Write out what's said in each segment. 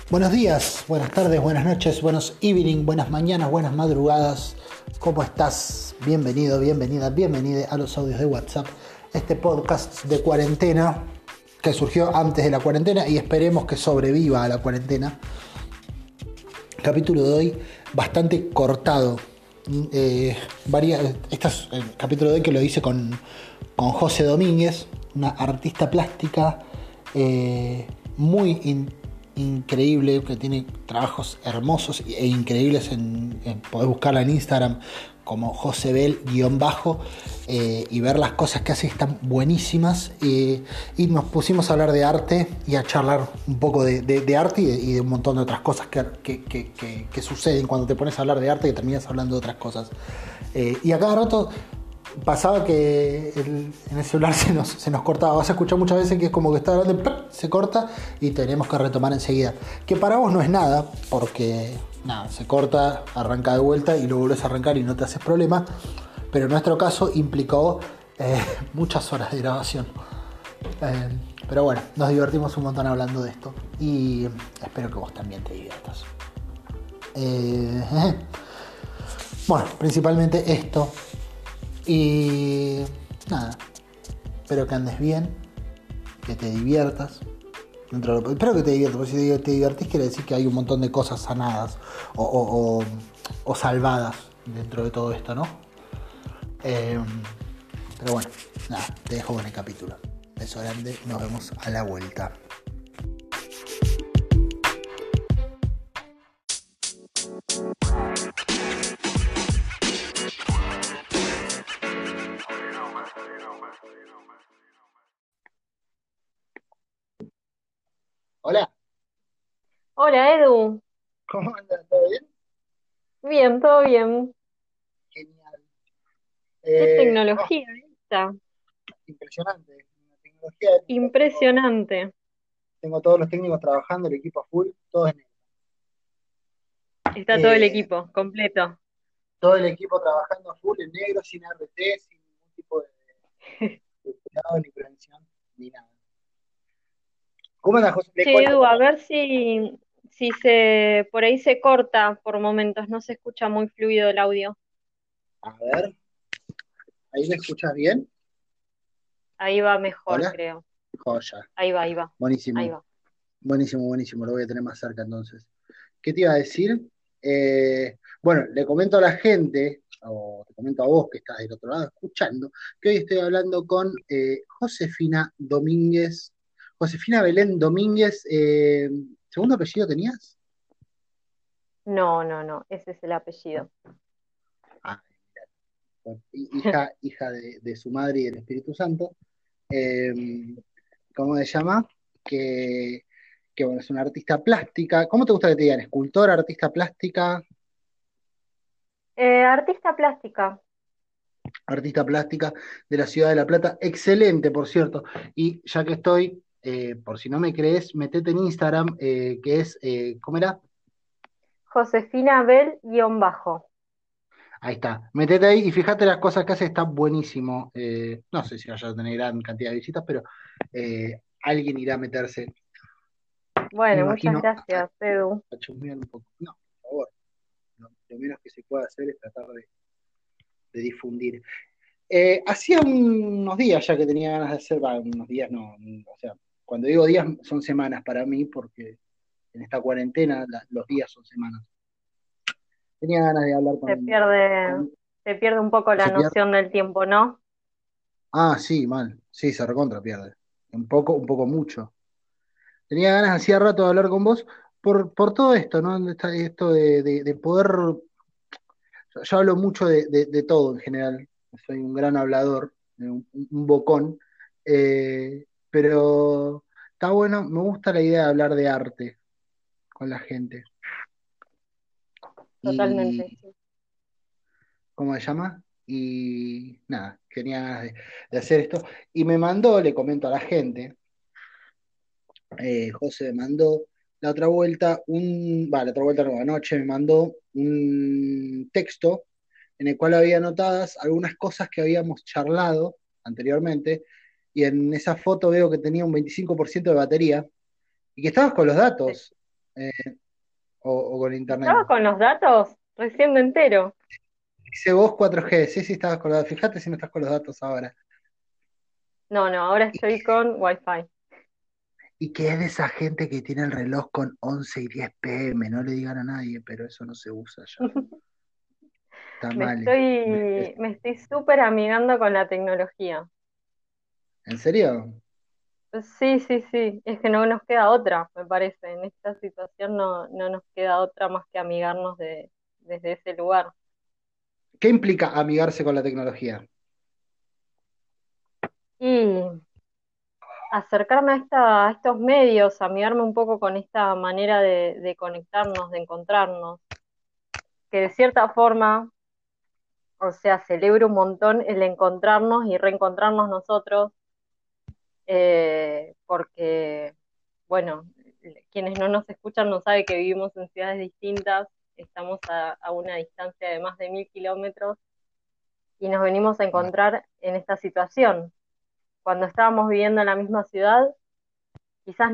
Buenos días, buenas tardes, buenas noches, buenos evening, buenas mañanas, buenas madrugadas. ¿Cómo estás? Bienvenido, bienvenida, bienvenida a los audios de WhatsApp. Este podcast de cuarentena que surgió antes de la cuarentena y esperemos que sobreviva a la cuarentena. Capítulo de hoy bastante cortado. Este es el capítulo de hoy que lo hice con José Domínguez, una artista plástica muy increíble, que tiene trabajos hermosos e increíbles. Podés buscarla en Instagram como josebel_, y ver las cosas que hace, están buenísimas. Y nos pusimos a hablar de arte y a charlar un poco de arte y de un montón de otras cosas que suceden cuando te pones a hablar de arte, que terminas hablando de otras cosas. Y a cada rato pasaba que en el celular se nos cortaba. Vas a escuchar muchas veces que es como que está hablando, ¡pum!, se corta y tenemos que retomar enseguida. Que para vos no es nada, porque nada, se corta, arranca de vuelta y lo volvés a arrancar y no te haces problema. Pero en nuestro caso implicó muchas horas de grabación. Pero bueno, nos divertimos un montón hablando de esto y espero que vos también te diviertas. Bueno, principalmente esto. Y nada, espero que andes bien, que te diviertas. Espero que te diviertas, porque si te divertís quiere decir que hay un montón de cosas sanadas o salvadas dentro de todo esto, ¿no? Pero bueno, nada, te dejo con el capítulo. Beso grande, nos vemos a la vuelta. Hola, Hola Edu, ¿cómo andas? ¿Todo bien? bien, todo bien. Genial. Qué Oh, tecnología esta, impresionante. Una tecnología de punta. impresionante. Tengo todos los técnicos trabajando, el equipo a full, todos en Está todo el eh, equipo completo. todo el equipo trabajando a full en negro, sin RT, sin ningún tipo de cuidado ni prevención, ni nada. ¿Cómo andas, José? Le Che cuento, Edu, a perdón. ver si por ahí se corta por momentos, no se escucha muy fluido el audio. A ver, ¿ahí me escuchas bien? Ahí va mejor, Hola. creo. Joya. Ahí va, ahí Buenísimo, va. buenísimo, buenísimo. Lo voy a tener más cerca entonces. ¿Qué te iba a decir? Bueno, le comento a la gente, o te comento a vos que estás del otro lado escuchando, que hoy estoy hablando con Josefina Domínguez, Josefina Belén Domínguez. ¿Segundo apellido tenías? No, no, no, ese es el apellido. Ah, hija de su madre y del Espíritu Santo. Eh, ¿Cómo se llama? Que, que bueno, es una artista plástica. ¿Cómo te gusta que te digan? ¿Escultora, artista plástica? Artista plástica. Artista plástica de la ciudad de La Plata. Excelente, por cierto. Y ya que estoy, por si no me crees, metete en Instagram, que es, ¿cómo era? Josefina Bell_. Ahí está. Metete ahí y fíjate las cosas que hace, está buenísimo. No sé si vaya a tener gran cantidad de visitas, pero alguien irá a meterse, me Bueno, muchas imagino, gracias, Edu. a chusmear un poco. No, por favor. Lo menos que se puede hacer es tratar de difundir. Hacía unos días ya que tenía ganas de hacer, unos días no, o sea, cuando digo días son semanas para mí, porque en esta cuarentena los días son semanas. Tenía ganas de hablar Se pierde, con se pierde un poco la se pierde. noción del tiempo, ¿no? Ah, sí, mal, sí, se recontra pierde. Un poco mucho. Tenía ganas hacía rato de hablar con vos por todo esto, ¿no? Esto de poder. Yo hablo mucho de todo en general. Soy un gran hablador, un bocón. Pero está bueno, me gusta la idea de hablar de arte con la gente. Totalmente, Y, sí. ¿cómo se llama? Y nada, tenía ganas de hacer esto. Y me mandó, le comento a la gente, José me mandó la otra vuelta no, anoche me mandó un texto en el cual había anotadas algunas cosas que habíamos charlado anteriormente, y en esa foto veo que tenía un 25% de batería y que estabas con los Sí. datos. eh, o con internet. ¿Estaba con los datos? Recién me entero. Dice vos 4G, sí, sí, estabas con los datos. Fíjate si no estás con los datos ahora. No, no, ahora ¿Y, estoy con Wi-Fi. y qué es de esa gente que tiene el reloj con 11 y 10 PM? No le digan a nadie, pero eso no se usa ya. Está Me mal. me estoy súper amigando con la tecnología. ¿En serio? Sí, sí, sí, es que no nos queda otra, me parece. En esta situación no nos queda otra más que amigarnos desde ese lugar. ¿Qué implica amigarse con la tecnología? Y acercarme a estos medios, amigarme un poco con esta manera de conectarnos, de encontrarnos, que de cierta forma, o sea, celebro un montón el encontrarnos y reencontrarnos nosotros, porque, bueno, quienes no nos escuchan no saben que vivimos en ciudades distintas, estamos a una distancia de más de 1000 kilómetros y nos venimos a Ah, encontrar en esta situación. Cuando estábamos viviendo en la misma ciudad, quizás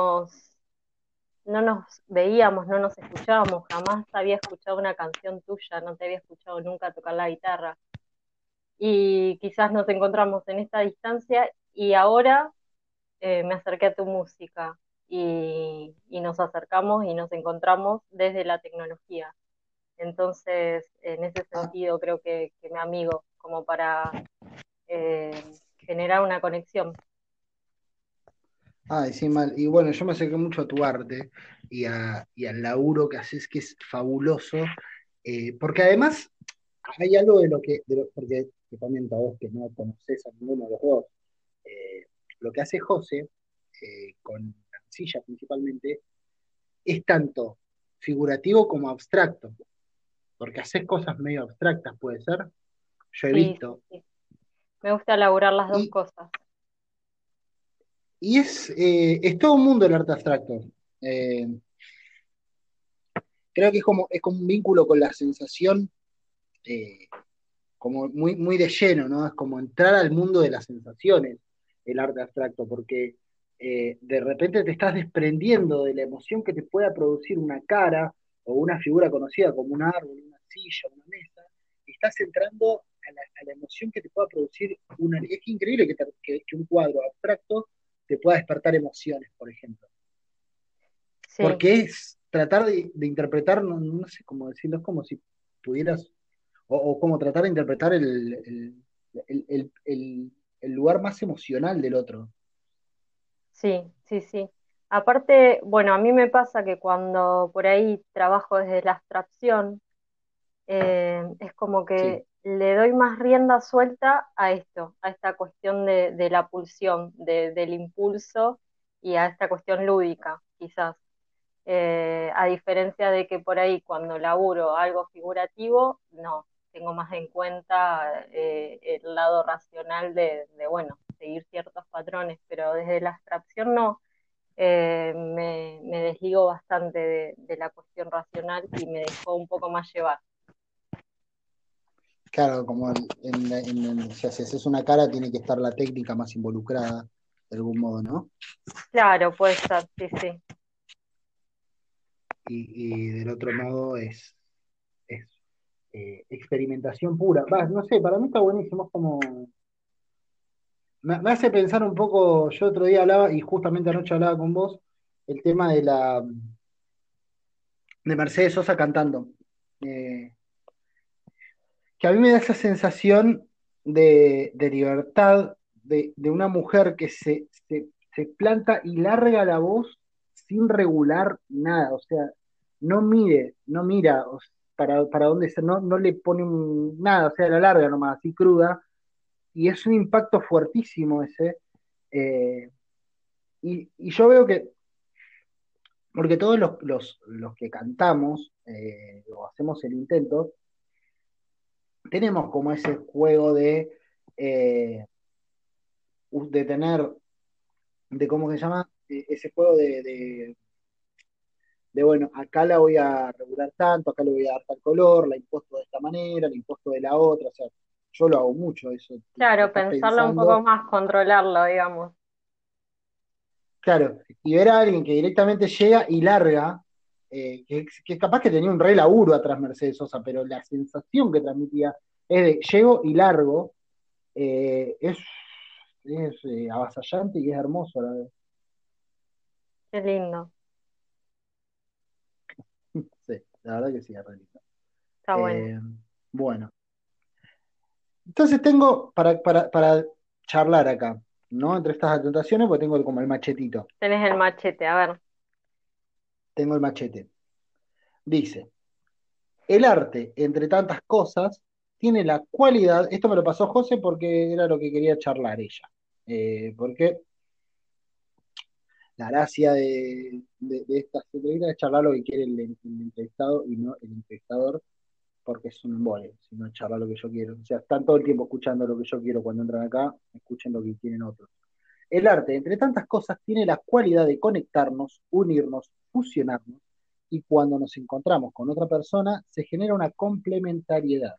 no nos veíamos, no nos escuchábamos, jamás había escuchado una canción tuya, no te había escuchado nunca tocar la guitarra. Y quizás nos encontramos en esta distancia y ahora me acerqué a tu música y nos acercamos y nos encontramos desde la tecnología. Entonces, en ese ah, sentido, creo que me amigo como para eh, generar una conexión. ay, sí, mal. Y bueno, yo me acerqué mucho a tu arte y al laburo que haces, que es fabuloso. Porque además hay algo porque te comento a vos que no conoces a ninguno de los dos. eh, lo que hace José, con la silla principalmente, es tanto figurativo como abstracto, porque haces cosas medio abstractas, puede ser. Yo he Sí, sí, visto. sí. Me gusta elaborar las dos Y, cosas. y es todo un mundo el arte abstracto. Eh, Creo que es como un vínculo con la sensación, eh, como muy, muy de lleno, ¿no? Es como entrar al mundo de las sensaciones, el arte abstracto, porque de repente te estás desprendiendo de la emoción que te pueda producir una cara o una figura conocida como un árbol, una silla, una mesa, y estás entrando a la emoción que te pueda producir una... Es increíble que un cuadro abstracto te pueda despertar emociones, por ejemplo, Sí, porque es tratar de interpretar, no, no sé cómo decirlo, es como si pudieras o como tratar de interpretar el, el- el- el lugar más emocional del otro. sí, sí, sí. Aparte, bueno, a mí me pasa que cuando por ahí trabajo desde la abstracción, es como Sí, que le doy más rienda suelta a esto, a esta cuestión de la pulsión, del impulso y a esta cuestión lúdica, quizás. A diferencia de que por ahí cuando laburo algo figurativo, no, tengo más en cuenta el lado racional bueno, seguir ciertos patrones, pero desde la abstracción no, me desligo bastante de la cuestión racional y me dejo un poco más llevar. claro, como o sea, si haces una cara tiene que estar la técnica más involucrada, de algún modo, ¿no? Claro, puede ser, sí, sí. Y del otro modo es experimentación pura. Va, no sé, para mí está buenísimo, es como... Me hace pensar un poco, yo otro día hablaba, y justamente anoche hablaba con vos, el tema de Mercedes Sosa cantando. Eh, que a mí me da esa sensación de libertad de una mujer que se planta y larga la voz sin regular nada, o sea, no mire, no mira para dónde se, no, no le pone nada, o sea, la larga nomás, así cruda, y es un impacto fuertísimo ese. eh, y yo veo que, porque todos los que cantamos, o hacemos el intento, tenemos como ese juego eh, de tener, de cómo se llama, ese juego bueno, acá la voy a regular tanto, acá le voy a dar tal color, la impuesto de esta manera, la impuesto de la otra, o sea, yo lo hago mucho eso, tipo, Claro, estás pensarlo un poco pensando, más, controlarlo, digamos. claro, y ver a alguien que directamente llega y larga, que capaz que tenía un re laburo atrás Mercedes Sosa, pero la sensación que transmitía es de llego y largo, es avasallante y es hermoso a la vez. Qué lindo, Sí, la verdad que sí, es re lindo. está bueno. Eh, bueno, entonces tengo para charlar acá, ¿no? Entre estas tentaciones, pues tengo como el machetito. Tenés el machete, a ver. Tengo el machete. Dice, el arte, entre tantas cosas, tiene la cualidad, esto me lo pasó José porque era lo que quería charlar ella, porque la gracia de estas entrevistas es charlar lo que quiere el entrevistado y no el entrevistador, porque es un embole, sino charlar lo que yo quiero. O sea, están todo el tiempo escuchando lo que yo quiero cuando entran acá, escuchen lo que quieren otros. El arte, entre tantas cosas, tiene la cualidad de conectarnos, unirnos, fusionarnos, y cuando nos encontramos con otra persona, se genera una complementariedad.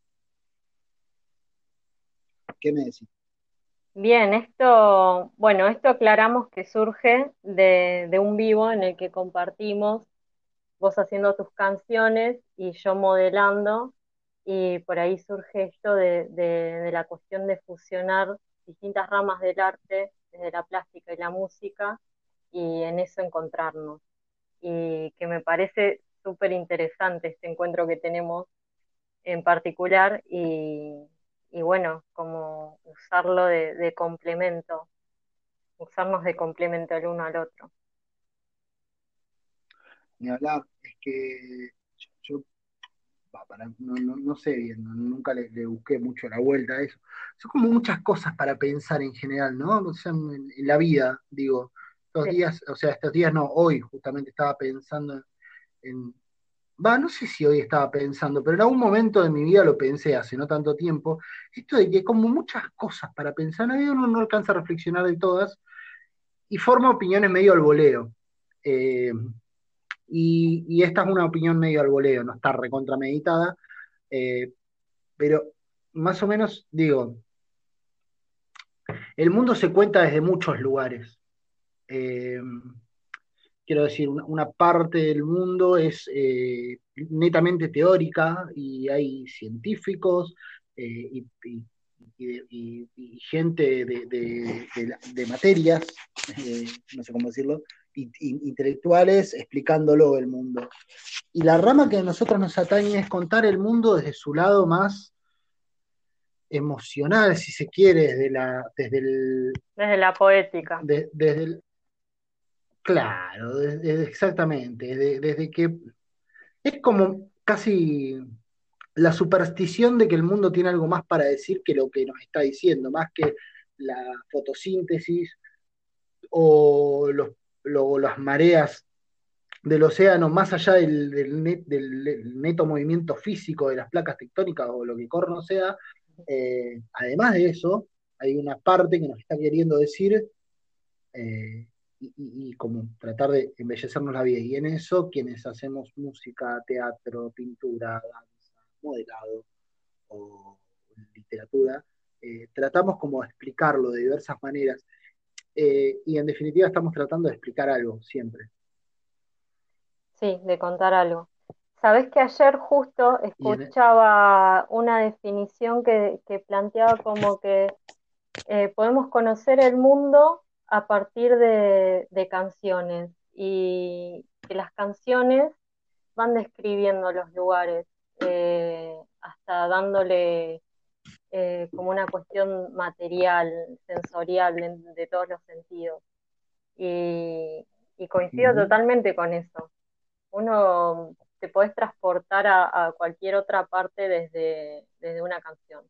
¿Qué me decís? Bien, esto, bueno, esto aclaramos que surge de un vivo en el que compartimos, vos haciendo tus canciones y yo modelando, y por ahí surge esto de la cuestión de fusionar distintas ramas del arte, desde la plástica y la música, y en eso encontrarnos. Y que me parece súper interesante este encuentro que tenemos en particular y bueno, como usarlo de complemento, usarnos de complemento el uno al otro. Ni hablar, es que yo no sé bien, nunca le busqué mucho la vuelta a eso. Son como muchas cosas para pensar en general, ¿no? O sea, en la vida, digo, estos Sí, días, o sea, estos días no, hoy justamente estaba pensando en, no sé si hoy estaba pensando, pero en algún momento de mi vida lo pensé hace no tanto tiempo, esto de que como muchas cosas para pensar, uno no alcanza a reflexionar de todas y forma opiniones medio al voleo. Eh, y esta es una opinión medio al voleo, no está recontrameditada, eh, pero más o menos digo, el mundo se cuenta desde muchos lugares. Eh, Quiero decir, una parte del mundo es netamente teórica y hay científicos y gente de materias, no sé cómo decirlo, intelectuales explicándolo el mundo. Y la rama que a nosotros nos atañe es contar el mundo desde su lado más emocional, si se quiere, desde la poética. desde el, claro, exactamente, desde que es como casi la superstición de que el mundo tiene algo más para decir que lo que nos está diciendo, más que la fotosíntesis o las mareas del océano, más allá del neto movimiento físico de las placas tectónicas o lo que corno sea, además de eso, hay una parte que nos está queriendo decir y como tratar de embellecernos la vida. Y en eso, quienes hacemos música, teatro, pintura, danza, modelado o literatura, tratamos como de explicarlo de diversas maneras. Y en definitiva estamos tratando de explicar algo siempre. Sí, de contar algo. Sabés que ayer justo Y en, escuchaba una definición que planteaba como que podemos conocer el mundo a partir de canciones y que las canciones van describiendo los lugares, hasta dándole como una cuestión material, sensorial, de todos los sentidos. Y, y coincido uh, totalmente con eso. Uno te podés transportar a cualquier otra parte desde una canción.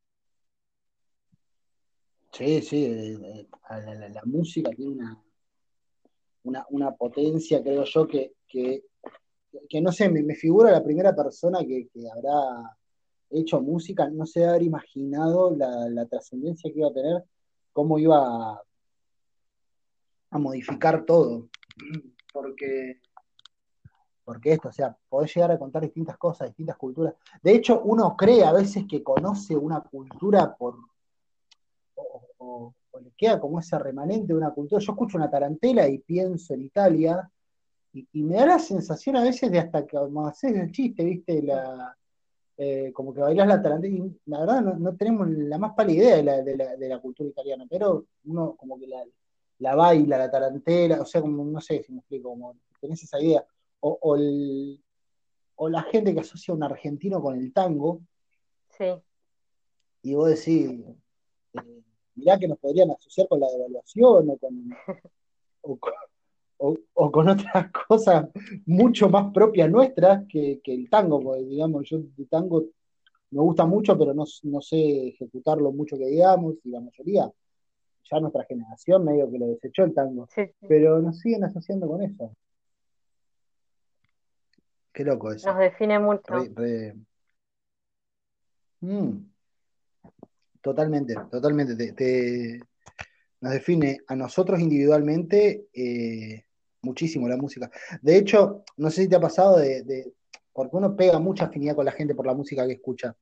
sí, sí, la música tiene una potencia, creo yo, que no sé, me figura la primera persona que habrá hecho música, no se haber imaginado la trascendencia que iba a tener, cómo iba a modificar todo. Porque, porque esto, o sea, podés llegar a contar distintas cosas, distintas culturas. De hecho, uno cree a veces que conoce una cultura o le queda como ese remanente de una cultura. Yo escucho una tarantela y pienso en Italia, y me da la sensación a veces de hasta que como haces el chiste, ¿viste? Como que bailás la tarantela, y la verdad no tenemos la más pálida idea de la cultura italiana, pero uno como que la baila, la tarantela, o sea, como no sé si me explico, como tenés esa idea. O la gente que asocia a un argentino con el tango, Sí, y vos decís, mirá que nos podrían asociar con la devaluación o con, o con otras cosas mucho más propias nuestras que el tango, porque digamos, yo de tango me gusta mucho, pero no sé ejecutarlo mucho que digamos, y la mayoría, ya nuestra generación medio que lo desechó el tango, sí, sí. pero nos siguen asociando con eso. Qué loco Nos eso. define mucho. Re, re- mm, totalmente, totalmente. Nos define a nosotros individualmente muchísimo la música. De hecho, no sé si te ha pasado porque uno pega mucha afinidad con la gente por la música que escucha.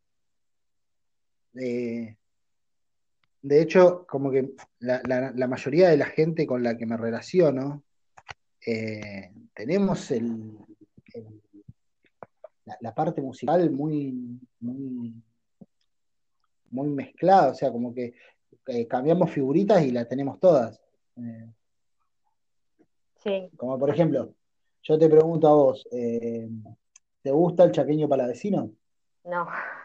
Eh, de hecho, como que la mayoría de la gente con la que me relaciono, tenemos el- la parte musical muy mezclada, o sea, como que cambiamos figuritas y la tenemos todas. Eh, Sí, Como por ejemplo, yo te pregunto a vos, ¿te gusta el chaqueño palavecino? no.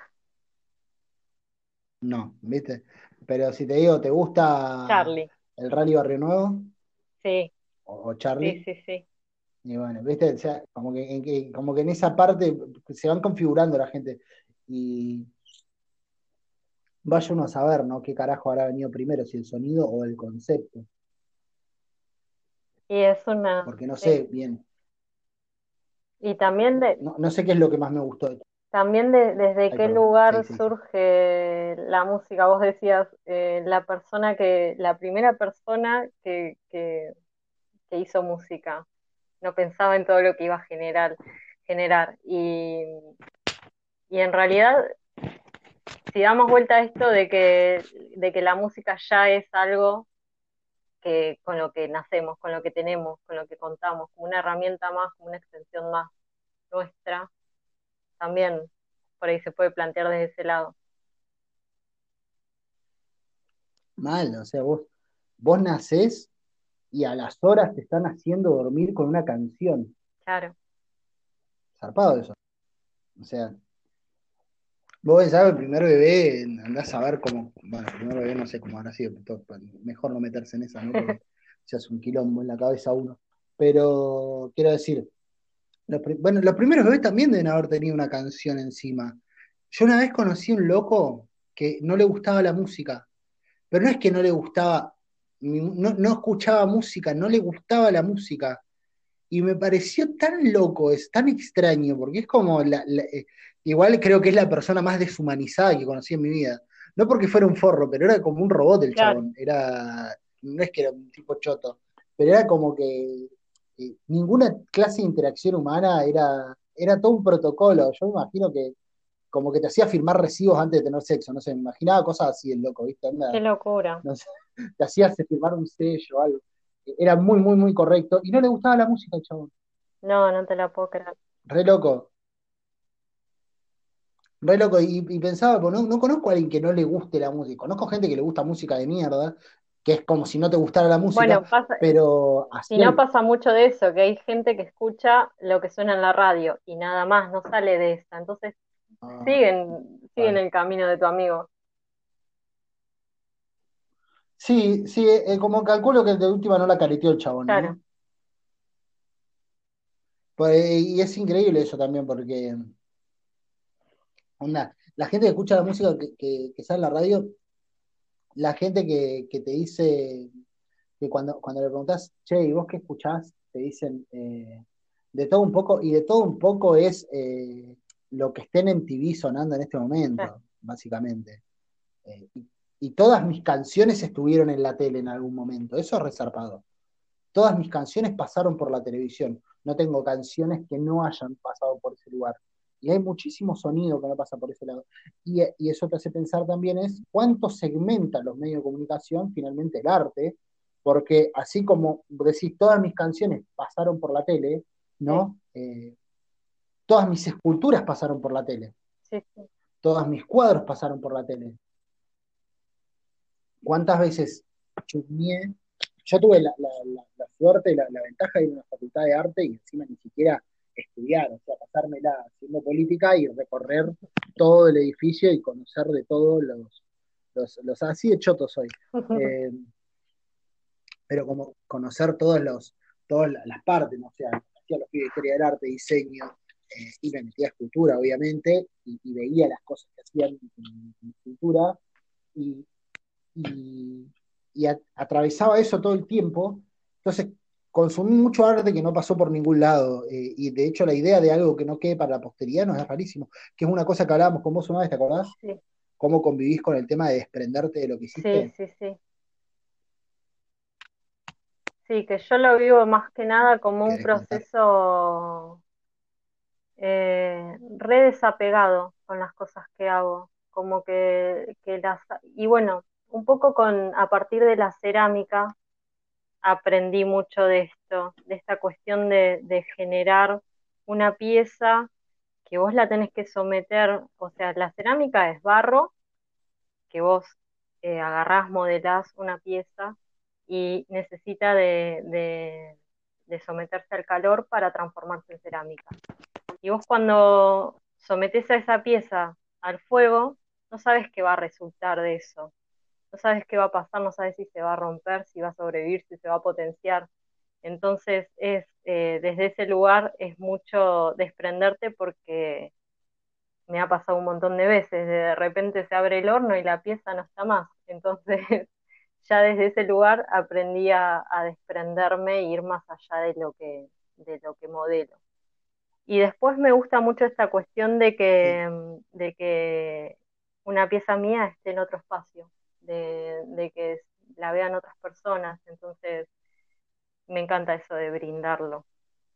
No, ¿viste? Pero si te digo, ¿te gusta Charlie, el Rally Barrio Nuevo sí, o sí, Charlie? sí, sí. Y bueno, ¿viste? O sea, como que en esa parte se van configurando la gente. Y vaya uno a saber, ¿no? ¿Qué carajo habrá venido primero, si el sonido o el concepto? Y es una, Porque no sí. sé bien, Y también no sé qué es lo que más me gustó de. también desde Ay, qué perdón, sí, lugar sí, sí. surge la música. Vos decías, la primera persona que hizo música, no pensaba en todo lo que iba a generar. Y en realidad, si damos vuelta a esto de que la música ya es algo que con lo que nacemos, con lo que tenemos, con lo que contamos, como una herramienta más, como una extensión más nuestra, también por ahí se puede plantear desde ese lado. Mal, o sea, vos nacés y a las horas te están haciendo dormir con una canción. Claro, Zarpado eso. O sea, vos pensás, el primer bebé, andás a ver cómo, bueno, el primer bebé no sé cómo habrá sido, mejor no meterse en esa, ¿no? Porque se hace un quilombo en la cabeza uno. Pero quiero decir, bueno, los primeros bebés también deben haber tenido una canción encima. Yo una vez conocí a un loco que no le gustaba la música, pero no es que no le gustaba, no escuchaba música, no le gustaba la música. Y me pareció tan loco, es tan extraño, porque es como, igual creo que es la persona más deshumanizada que conocí en mi vida. No porque fuera un forro, pero era como un robot el claro, chabón. No es que era un tipo choto, pero era como que ninguna clase de interacción humana era todo un protocolo. Yo me imagino que como que te hacía firmar recibos antes de tener sexo, no sé, me imaginaba cosas así el loco, ¿viste? qué locura. No sé, te hacías firmar un sello o algo. Era muy, muy, muy correcto. Y no le gustaba la música al chabón. No, no te la puedo creer. Re loco, re loco. Y pensaba, pues, no conozco a alguien que no le guste la música. Conozco gente que le gusta música de mierda, que es como si no te gustara la música, Bueno, pasa, pero si así no pasa mucho de eso, que hay gente que escucha lo que suena en la radio y nada más, no sale de esta. Entonces ah, siguen claro. el camino de tu amigo. Sí, sí, como calculo que de última no la careteó el chabón, Claro, ¿no? Pues, y es increíble eso también, porque onda, la gente que escucha la música que sale en la radio, la gente que te dice que cuando le preguntás, che, ¿y vos qué escuchás? Te dicen de todo un poco, y de todo un poco es lo que esté en MTV sonando en este claro. momento, básicamente. Y todas mis canciones estuvieron en la tele en algún momento, eso es resarpado. Todas mis canciones pasaron por la televisión, no tengo canciones que no hayan pasado por ese lugar. Y hay muchísimo sonido que no pasa por ese lado. Y eso te hace pensar también es cuánto segmentan los medios de comunicación finalmente el arte, porque así como decís, todas mis canciones pasaron por la tele, sí, ¿no? Todas mis esculturas pasaron por la tele, sí, sí. todos mis cuadros pasaron por la tele. ¿Cuántas veces chusmeé? Yo tuve la suerte y la ventaja de ir a una facultad de arte y encima ni siquiera estudiar, o sea, pasármela haciendo política y recorrer todo el edificio y conocer de todos así de choto soy. Eh, pero como conocer todas las partes, ¿no? O sea, hacía los pibes de historia del arte, diseño, y me metía a escultura, obviamente, y veía las cosas que hacían en escultura, y, y, atravesaba eso todo el tiempo. Entonces, consumí mucho arte que no pasó por ningún lado. Y de hecho, la idea de algo que no quede para la posteridad nos es rarísimo, que es una cosa que hablábamos con vos una vez, ¿te acordás? Sí, ¿Cómo convivís con el tema de desprenderte de lo que sí, hiciste? sí, sí. Sí, sí, que yo lo vivo más que nada como un ¿Querés contar? proceso re desapegado con las cosas que hago, como que y bueno, un poco a partir de la cerámica aprendí mucho de esto, de esta cuestión de generar una pieza que vos la tenés que someter, o sea, la cerámica es barro, que vos agarrás, modelás una pieza y necesita de someterse al calor para transformarse en cerámica. Y vos cuando sometés a esa pieza al fuego, no sabes qué va a resultar de eso. No sabes qué va a pasar, no sabes si se va a romper, si va a sobrevivir, si se va a potenciar. Entonces desde ese lugar es mucho desprenderte porque me ha pasado un montón de veces. De repente se abre el horno y la pieza no está más. Entonces ya desde ese lugar aprendí a desprenderme e ir más allá de lo que modelo. Y después me gusta mucho esta cuestión Sí. de que una pieza mía esté en otro espacio, de que la vean otras personas. Entonces me encanta eso de brindarlo.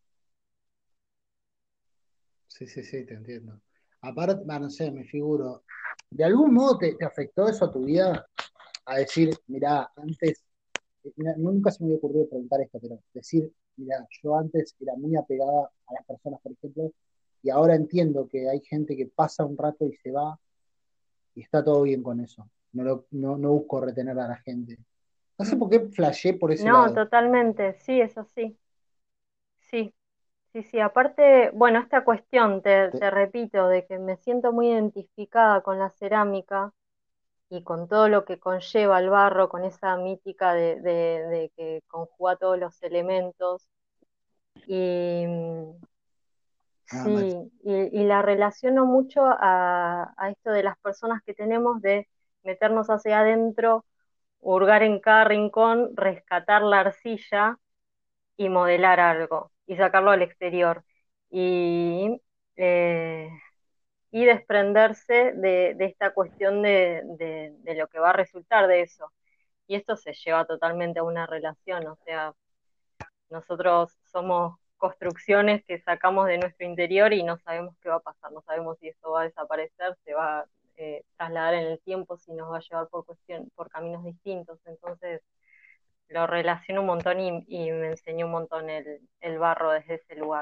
Sí, sí, sí, te entiendo. Aparte, no sé, me figuro, ¿de algún modo te afectó eso a tu vida? A decir, mirá, antes, mirá, nunca se me había ocurrido preguntar esto, pero decir, mirá, yo antes era muy apegada a las personas, por ejemplo, y ahora entiendo que hay gente que pasa un rato y se va, y está todo bien con eso. No busco retener a la gente. No sé Mm. por qué flashé por ese No, lado. totalmente, sí, es así. Sí, sí, sí. Aparte, bueno, esta cuestión, Te- te repito, de que me siento muy identificada con la cerámica y con todo lo que conlleva el barro, con esa mítica de que conjuga todos los elementos. Y ah, mal. sí, y la relaciono mucho a esto de las personas que tenemos de meternos hacia adentro, hurgar en cada rincón, rescatar la arcilla y modelar algo y sacarlo al exterior. Y, eh, y desprenderse de esta cuestión de lo que va a resultar de eso. Y esto se lleva totalmente a una relación, o sea, nosotros somos construcciones que sacamos de nuestro interior y no sabemos qué va a pasar, no sabemos si esto va a desaparecer, se va a trasladar en el tiempo, si nos va a llevar por caminos distintos. Entonces lo relaciono un montón y me enseñó un montón el barro desde ese lugar.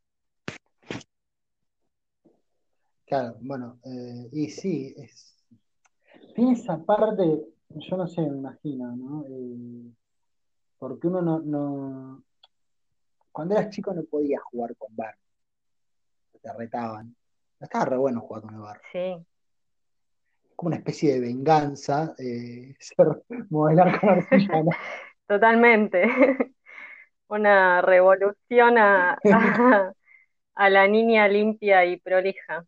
Claro, bueno, y sí, tiene esa parte, yo no sé, me imagino, ¿no? Porque uno cuando eras chico no podías jugar con barro, te retaban. Estaba re bueno jugar con el barro. Sí, Como una especie de venganza, modelar con arcilla, ¿no? totalmente. Una revolución a la niña limpia y prolija.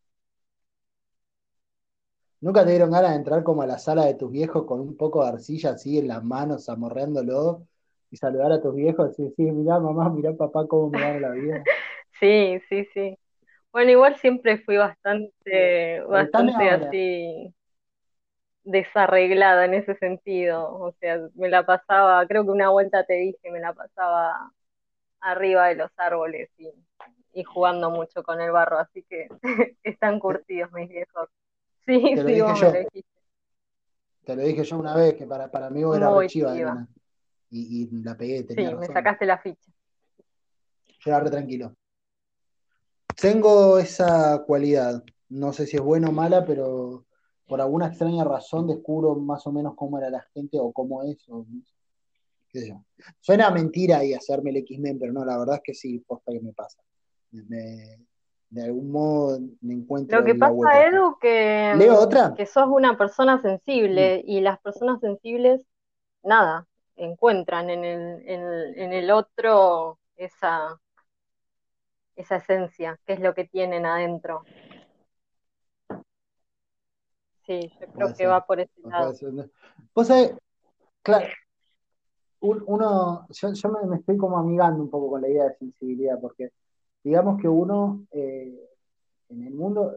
¿Nunca te dieron ganas de entrar como a la sala de tus viejos con un poco de arcilla así en las manos, amorreándolo y saludar a tus viejos y decir, mirá mamá, mirá papá cómo me gano la vida? Sí, sí, sí. Bueno, igual siempre fui Contame bastante ahora. así desarreglada en ese sentido. O sea, me la pasaba, creo que una vuelta te dije, me la pasaba arriba de los árboles y jugando mucho con el barro, así que están Te, curtidos mis viejos. Sí, te lo sí, dije vos me lo yo, dijiste. te lo dije yo una vez, que para mí vos era re Muy chiva, chiva. nena. Y la pegué, tenía Sí, me razón. sacaste la ficha. llevar re tranquilo. Tengo esa cualidad, no sé si es buena o mala, pero por alguna extraña razón descubro más o menos cómo era la gente o cómo es, o qué sé yo. Suena a mentira y hacerme el X-Men, pero no, la verdad es que sí, posta que me pasa. Me- de algún modo me Lo encuentro que la pasa, vuelta a las cosas. Edu, que, ¿Leo otra? que sos una persona Mm, sensible y las personas sensibles, nada, encuentran en el otro esa esencia, que es lo que tienen adentro. Sí, yo creo puede que ser, va por ese puede lado. ser. ¿No? Vos sabés, claro, yo me estoy como amigando un poco con la idea de sensibilidad, porque digamos que uno en el mundo,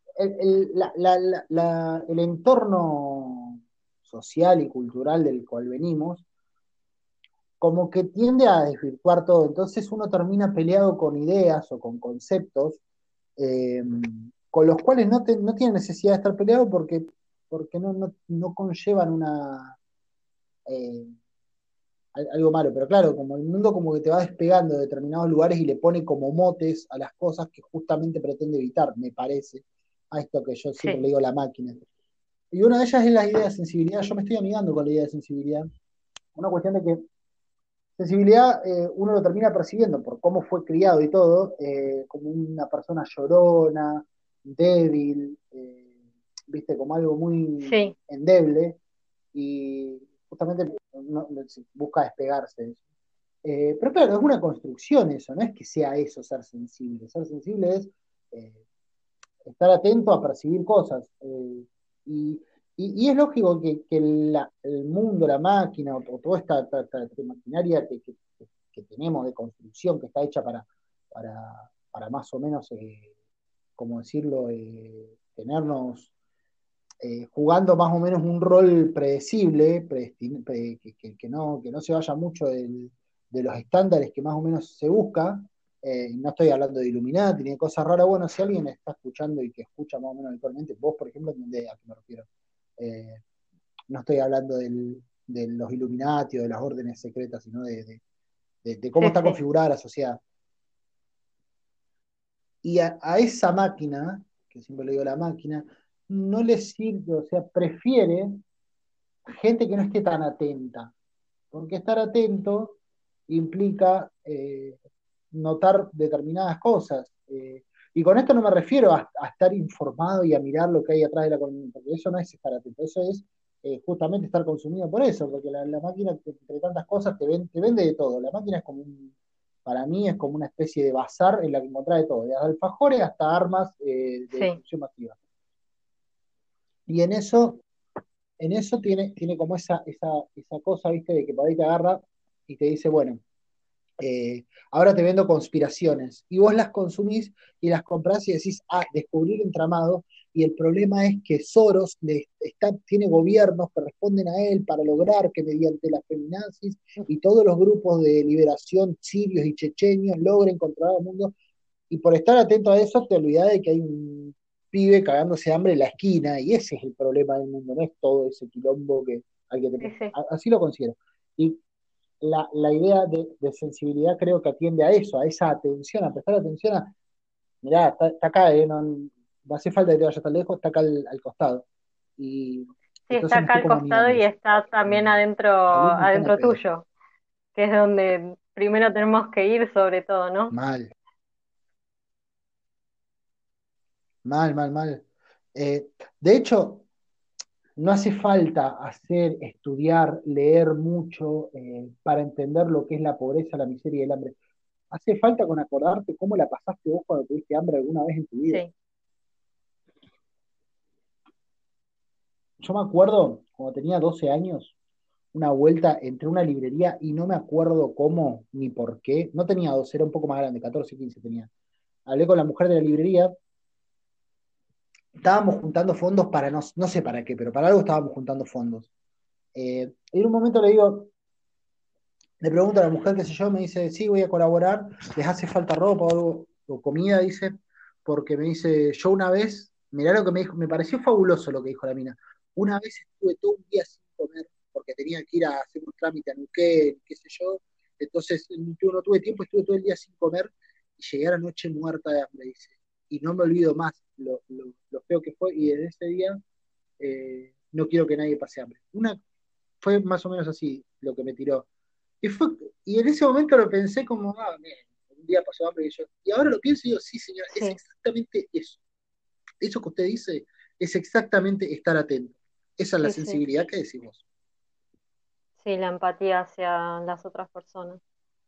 el entorno social y cultural del cual venimos, como que tiende a desvirtuar todo. Entonces uno termina peleado con ideas o con conceptos eh, con los cuales no tiene necesidad de estar peleado porque no conllevan eh, algo malo. Pero claro, como el mundo como que te va despegando de determinados lugares y le pone como motes a las cosas que justamente pretende evitar, me parece, a esto que yo siempre le Sí, digo la máquina. Y una de ellas es la idea de sensibilidad. Yo me estoy amigando con la idea de sensibilidad. Una cuestión de que sensibilidad uno lo termina percibiendo por cómo fue criado y todo, como una persona llorona, débil, viste, como algo muy sí, endeble y justamente busca despegarse de eso. Pero claro, es una construcción eso, no es que sea eso ser sensible. Ser sensible es eh, estar atento a percibir cosas. Y, y es lógico que el mundo, la máquina, o toda esta maquinaria que tenemos de construcción, que está hecha para más o menos, como decirlo, tenernos jugando más o menos un rol predecible, que no se vaya mucho de los estándares que más o menos se busca. No estoy hablando de Illuminati ni de cosas raras. Bueno, si alguien está escuchando y que escucha más o menos habitualmente, vos, por ejemplo, entendés a qué me refiero. Eh, no estoy hablando de los Illuminati o de las órdenes secretas, sino de cómo sí, está sí, configurada la sociedad. Y a esa máquina, que siempre le digo la máquina, no le sirve, o sea, prefiere gente que no esté tan atenta, porque estar atento implica notar determinadas cosas. Y con esto no me refiero a estar informado y a mirar lo que hay atrás de la economía, porque eso no es estar atento, eso es justamente estar consumido por eso, porque la máquina, entre tantas cosas, te vende de todo. La máquina es como para mí es como una especie de bazar en la que encontrás de todo, desde alfajores hasta armas de sí, destrucción masiva. Y en eso tiene como esa cosa, ¿viste? De que por ahí te agarra y te dice, bueno, ahora te vendo conspiraciones. Y vos las consumís y las comprás y decís, descubrir entramado. Y el problema es que Soros tiene gobiernos que responden a él para lograr que mediante la feminazis y todos los grupos de liberación sirios y chechenios logren controlar el mundo. Y por estar atento a eso, te olvidás de que hay un pibe cagándose hambre en la esquina, y ese es el problema del mundo, no es todo ese quilombo al que sí, sí. así lo considero. Y la idea de sensibilidad creo que atiende a eso, a esa atención, a prestar atención mirá, está acá, no hace falta que te vayas tan lejos, está acá al costado. Y Sí, está entonces me acá estoy al como costado amigando de y eso. está también Alumno está en el adentro pedo. tuyo, que es donde primero tenemos que ir sobre todo, ¿no? Mal, mal, mal, mal. Eh, de hecho, no hace falta estudiar, leer mucho para entender lo que es la pobreza, la miseria y el hambre. Hace falta con acordarte cómo la pasaste vos cuando tuviste hambre alguna vez en tu vida. Sí, Yo me acuerdo, cuando tenía 12 años, una vuelta entre una librería y no me acuerdo cómo ni por qué. No tenía 12, era un poco más grande, 14, 15 tenía. Hablé con la mujer de la librería, estábamos juntando fondos para no sé para qué, pero para algo estábamos juntando fondos. Y en un momento le pregunto a la mujer, qué sé yo, me dice, sí, voy a colaborar, les hace falta ropa o algo, o comida, dice, porque me dice, yo una vez, mirá lo que me dijo, me pareció fabuloso lo que dijo la mina. Una vez estuve todo un día sin comer, porque tenía que ir a hacer un trámite a Nuquén, qué sé yo, Entonces no tuve tiempo, estuve todo el día sin comer y llegué a la noche muerta de hambre, dice. Y no me olvido más lo feo que fue y desde ese día no quiero que nadie pase hambre. Fue más o menos así lo que me tiró. Y, fue, y en ese momento lo pensé como, bien, un día pasó hambre y ahora lo pienso y digo, sí, señor, es Sí, exactamente eso. Eso que usted dice es exactamente estar atento. Esa es la sí, sí, sensibilidad que decimos. sí, la empatía hacia las otras personas.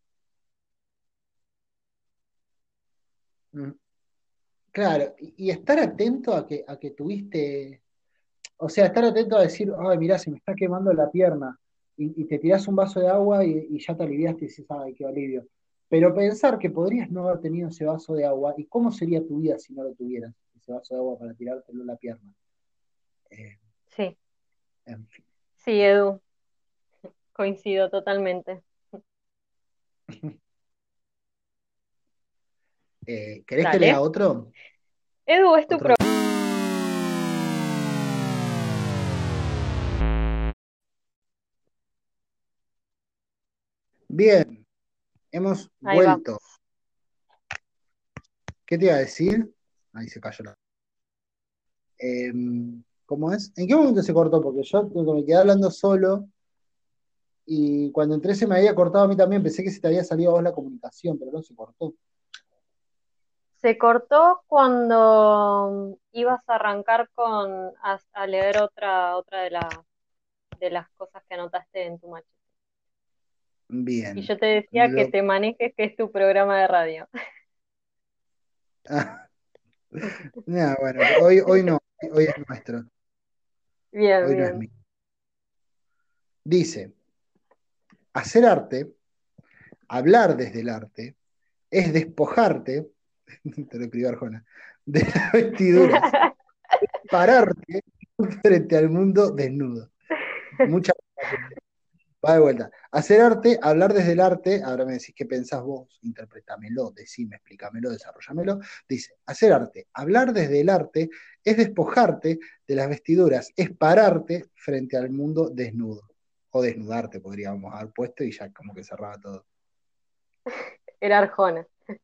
Mm. Claro, y estar atento a que tuviste, o sea, estar atento a decir, ay, mirá, se me está quemando la pierna, y te tirás un vaso de agua y ya te aliviaste y dices, ay, qué alivio. Pero pensar que podrías no haber tenido ese vaso de agua, y cómo sería tu vida si no lo tuvieras, ese vaso de agua para tirártelo en la pierna. Eh, Sí, en fin. sí, Edu, coincido totalmente. ¿Querés que lea Dale. otro? Edu, es tu Otro. programa. Bien, hemos Ahí vamos. vuelto. ¿Qué te iba a decir? Ahí se cayó la. Eh, ¿Cómo es? ¿En qué momento se cortó? Porque yo como me quedé hablando solo y cuando entré se me había cortado a mí también. Pensé que se te había salido a vos la comunicación, pero no se cortó. Se cortó cuando ibas a arrancar a leer otra de las cosas que anotaste en tu machete. Y Bien. yo te decía que te manejes, que es tu programa de radio. Ah, bueno, hoy no, hoy es nuestro, Bien, hoy no es bien. mío. Dice, hacer arte, hablar desde el arte, es despojarte, te lo escribió Arjona, de las vestiduras, pararte frente al mundo desnudo. Muchas gracias. Va de vuelta. Hacer arte, hablar desde el arte, ahora me decís qué pensás vos, interpretámelo, decime, explícamelo, desarrollámelo. Dice, hacer arte, hablar desde el arte es despojarte de las vestiduras, es pararte frente al mundo desnudo. O desnudarte, podríamos haber puesto y ya como que cerraba todo. Era Arjona.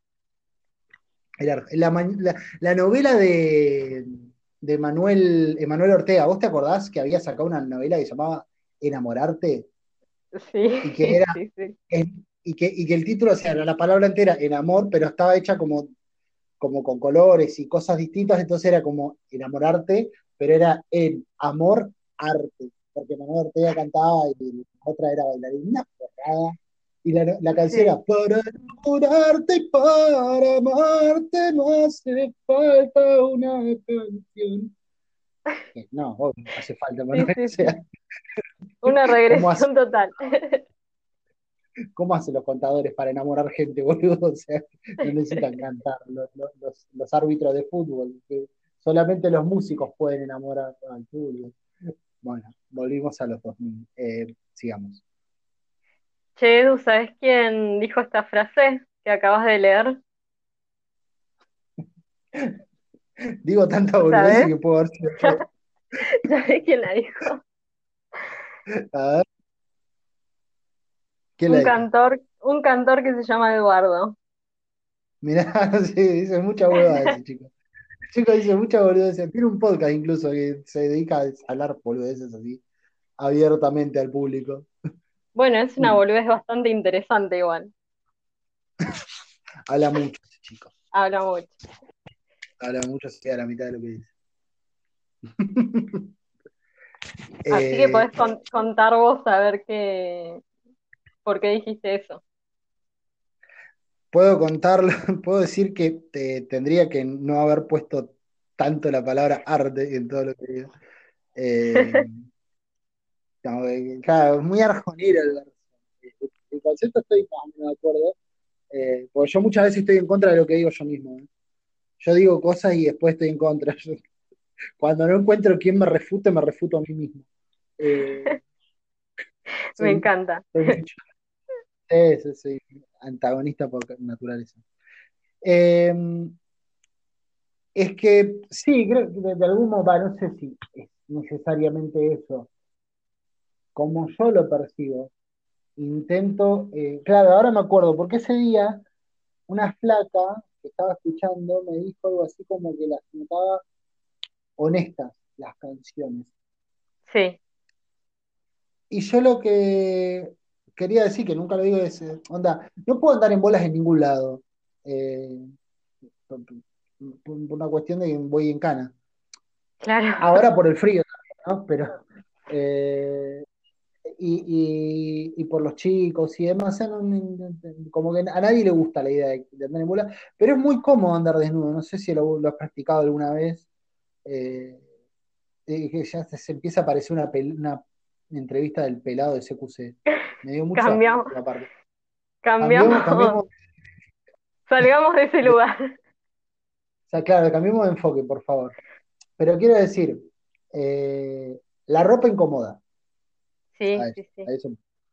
La novela de Emanuel Ortega, ¿vos te acordás que había sacado una novela que se llamaba Enamorarte? Sí, Y que era sí, sí. y que el título, o sea, era la palabra entera en amor, pero estaba hecha como con colores y cosas distintas, entonces era como enamorarte, pero era en amor arte, porque Manuel Ortega cantaba y la otra era bailarina, porrada, y la canción Sí, era para enamorarte y para amarte no hace falta una canción. Que no, obvio, hace falta, sí, Manuel, o sí, sea, sí. Una ¿cómo hace, regresión total. cómo hacen los contadores para enamorar gente, boludo? O sea, no necesitan cantar los árbitros de fútbol, que solamente los músicos pueden enamorar al público. Bueno, volvimos a los 2000. Sigamos. Che, Edu, ¿sabes quién dijo esta frase que acabas de leer? Digo tanta boludez ¿Sabes? que puedo haber sido yo. ¿Sabes quién la dijo? A ver, ¿qué le dijo? Un cantor que se llama Eduardo. Mirá, sí, dice mucha huevada ese chico. El chico dice mucha boludez. Tiene un podcast incluso que se dedica a hablar boludeces así, abiertamente al público. Bueno, es una Mm, boludez bastante interesante igual. Habla mucho ese chico. Habla mucho. Habla mucho, sí, a la mitad de lo que dice. Así que Eh, podés contar vos a ver por qué dijiste eso. puedo contarlo, puedo decir que tendría que no haber puesto tanto la palabra arte en todo lo que digo. Eh, no, claro, es muy arjonero el concepto estoy no, de acuerdo, porque yo muchas veces estoy en contra de lo que digo yo mismo. Yo digo cosas y después estoy en contra. Cuando no encuentro quién me refuto a mí mismo. Eh, Me soy, encanta. soy mucho, soy antagonista por naturaleza. Eh, Es que sí, creo que de algún modo, no sé si es necesariamente eso, como yo lo percibo, intento, claro, ahora me acuerdo, porque ese día una flaca que estaba escuchando me dijo algo así como que las notaba honestas las canciones. Sí, Y yo lo que quería decir, que nunca lo digo, es, onda, no puedo andar en bolas en ningún lado, eh, por una cuestión de que voy en cana. claro. Ahora por el frío también, ¿no? Pero, eh, y por los chicos y demás, o sea, como que a nadie le gusta la idea de andar en bola, pero es muy cómodo andar desnudo, no sé si lo has practicado alguna vez, eh, que ya se empieza a parecer una entrevista del pelado de CQC, me dio mucha Cambiamos, aparte. cambiamos, Cambiemos salgamos de ese de, lugar. o sea, claro, cambiemos de enfoque, por favor. Pero quiero decir, la ropa incomoda, Sí, sí, a sí. eso.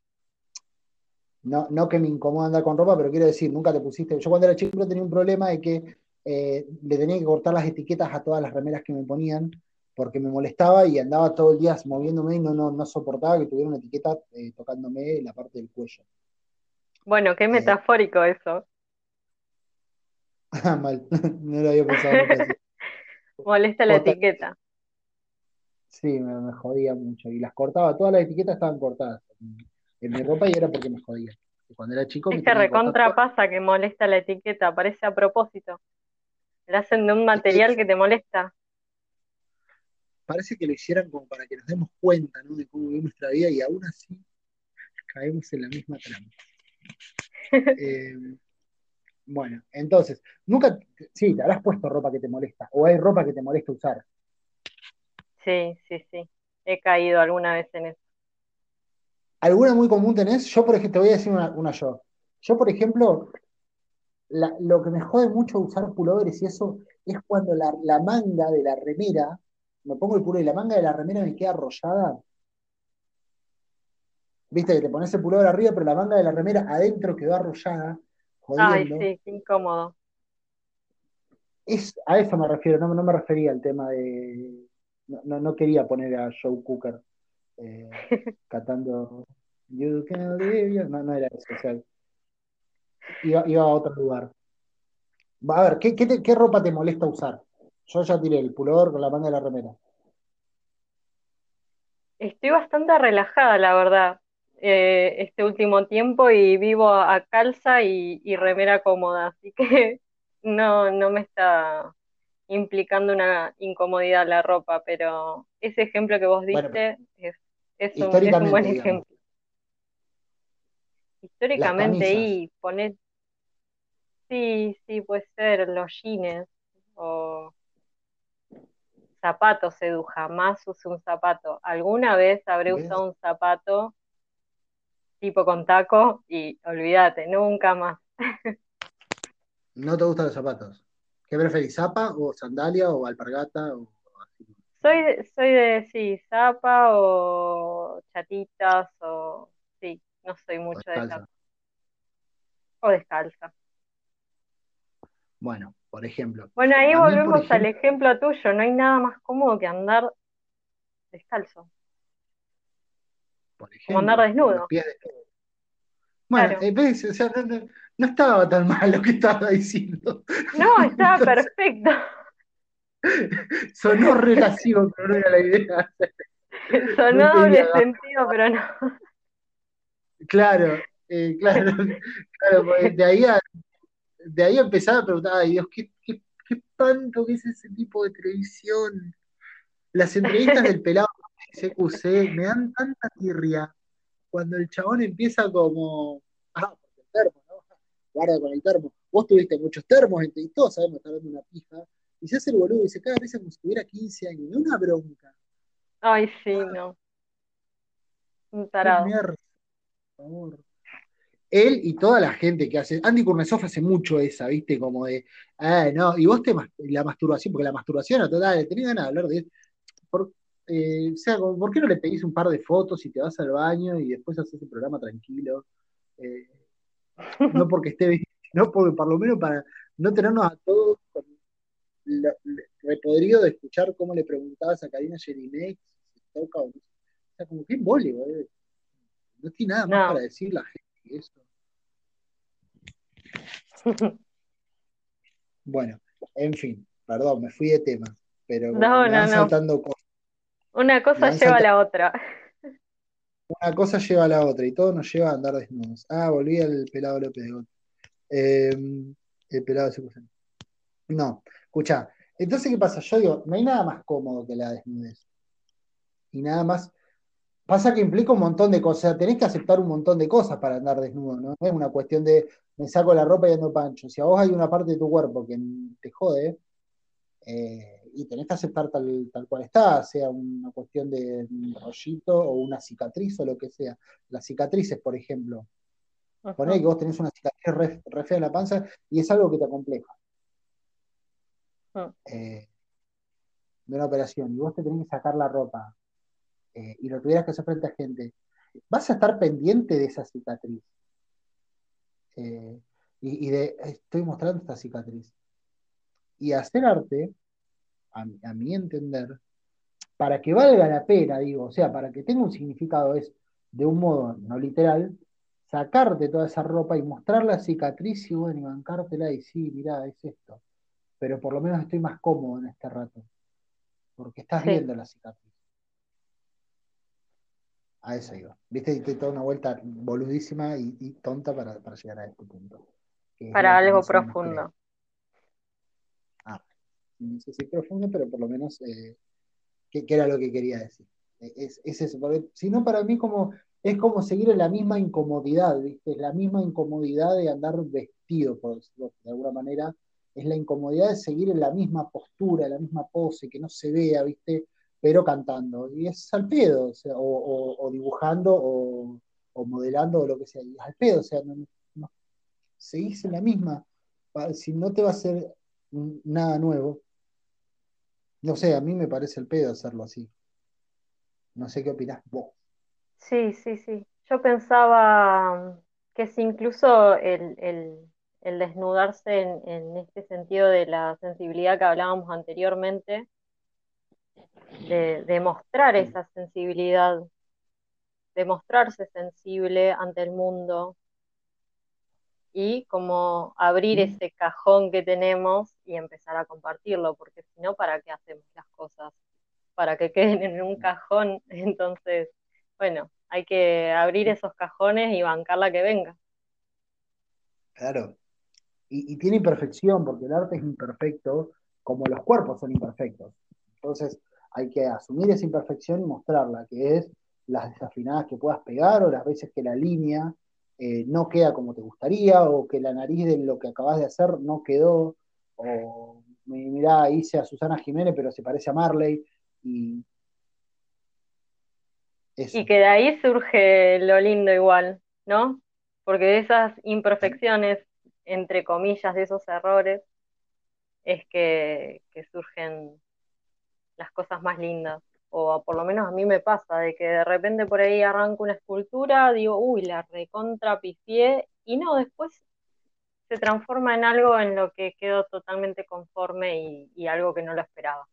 No, no que me incomoda andar con ropa, pero quiero decir, nunca te pusiste. Yo cuando era chico tenía un problema de que le tenía que cortar las etiquetas a todas las remeras que me ponían, porque me molestaba y andaba todo el día moviéndome y no soportaba que tuviera una etiqueta tocándome la parte del cuello. Bueno, qué Eh, metafórico eso. mal, no lo había pensado nunca así. Molesta la Posta, etiqueta. sí, me jodía mucho. Y las cortaba, todas las etiquetas estaban cortadas en mi ropa y era porque me jodía. Y cuando era chico Es me que tenía que cortar recontra todo. pasa que molesta la etiqueta, parece a propósito. La hacen de un material que te molesta. Parece que lo hicieran como para que nos demos cuenta, ¿no? De cómo vivimos nuestra vida y aún así caemos en la misma trampa. Eh, bueno, entonces, nunca, sí, te habrás puesto ropa que te molesta, o hay ropa que te molesta usar. Sí, sí, sí. He caído alguna vez en eso. ¿Alguna muy común tenés? Yo, por ejemplo, te voy a decir una yo. Yo, por ejemplo, lo que me jode mucho usar pullovers y eso es cuando la manga de la remera, me pongo el pullover y la manga de la remera me queda arrollada. Viste que te pones el pullover arriba, pero la manga de la remera adentro quedó arrollada, Ay, jodiendo. sí, qué incómodo. A eso me refiero, no me refería al tema de. No quería poner a Joe Cooker cantando You Can Live no era eso, o sea, iba a otro lugar. A ver, ¿qué ropa te molesta usar? Yo ya tiré el pullover con la manga de la remera. Estoy bastante relajada, la verdad, este último tiempo y vivo a calza y remera cómoda, así que no me está implicando una incomodidad la ropa, pero ese ejemplo que vos Bueno, diste es un buen históricamente, digamos, ejemplo. las Históricamente, camisas, y poner, sí, sí, puede ser los jeans o zapatos, Edu, jamás usé un zapato. Alguna vez habré ¿ves? usado un zapato tipo con taco y olvídate, nunca más. No te gustan los zapatos. ¿Qué preferís, zapa o sandalia o alpargata o así? Soy de, sí, zapa o chatitas o, sí, no soy O mucho de taco. descalza? O descalza. Bueno, por ejemplo. Bueno, ahí A mí, por volvemos al ejemplo, ejemplo tuyo, no hay nada más cómodo que andar descalzo, como andar los desnudo, pies. Bueno, claro. ves, o sea, no estaba tan mal lo que estaba diciendo. No, está Entonces, perfecto. sonó relativo, pero no era la idea. No Sonó quería, doble sentido, pero no. claro, claro, claro, pues de ahí empezaba a preguntar, ay Dios, qué espanto que es ese tipo de televisión. Las entrevistas del pelado de CQC me dan tanta tirria cuando el chabón empieza como, porque el termo, ¿no? Guarda con el termo. Vos tuviste muchos termos y todos sabemos estar dando una pija. Y se hace el boludo y se cada vez como si tuviera 15 años. Me da una bronca. Ay, sí, no, un Qué tarado. mierda, por favor. Él y toda la gente que hace. Andy Kurnesov hace mucho esa, ¿viste? Como de, no, y vos la masturbación, porque la masturbación, total, tenés ganas de hablar de eso. O sea, ¿por qué no le pedís un par de fotos y te vas al baño y después haces el programa tranquilo? Eh, no porque esté bien, no porque por lo menos para no tenernos a todos con repodrido de escuchar cómo le preguntabas a Karina Jelinek si se toca o no. O sea, como que embole, boludo. No tiene nada más para No, decir la gente que eso. Bueno, en fin, perdón, me fui de tema, pero como no, me no, van no. saltando cosas, Una me cosa van lleva a saltando, la otra. una cosa lleva a la otra y todo nos lleva a andar desnudos. Ah, volví al pelado López de Got. Eh, el pelado de Sucusán. No, escucha, entonces, ¿qué pasa? Yo digo, no hay nada más cómodo que la desnudez. Y nada más. Pasa que implica un montón de cosas. O sea, tenés que aceptar un montón de cosas para andar desnudo, ¿no? No es una cuestión de me saco la ropa y ando pancho. Si a vos hay una parte de tu cuerpo que te jode, y tenés que aceptar tal cual está, sea una cuestión de un rollito o una cicatriz o lo que sea. Las cicatrices, por ejemplo. Poné que Ujú, vos tenés una cicatriz re fea en la panza y es algo que te acompleja. ujú. eh, de una operación y vos te tenés que sacar la ropa, y lo tuvieras que hacer frente a gente, vas a estar pendiente de esa cicatriz, y de estoy mostrando esta cicatriz. Y hacer arte, a mi entender, para que valga la pena, digo, o sea, para que tenga un significado, es de un modo no literal, sacarte toda esa ropa y mostrar la cicatriz y bueno, y bancártela y sí, mirá, es esto. Pero por lo menos estoy más cómodo en este rato, porque estás Sí, viendo la cicatriz. A eso iba. Viste, y toda una vuelta boludísima y tonta para llegar a este punto, que es para lo que algo más o menos creo. profundo. Ah, no sé si profundo, pero por lo menos, que era lo que quería decir. Es eso, porque si no, para mí es como seguir en la misma incomodidad, ¿viste? Es la misma incomodidad de andar vestido, por decirlo de alguna manera, es la incomodidad de seguir en la misma postura, en la misma pose, que no se vea, ¿viste? Pero cantando. Y es al pedo, o sea, o dibujando, o modelando, o lo que sea. Y es al pedo, o sea, no, seguís en la misma. Si no te va a hacer nada nuevo, no sé, a mí me parece el pedo hacerlo así. No sé qué opinás vos. Sí, sí, sí. Yo pensaba que si incluso el desnudarse en este sentido de la sensibilidad que hablábamos anteriormente, de mostrar esa sensibilidad, de mostrarse sensible ante el mundo y como abrir ¿Mm? ese cajón que tenemos y empezar a compartirlo, porque si no, ¿para qué hacemos las cosas? Para que queden en un cajón. Entonces, bueno, hay que abrir esos cajones y bancar la que venga. Claro. Y tiene imperfección, porque el arte es imperfecto, como los cuerpos son imperfectos. Entonces, hay que asumir esa imperfección y mostrarla, que es las desafinadas que puedas pegar, o las veces que la línea, no queda como te gustaría, o que la nariz de lo que acabas de hacer no quedó, o mirá, hice a Susana Jiménez, pero se parece a Marley, y Y eso. que de ahí surge lo lindo igual, ¿no? Porque de esas imperfecciones, entre comillas, de esos errores, es que surgen las cosas más lindas. O por lo menos a mí me pasa, de que de repente por ahí arranco una escultura, digo, uy, la recontra pifié, y no, después se transforma en algo en lo que quedo totalmente conforme y algo que no lo esperaba.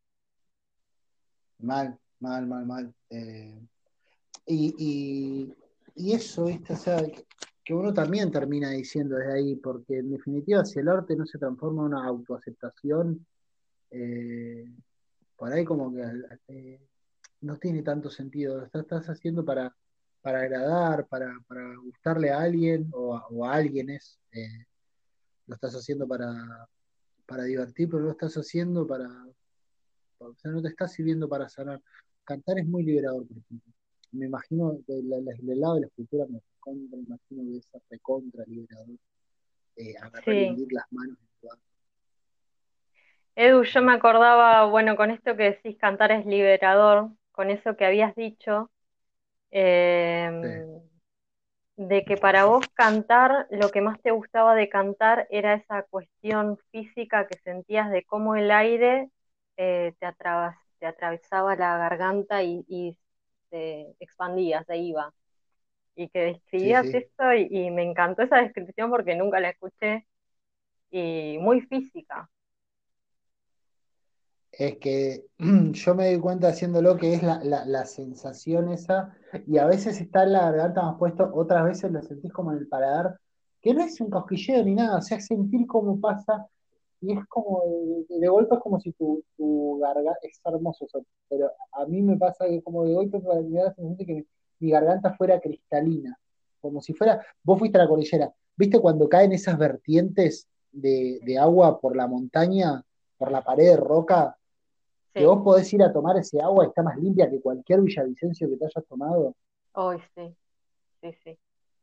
Mal, mal, mal, mal. Y, y, y eso, ¿viste? O sea, que uno también termina diciendo desde ahí, porque en definitiva, si el arte no se transforma en una autoaceptación, eh, por ahí como que, no tiene tanto sentido. Lo estás haciendo para agradar, para gustarle a alguien o a alguienes. Lo estás haciendo para divertir, pero lo estás haciendo o sea, no te está sirviendo para sanar. Cantar es muy liberador, por ejemplo. Me imagino, del lado de la escultura, me imagino que es recontra liberador, agarrar y Sí, hundir las manos en el barro. Edu, yo me acordaba, bueno, con esto que decís cantar es liberador, con eso que habías dicho, eh, Sí, de que para vos cantar, lo que más te gustaba de cantar era esa cuestión física que sentías de cómo el aire te atravesaba la garganta y se expandía, se iba. Y que sí, describías sí. esto y me encantó esa descripción porque nunca la escuché y muy física. Es que yo me doy cuenta haciéndolo que es la sensación esa, y a veces está en la garganta más puesto, otras veces lo sentís como en el paladar, que no es un cosquilleo ni nada, o sea, es sentir cómo pasa, y es como, de golpe es como si tu garganta, es hermoso eso, pero a mí me pasa que como de golpe me da la sensación de que mi garganta fuera cristalina, como si fuera, vos fuiste a la cordillera, ¿viste cuando caen esas vertientes de agua por la montaña, por la pared de roca? Que Sí, vos podés ir a tomar ese agua, está más limpia que cualquier Villavicencio que te hayas tomado. hoy sí, sí, sí,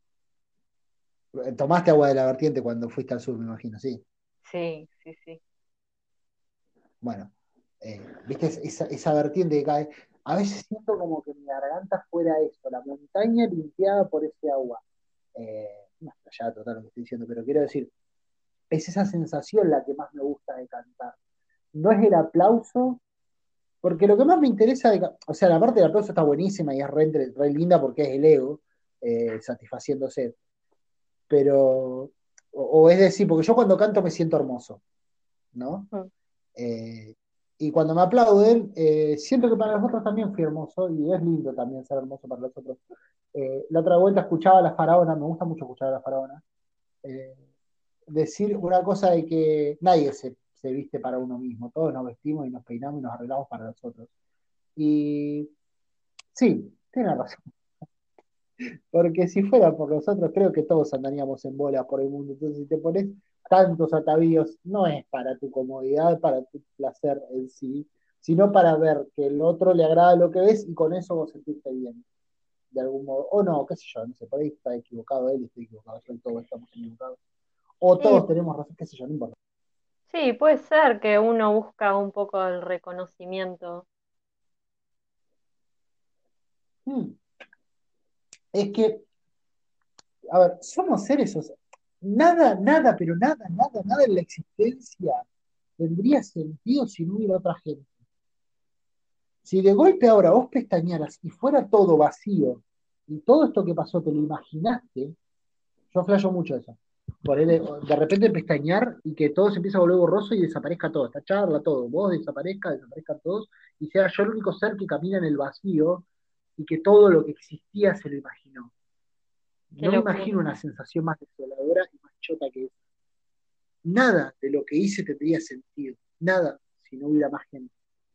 Tomaste agua de la vertiente cuando fuiste al sur, me imagino, sí. sí, sí, sí. Bueno, viste esa vertiente que cae. A veces siento como que mi garganta fuera eso, la montaña limpiada por ese agua. No, ya total lo que estoy diciendo, pero quiero decir, es esa sensación la que más me gusta de cantar. No es el aplauso, porque lo que más me interesa, o sea, la parte del aplauso está buenísima y es re linda porque es el ego satisfaciéndose, pero, o es decir, porque yo cuando canto me siento hermoso, ¿no? Mm. Eh, y cuando me aplauden, siento que para los otros también fui hermoso y es lindo también ser hermoso para los otros. La otra vuelta escuchaba a la faraona, me gusta mucho escuchar a la faraona, eh, decir una cosa de que nadie se viste para uno mismo, todos nos vestimos y nos peinamos y nos arreglamos para los otros. Y sí, tiene razón. Porque si fuera por nosotros, creo que todos andaríamos en bola por el mundo. Entonces, si te pones tantos atavíos, no es para tu comodidad, para tu placer en sí, sino para ver que el otro le agrada lo que ves y con eso vos sentirte bien, de algún modo. O no, qué sé yo, no sé, por ahí está equivocado él, estoy equivocado yo, todos estamos equivocados. O Y todos tenemos razón, qué sé yo, no importa. sí, puede ser que uno busca un poco el reconocimiento. Hmm, Es que, a ver, somos seres, nada, pero nada en la existencia tendría sentido si no hubiera otra gente. Si de golpe ahora vos pestañaras y fuera todo vacío y todo esto que pasó te lo imaginaste, yo flasho mucho eso. De repente pestañear y que todo se empieza a volver borroso y desaparezca todo, esta charla, todo, vos desaparezcan todos y sea yo el único ser que camina en el vacío y que todo lo que existía se lo imaginó. Qué No me locura. imagino una sensación más desoladora y más chota que esa. Nada de lo que hice tendría sentido, nada si no hubiera más gente.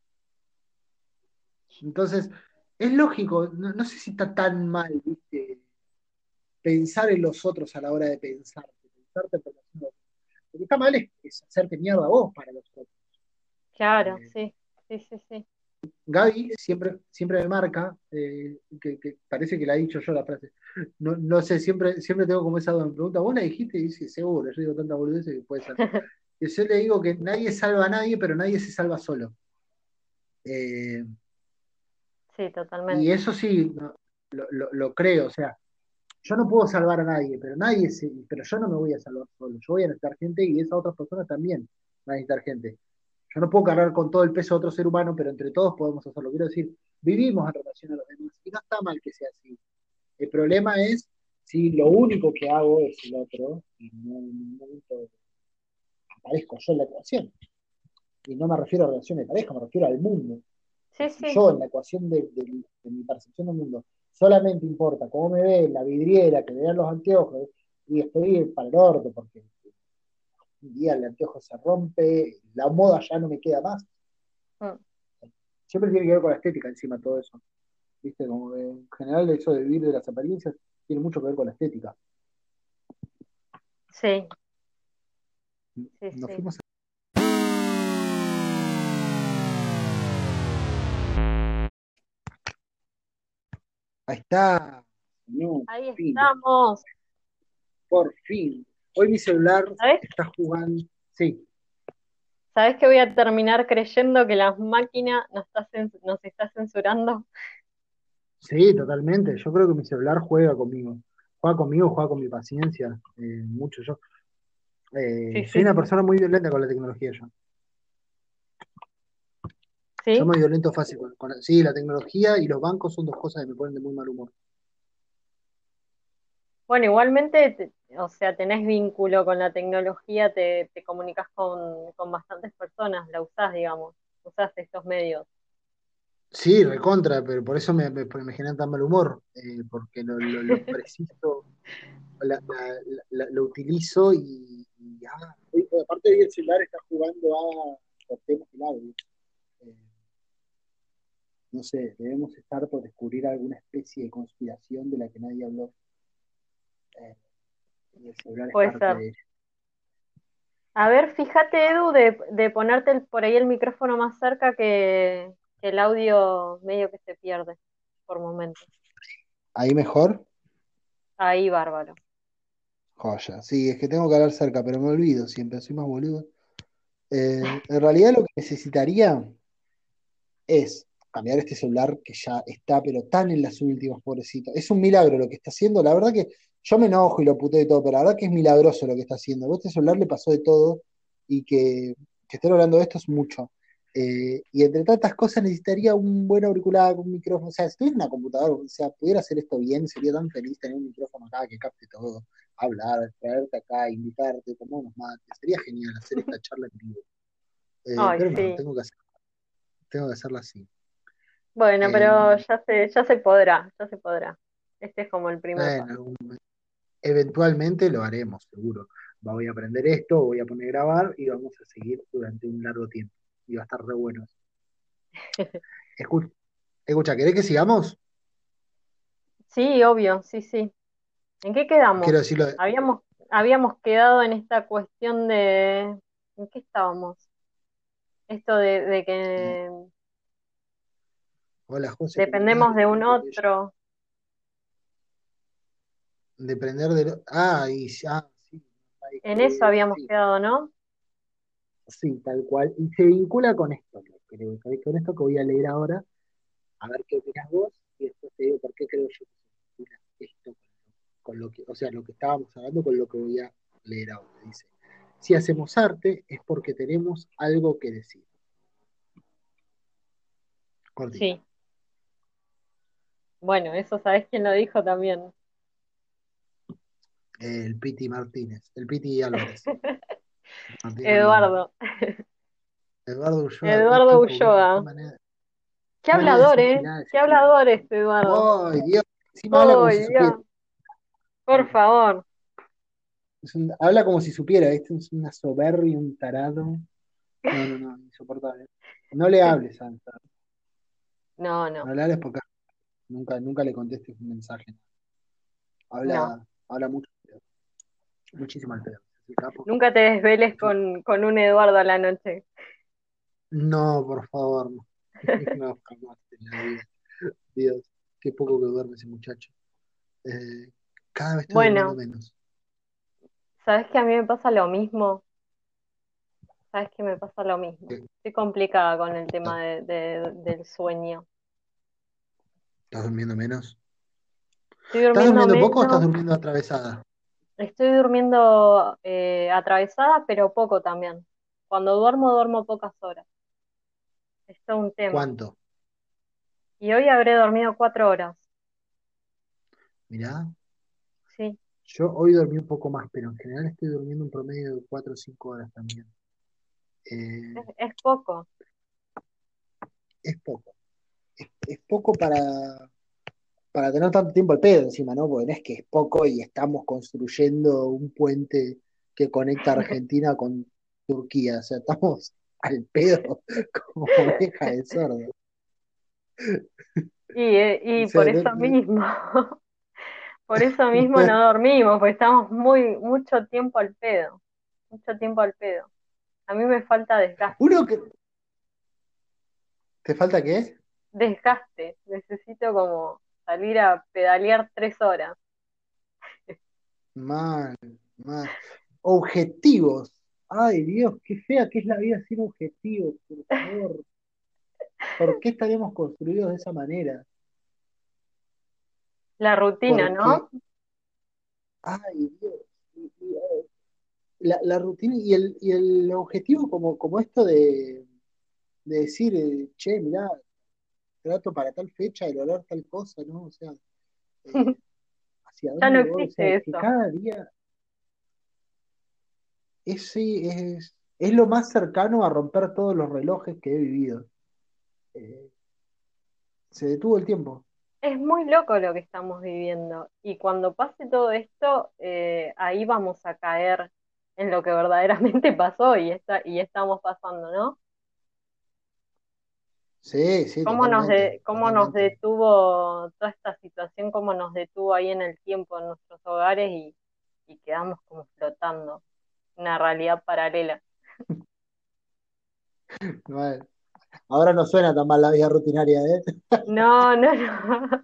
Entonces, es lógico, no sé si está tan mal, ¿viste? Pensar en los otros a la hora de pensarte por los otros. Lo que está mal es hacerte mierda a vos para los otros. Claro, Eh, sí, sí, sí, sí. Gaby siempre me marca, que parece que la he dicho yo la frase. No sé, siempre tengo como esa duda. Me pregunta, ¿vos la dijiste? Y dice, seguro, yo digo tanta boludez que puede ser. Que yo le digo que nadie salva a nadie, pero nadie se salva solo. Eh, Sí, y totalmente. eso sí, lo creo, o sea, yo no puedo salvar a nadie, pero yo no me voy a salvar solo. Yo voy a necesitar gente y esas otras personas también van a necesitar gente. Yo no puedo cargar con todo el peso de otro ser humano, pero entre todos podemos hacerlo. Quiero decir, vivimos en relación a los demás y no está mal que sea así. El problema es si lo único que hago es el otro y no en ningún momento aparezco yo en la ecuación. Y no me refiero a relaciones de pareja, me refiero al mundo. Sí, Si sí, yo en la ecuación de mi percepción del mundo solamente importa cómo me ve la vidriera, que me vean los anteojos, y estoy para el orto, porque un día el anteojo se rompe, la moda ya no me queda más. mm, Siempre tiene que ver con la estética encima todo eso. ¿Viste? Como que en general eso de vivir de las apariencias tiene mucho que ver con la estética. sí, sí, Nos sí. fuimos Ahí está. No, Ahí por fin, estamos. por fin. Hoy mi celular ¿Sabes? está jugando. Sí, ¿Sabes que voy a terminar creyendo que la máquina nos está censurando? sí, totalmente. Yo creo que mi celular juega conmigo. Juega conmigo, juega con mi paciencia. Mucho yo. Sí, Soy sí, una sí. persona muy violenta con la tecnología yo. Yo ¿Sí? me violento fácil sí, la tecnología y los bancos son dos cosas que me ponen de muy mal humor. Bueno, igualmente, o sea, tenés vínculo con la tecnología, te comunicas con bastantes personas, la usás, digamos. usas estos medios. Sí, recontra, pero por eso me genera tan mal humor, porque lo preciso, lo utilizo aparte hoy el celular está jugando por temas del audio. Eh, no sé, debemos estar por descubrir alguna especie de conspiración de la que nadie habló, eh, y el celular es Puede parte ser. de ello. A ver, fíjate, Edu, de ponerte por ahí el micrófono más cerca que el audio medio que se pierde por momentos. ¿Ahí mejor? Ahí, bárbaro. Joya. Sí, es que tengo que hablar cerca, pero me olvido siempre, soy más boludo. En realidad lo que necesitaría es cambiar este celular que ya está, pero tan en las últimas, pobrecito. Es un milagro lo que está haciendo. La verdad que yo me enojo y lo puteo y todo, pero la verdad que es milagroso lo que está haciendo. A este celular le pasó de todo y que estén hablando de esto es mucho. Y entre tantas cosas necesitaría un buen auricular, un micrófono. O sea, si tuviera una computadora, o sea, pudiera hacer esto bien, sería tan feliz tener un micrófono acá que capte todo, hablar, traerte acá, invitarte, tomar unos mates. Sería genial hacer esta charla en vivo. Ay, Pero no, sí. tengo que hacerla así. Bueno, Eh, pero ya se podrá, ya se podrá. Este es como el primer paso. bueno, eventualmente lo haremos, seguro. Voy a aprender esto, voy a poner a grabar y vamos a seguir durante un largo tiempo. Y va a estar re bueno. Escucha, ¿querés que sigamos? Sí, obvio, sí, sí. ¿En qué quedamos? Quiero decirlo. Habíamos, habíamos quedado en esta cuestión de... ¿En qué estábamos? Esto de eh, que hola, José, ¿cómo andás? dependemos de un otro. Depender de. Y ya, sí. Ay, En eso habíamos sí, quedado, ¿no? sí, tal cual. Y se vincula con esto, con esto que voy a leer ahora, a ver qué opinas vos, y después te digo por qué creo yo que se vincula esto con lo que, o sea, lo que estábamos hablando con lo que voy a leer ahora. Dice, si hacemos arte es porque tenemos algo que decir. Cortita. Sí. Bueno, eso sabes quién lo dijo también. El Piti Martínez, el Piti Álvarez. Martínez Álvarez. Eduardo. Eduardo Ulloa, Eduardo qué pobre, Ulloa. Qué qué manera de hablador, ser ¿eh? gilada ese Qué pibe. hablador este Eduardo. ¡Ay, Dios! Encima habla como si ¡Ay, supiera. Dios! Por favor. Habla como si supiera, ¿viste? Es una soberbia, un tarado. No, no, no, insoportable. No le hables, Santa. No, no, No le hables porque nunca le contestes un mensaje. no. Habla mucho, muchísimo al pedo. Es el capo. Nunca te desveles con un Eduardo a la noche. No, por favor, no. No, jamás en la vida. Dios, qué poco que duerme ese muchacho. Eh, cada vez estoy durmiendo Bueno, menos. ¿sabes que a mí me pasa lo mismo? ¿Sabes que me pasa lo mismo? Estoy complicada con el tema del sueño. ¿Estás durmiendo menos? Estoy ¿Estás durmiendo durmiendo poco o estás menos, durmiendo atravesada? estoy durmiendo atravesada, pero poco también. Cuando duermo, duermo pocas horas. Es todo un tema. ¿Cuánto? Y hoy habré dormido 4 horas. Mirá, Sí, yo hoy dormí un poco más, pero en general estoy durmiendo un promedio de 4 o 5 horas también. Eh, es poco. es poco. Es poco para tener tanto tiempo al pedo encima, ¿no? Porque no es que es poco y estamos construyendo un puente que conecta Argentina con Turquía. O sea, estamos al pedo como oreja de sordo. O Y por sea, eso mismo, por eso mismo no dormimos, porque estamos mucho tiempo al pedo. Mucho tiempo al pedo. A mí me falta desgaste. uno que. ¿Te falta qué? Desgaste. Necesito como salir a pedalear 3 horas. Mal, mal. Objetivos. Ay, Dios, qué fea que es la vida sin objetivos, por favor. ¿Por qué estaremos construidos de esa manera? La rutina, Porque, ¿no? ay, Dios. La rutina y el objetivo como esto de decir, che, mirá, trato para tal fecha de lograr tal cosa, ¿no? O sea, eh, hacia Ya no dónde voy, o sea, existe que eso. cada día ese es. Es lo más cercano a romper todos los relojes que he vivido. Eh, Se detuvo el tiempo. Es muy loco lo que estamos viviendo y cuando pase todo esto, ahí vamos a caer en lo que verdaderamente pasó y estamos pasando, ¿no? Sí, sí, totalmente, Cómo nos totalmente. detuvo toda esta situación, cómo nos detuvo ahí en el tiempo, en nuestros hogares y quedamos como flotando, una realidad paralela. Bueno, ahora no suena tan mal la vida rutinaria, ¿eh? No, no, no.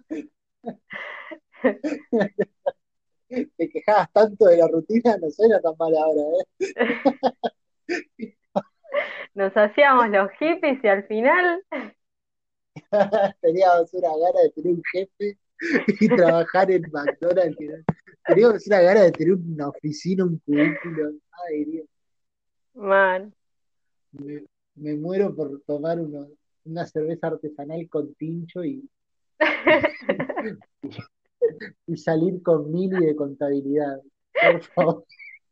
Te quejabas tanto de la rutina, no suena tan mal ahora, ¿eh? Nos hacíamos los hippies y al final, Teníamos una gana de tener un jefe y trabajar en McDonald's. Teníamos una gana de tener una oficina, un cubículo. Ay, Dios, man. me, me muero por tomar una cerveza artesanal con tincho y salir con mili de contabilidad. Por favor,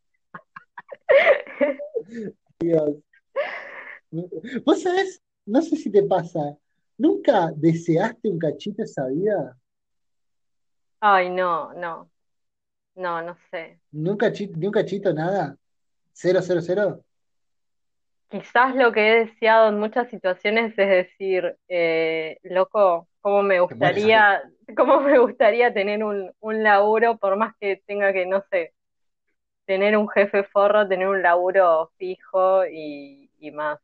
Dios. ¿Vos sabés? No sé si te pasa. ¿Nunca deseaste un cachito esa vida? Ay, no, no, no, no sé. Ni un cachito nada? ¿Cero, cero, cero? Quizás lo que he deseado en muchas situaciones es decir, loco, Te mueres ahí. cómo me gustaría tener un laburo, por más que tenga que, no sé, tener un jefe forro, tener un laburo fijo y más,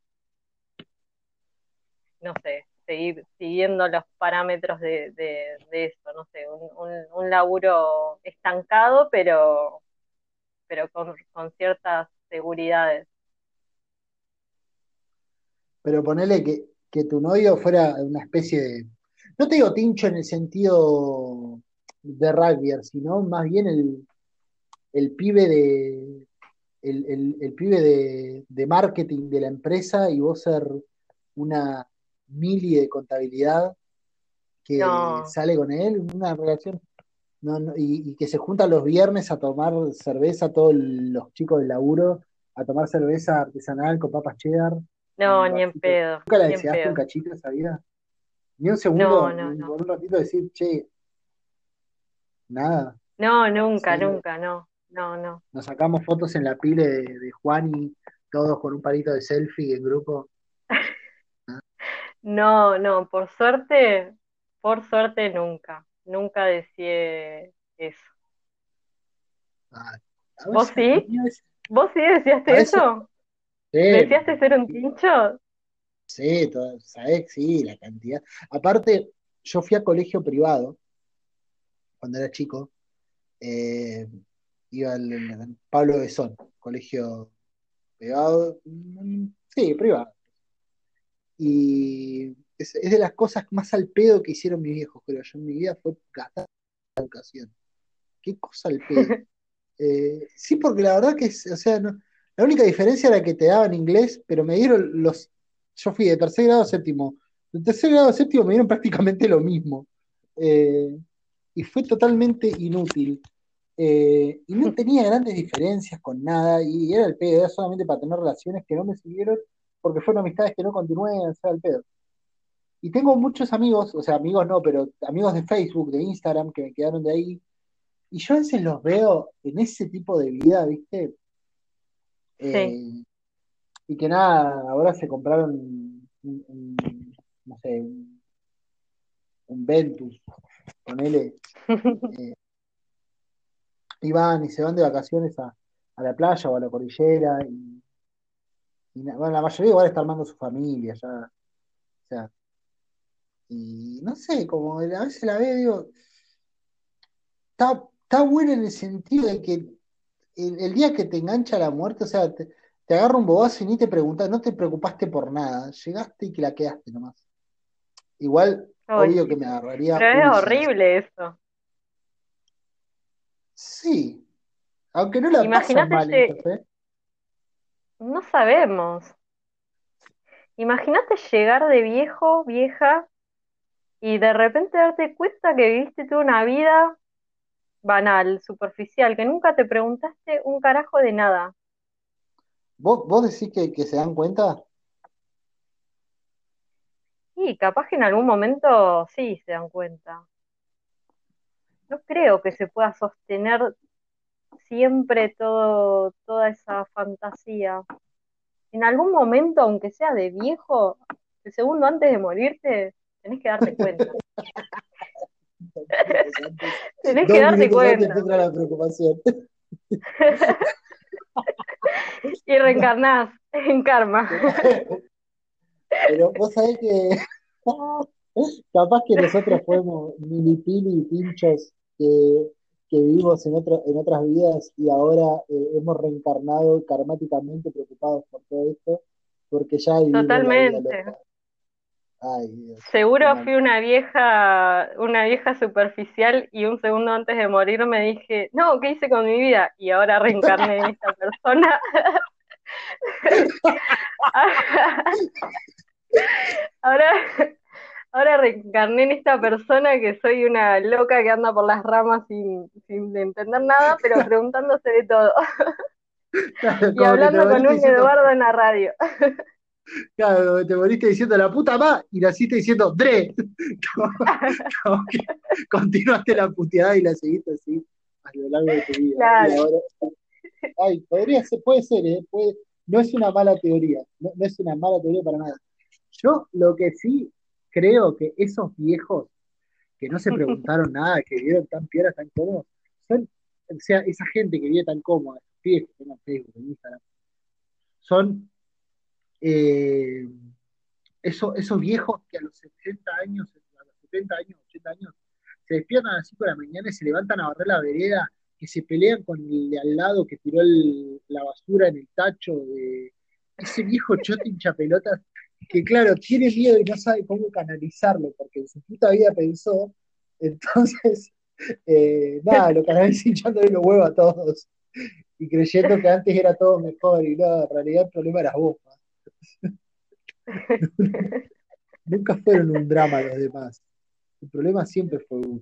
no sé, seguir siguiendo los parámetros de eso, no sé, un laburo estancado, pero con ciertas seguridades. Pero ponele que tu novio fuera una especie de, no te digo tincho en el sentido de rugby, sino más bien el pibe el pibe de marketing de la empresa y vos ser una mili de contabilidad que No, sale con él, una relación, y que se juntan los viernes a tomar cerveza, todos los chicos del laburo, a tomar cerveza artesanal con papas cheddar en no, el ni en barcito. pedo, ¿Nunca la ni en deseaste un pedo. cachito esa vida? Ni un No, segundo, no, ni no. por un ratito decir, che, nada. No, nunca, ¿Sí? nunca, no, no, no. Nos sacamos fotos en la pile de Juan y todos con un palito de selfie en grupo. No, no, por suerte nunca, nunca deseé eso. Ah, ¿Vos a sí? mí ¿Vos sí deseaste a veces, eso? sí, ¿Deseaste ser un tincho? sí, ¿sabés? Sí, la cantidad. Aparte, yo fui a colegio privado cuando era chico, eh, iba al Pablo Besón, colegio privado, sí, privado. Y es de las cosas más al pedo que hicieron mis viejos, creo yo, en mi vida fue gastar en educación. Qué cosa al pedo. Sí, porque la verdad que o sea, la única diferencia era que te daban inglés, pero me dieron yo fui de tercer grado a séptimo. De tercer grado a séptimo me dieron prácticamente lo mismo. Eh, y fue totalmente inútil. Y no tenía grandes diferencias con nada, y era el pedo, era solamente para tener relaciones que no me siguieron, porque fueron amistades que no continué, o sea, el pedo. Y tengo muchos amigos, o sea, amigos no, pero amigos de Facebook, de Instagram, que me quedaron de ahí, y yo a veces los veo en ese tipo de vida, ¿viste? Sí. Eh, y que nada, ahora se compraron no sé, un Ventus, ponele, eh, y van y se van de vacaciones a la playa o a la cordillera, bueno, la mayoría igual está armando su familia ya, o sea, y no sé, como a veces la veo, y digo, está buena en el sentido de que el día que te engancha la muerte, o sea, te agarra un bobazo y ni te preguntas, no te preocupaste por nada, llegaste y que la quedaste nomás. Igual, Ay, obvio que sí. me agarraría Pero es úlceras. horrible eso. Sí, aunque no la pasan Imagínate, mal ellos, ¿eh? no sabemos. Imagínate llegar de viejo, vieja, y de repente darte cuenta que viviste toda una vida banal, superficial, que nunca te preguntaste un carajo de nada. ¿Vos decís que se dan cuenta? Y capaz que en algún momento sí se dan cuenta. No creo que se pueda sostener siempre toda esa fantasía. En algún momento, aunque sea de viejo, el segundo antes de morirte, tenés que darte cuenta. Minutos antes, Tenés que dos darte minutos antes cuenta. entra la preocupación. Y reencarnás en karma. Pero vos sabés que capaz que nosotros fuimos milipili y pinchos que vivimos en otras vidas y ahora hemos reencarnado karmáticamente preocupados por todo esto, porque ya vivimos la vida Totalmente. loca. Ay, Dios, qué Seguro mal. fui una vieja superficial y un segundo antes de morir me dije, no, ¿qué hice con mi vida? Y ahora reencarné en esta persona. Ahora, ahora reencarné en esta persona que soy una loca que anda por las ramas sin entender nada, pero preguntándose de todo y Como que te hablando con moriste un diciendo, Eduardo en la radio. claro, te moriste diciendo la puta ma y naciste diciendo Dre. Como, como que continuaste la puteada y la seguiste así a lo largo de tu vida. Y Claro. ahora, ay, podría ser, puede ser, no es una mala teoría, no es una mala teoría para nada. Yo lo que sí creo que esos viejos que no se preguntaron nada, que vivieron tan pioras, tan cómodos, son, o sea, esa gente que vive tan cómoda, esos pibes que tengan Facebook, en Instagram, son eh, esos viejos que a los 70 años, a los 70 años, 80 años, se despiertan a las 5 de la mañana y se levantan a barrer la vereda, que se pelean con el de al lado que tiró la basura en el tacho, de ese viejo choto hincha pelotas, que claro, tiene miedo y no sabe cómo canalizarlo, porque en su puta vida pensó, entonces, nada, lo canaliza hinchándole los huevos a todos y creyendo que antes era todo mejor y no, en realidad el problema era vos. Nunca fueron un drama los demás. El problema siempre fue uno.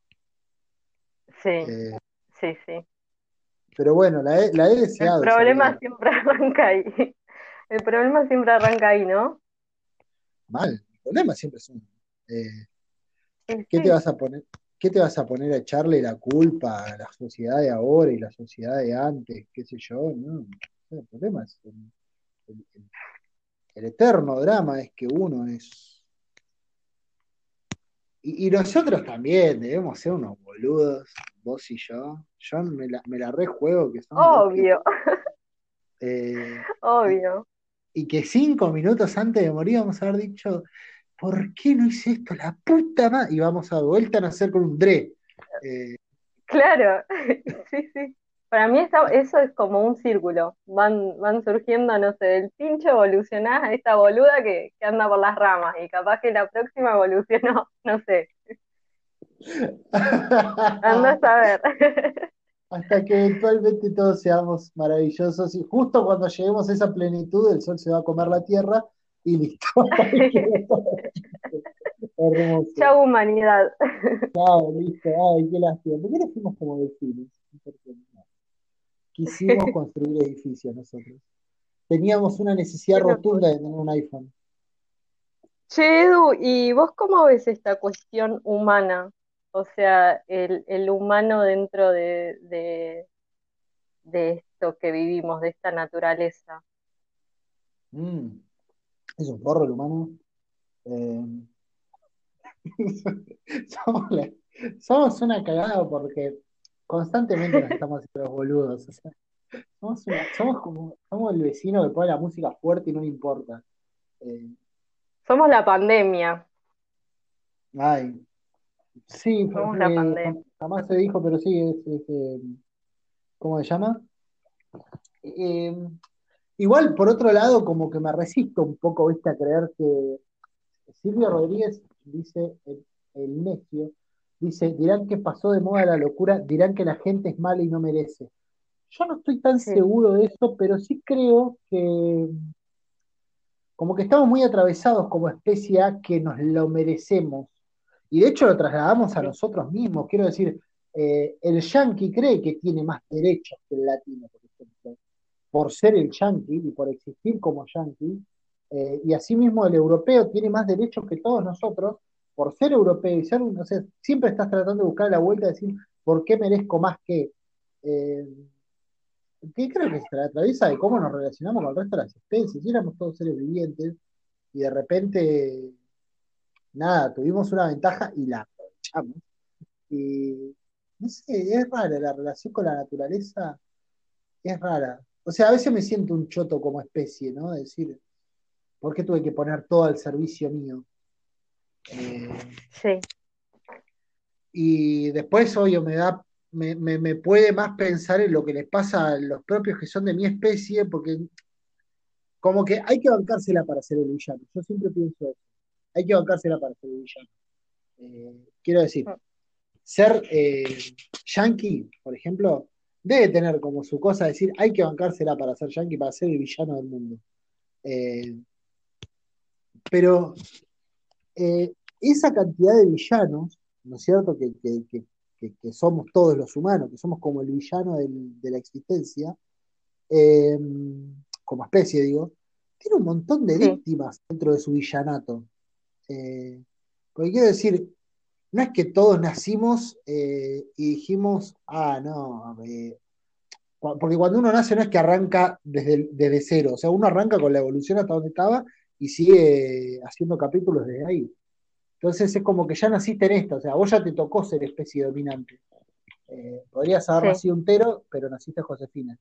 Sí, Eh, sí, sí. pero bueno, la he El deseado esa problema vida. siempre arranca ahí. El problema siempre arranca ahí, ¿no? Mal, el problema siempre es uno. Eh, Sí, ¿Qué te sí. vas a poner? ¿Qué te vas a poner a echarle la culpa a la sociedad de ahora y la sociedad de antes? ¿Qué sé yo? No, el problema es el eterno drama es que uno es. Y nosotros también debemos ser unos boludos, vos y yo. Yo me la rejuego que somos dos pibes. Obvio, Y, obvio. y que 5 minutos antes de morir vamos a haber dicho, ¿por qué no hice esto? La puta madre. Y vamos a vuelta a nacer con un Dre. Eh, Claro, sí, sí. Para mí eso es como un círculo. Van surgiendo, no sé, del pincho evolucionás a esta boluda que anda por las ramas y capaz que la próxima evolucionó, no sé, andás a ver. hasta que eventualmente todos seamos maravillosos y justo cuando lleguemos a esa plenitud el sol se va a comer la tierra y listo. Ahí quedó todo. Hermoso. Chau humanidad. Chao, listo. Ay, qué lástima. ¿Por qué no fuimos como delfines? Porque no. Quisimos construir edificios nosotros. Teníamos una necesidad Qué locura. rotunda de tener un iPhone. Che, Edu, ¿y vos cómo ves esta cuestión humana? O sea, el humano dentro de esto que vivimos, de esta naturaleza. Mm, es un porro el humano. Eh, somos, somos una cagada porque constantemente nos estamos haciendo los boludos. O sea, somos el vecino que pone la música fuerte y no le importa. Eh, Somos la pandemia, ay, sí, somos la pandemia. jamás se dijo, pero sí, ¿cómo se llama? Eh, igual, por otro lado, como que me resisto un poco, ¿viste? A creer que Silvio Rodríguez dice, el necio, dice, dirán que pasó de moda la locura, dirán que la gente es mala y no merece. Yo no estoy tan Sí, seguro de eso, pero sí creo que como que estamos muy atravesados como especie a que nos lo merecemos. Y de hecho lo trasladamos a sí. nosotros mismos. Quiero decir, el yanqui cree que tiene más derechos que el latino, por ejemplo. por ser el yanqui y por existir como yanqui, y asimismo el europeo tiene más derechos que todos nosotros por ser europeo y ser, o sea, siempre estás tratando de buscar la vuelta de decir por qué merezco más eh, que creo que se atraviesa de cómo nos relacionamos con el resto de las especies, si éramos todos seres vivientes y de repente, nada, tuvimos una ventaja y la aprovechamos. Y no sé, es rara la relación con la naturaleza, es rara. O sea, a veces me siento un choto como especie, ¿no? De decir, ¿por qué tuve que poner todo al servicio mío? Eh, Sí, y después, obvio, me puede más pensar en lo que les pasa a los propios que son de mi especie, porque como que hay que bancársela para ser el villano. Yo siempre pienso eso. Hay que bancársela para ser el villano. Quiero decir, mm, ser yankee, por ejemplo, debe tener como su cosa decir, hay que bancársela para ser yankee, para ser el villano del mundo. Eh, pero esa cantidad de villanos, ¿no es cierto? Que somos todos los humanos, que somos como el villano de la existencia, eh, como especie, digo, tiene un montón de sí, víctimas dentro de su villanato. Eh, Porque quiero decir, no es que todos nacimos y dijimos, ah, no, porque cuando uno nace no es que arranca desde cero, o sea, uno arranca con la evolución hasta donde estaba y sigue haciendo capítulos desde ahí. Entonces es como que ya naciste en esto, o sea, vos ya te tocó ser especie dominante. Podrías haber sí, nacido entero, pero naciste Josefina.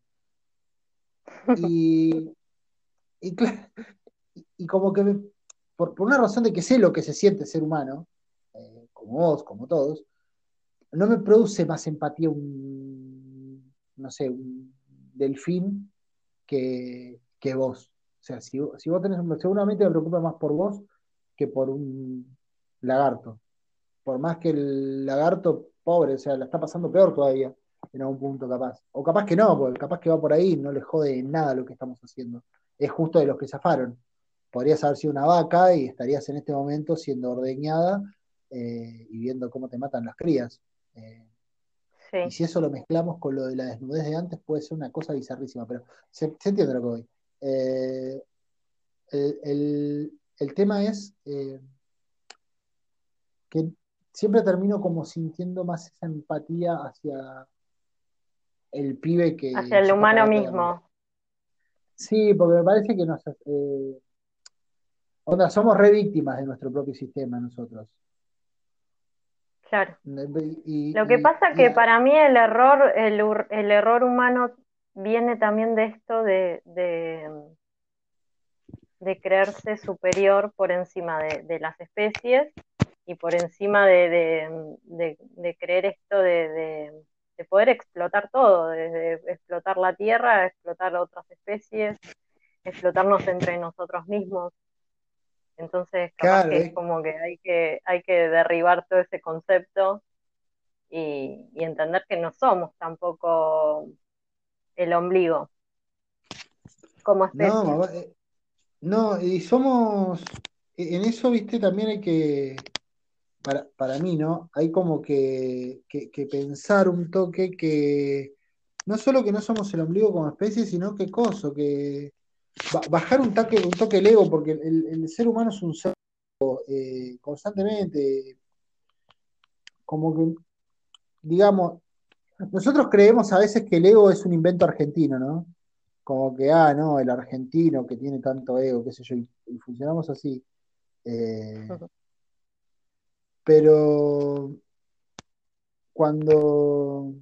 Y, y, y como que por una razón de que sé lo que se siente ser humano, como vos, como todos, no me produce más empatía no sé, un delfín que vos. O sea, si vos tenés seguramente me preocupa más por vos que por un lagarto. Por más que el lagarto, pobre, o sea, la está pasando peor todavía en algún punto capaz. O capaz que no, porque capaz que va por ahí y no le jode en nada lo que estamos haciendo. Es justo de los que zafaron. Podrías haber sido una vaca y estarías en este momento siendo ordeñada y viendo cómo te matan las crías. Eh, y sí, si eso lo mezclamos con lo de la desnudez de antes, puede ser una cosa bizarrísima, pero se entiende lo que voy. Eh, el tema es que siempre termino como sintiendo más esa empatía hacia el pibe hacia que el se está humano cagando de hambre. mismo, Sí, porque me parece que onda, somos re víctimas de nuestro propio sistema nosotros. claro. Y, Lo que y, pasa y que a- para mí el error, el error humano viene también de esto de creerse superior por encima de las especies y por encima de creer esto de poder explotar todo, de explotar la tierra, explotar otras especies, explotarnos entre nosotros mismos. Entonces, capaz claro, que es como que hay que derribar todo ese concepto y entender que no somos tampoco el ombligo como no, especie. no, y somos, en eso, viste, también hay que, para mí, ¿no? Hay como que pensar un toque que no solo que no somos el ombligo como especie, sino que coso, que bajar un toque el ego, porque el ser humano es un ser constantemente, como que, digamos, nosotros creemos a veces que el ego es un invento argentino, ¿no? Como que, ah, no, el argentino que tiene tanto ego, qué sé yo, y funcionamos así. Eh, pero cuando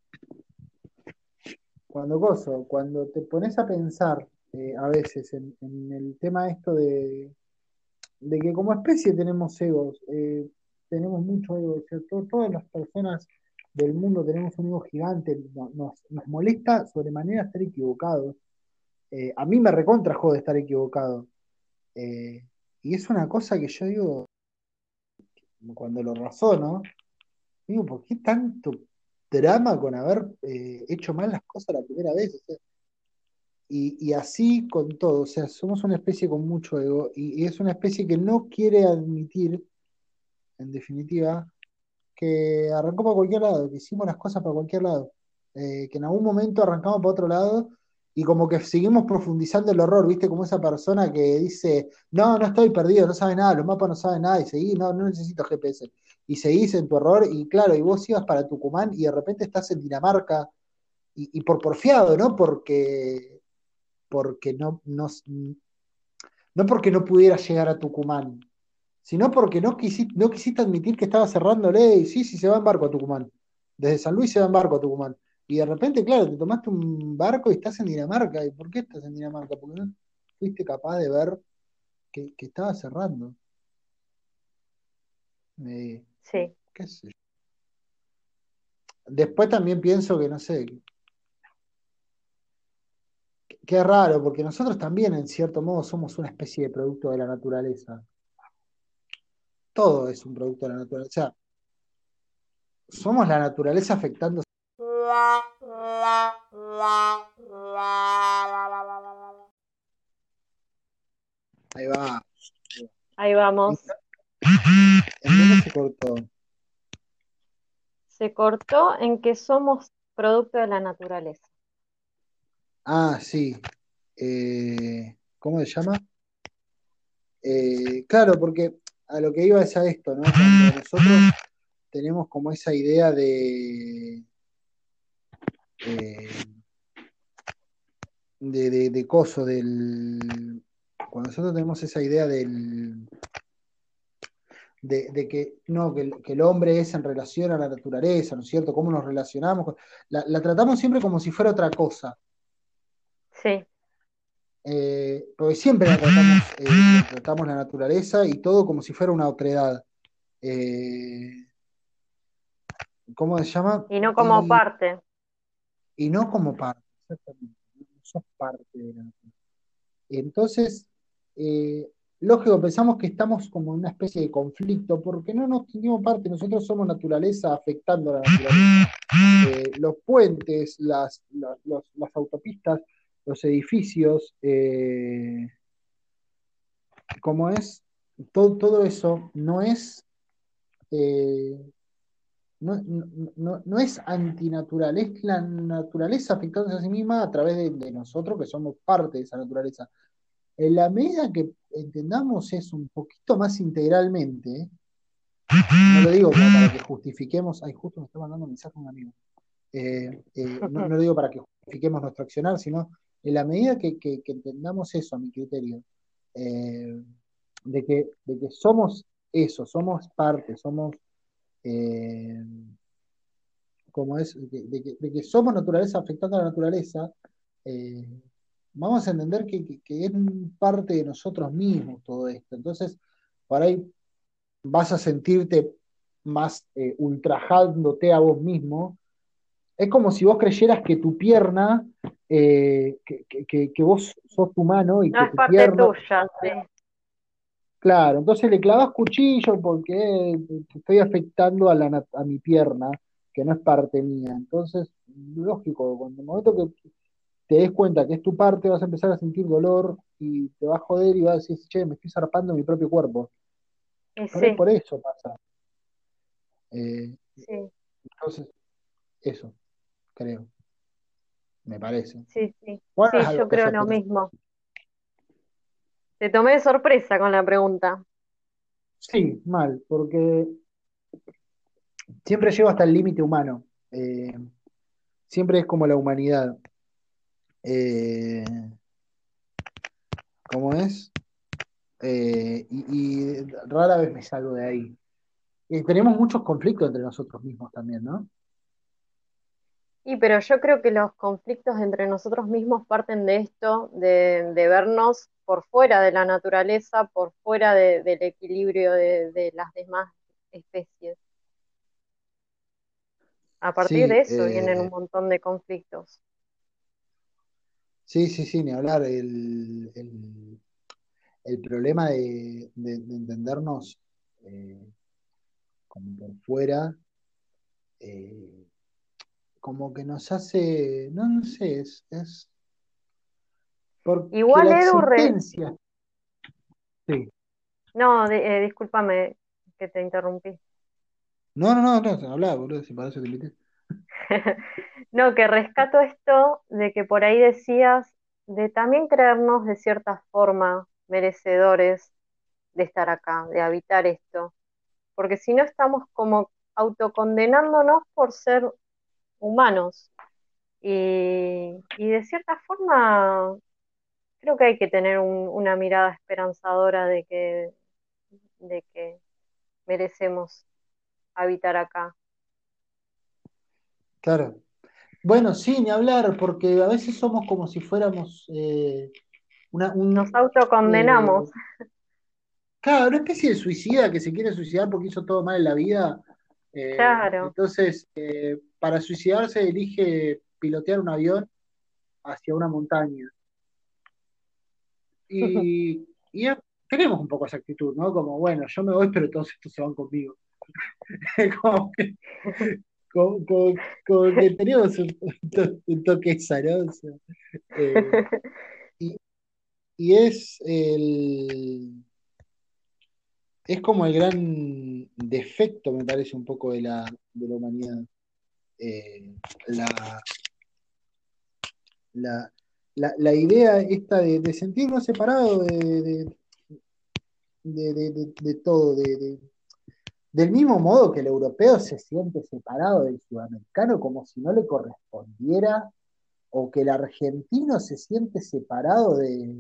cuando te pones a pensar a veces en el tema esto de que como especie tenemos egos, tenemos mucho ego, o sea, todas las personas del mundo tenemos un ego gigante, nos molesta sobremanera estar equivocados. A mí me recontra jode estar equivocado. Eh, y es una cosa que yo digo, cuando lo razono, digo, ¿por qué tanto drama con haber hecho mal las cosas la primera vez? O sea, y así con todo, o sea, somos una especie con mucho ego y es una especie que no quiere admitir, en definitiva, que arrancó para cualquier lado, que hicimos las cosas para cualquier lado, que en algún momento arrancamos para otro lado y como que seguimos profundizando el horror, ¿viste? Como esa persona que dice, no, no estoy perdido, no sabe nada, los mapas no saben nada, y seguí, no, no necesito GPS. Y seguís en tu error, y claro, y vos ibas para Tucumán y de repente estás en Dinamarca, y por porfiado, ¿no? Porque no porque no pudieras llegar a Tucumán, sino porque no quisiste admitir que estaba cerrando ley. Sí, sí, se va en barco a Tucumán. Desde San Luis se va en barco a Tucumán. Y de repente, claro, te tomaste un barco y estás en Dinamarca. ¿Y por qué estás en Dinamarca? Porque no fuiste capaz de ver que estaba cerrando. Eh, Sí. qué sé yo. Después también pienso que, no sé, que es raro, porque nosotros también, en cierto modo, somos una especie de producto de la naturaleza. Todo es un producto de la naturaleza. O sea, somos la naturaleza afectando. Ahí va. Ahí vamos. ¿En dónde se cortó? Se cortó en que somos producto de la naturaleza. Ah, sí. ¿Cómo se llama? Claro, porque a lo que iba es a esto, ¿no? Cuando nosotros tenemos como esa idea eh, de coso, cuando nosotros tenemos esa idea de que no, que el hombre es en relación a la naturaleza, ¿no es cierto? ¿Cómo nos relacionamos? La tratamos siempre como si fuera otra cosa. Sí. Porque siempre tratamos la naturaleza y todo como si fuera una otredad. Eh, ¿Cómo se llama? Y no como Y, parte. y no como parte, exactamente. No sos parte de la naturaleza. Entonces, eh, lógico, pensamos que estamos como en una especie de conflicto, porque no nos sentimos parte, nosotros somos naturaleza afectando a la naturaleza. Los puentes, las autopistas, los edificios, ¿cómo es? Todo eso no es, eh, no es antinatural, es la naturaleza afectándose a sí misma a través de nosotros que somos parte de esa naturaleza. En la medida que entendamos eso un poquito más integralmente, no lo digo como para que justifiquemos, ay, justo me está mandando un mensaje un amigo, no lo digo para que justifiquemos nuestro accionar, sino en la medida que entendamos eso, a mi criterio, eh, de que somos eso, somos parte, somos eh, como es, de que somos naturaleza afectando a la naturaleza, eh, vamos a entender que es parte de nosotros mismos todo esto. Entonces, por ahí vas a sentirte más ultrajándote a vos mismo. Es como si vos creyeras que tu pierna, que vos sos humano y No que es tu parte pierna. tuya, sí. Claro, entonces le clavas cuchillo porque te estoy afectando a mi pierna, que no es parte mía. Entonces, lógico, cuando el momento que te des cuenta que es tu parte, vas a empezar a sentir dolor y te va a joder y vas a decir, che, me estoy zarpando mi propio cuerpo. Y Por ahí sí, por eso pasa. Eh, sí, entonces, eso, creo, me parece. sí, sí. Bueno, es Sí, algo yo que creo yo lo pienso. mismo. Te tomé de sorpresa con la pregunta. Sí, mal, porque siempre llego hasta el límite humano. Siempre es como la humanidad. Eh, ¿Cómo es? Y rara vez me salgo de ahí. Tenemos muchos conflictos entre nosotros mismos también, ¿no? Y pero yo creo que los conflictos entre nosotros mismos parten de esto, de vernos por fuera de la naturaleza, por fuera del equilibrio de las demás especies. A partir de Sí, eso vienen un montón de conflictos. sí, sí, sí, ni hablar. El problema de entendernos como por fuera, eh, como que nos hace, no, no sé, es porque Igual, la Edu, existencia, sí. no, discúlpame que te interrumpí. No, no, no, no, hablá, boludo, si para eso te invité. No, que rescato esto de que por ahí decías de también creernos de cierta forma merecedores de estar acá, de habitar esto, porque si no estamos como autocondenándonos por ser humanos y de cierta forma creo que hay que tener una mirada esperanzadora de que merecemos habitar acá. Claro. Bueno, sí, ni hablar, porque a veces somos como si fuéramos una, Nos un, autocondenamos. claro, una especie de suicida que se quiere suicidar porque hizo todo mal en la vida. Claro. Entonces, para suicidarse elige pilotear un avión hacia una montaña. Y ya tenemos un poco esa actitud, ¿no? Como, bueno, yo me voy, pero todos estos se van conmigo. Como que, como que tenemos un toque esa, ¿no? O sea, eh, y, y es como el gran defecto, me parece, un poco de la humanidad. Eh, la, la, la idea esta de sentirnos separados de todo, del mismo modo que el europeo se siente separado del sudamericano como si no le correspondiera, o que el argentino se siente separado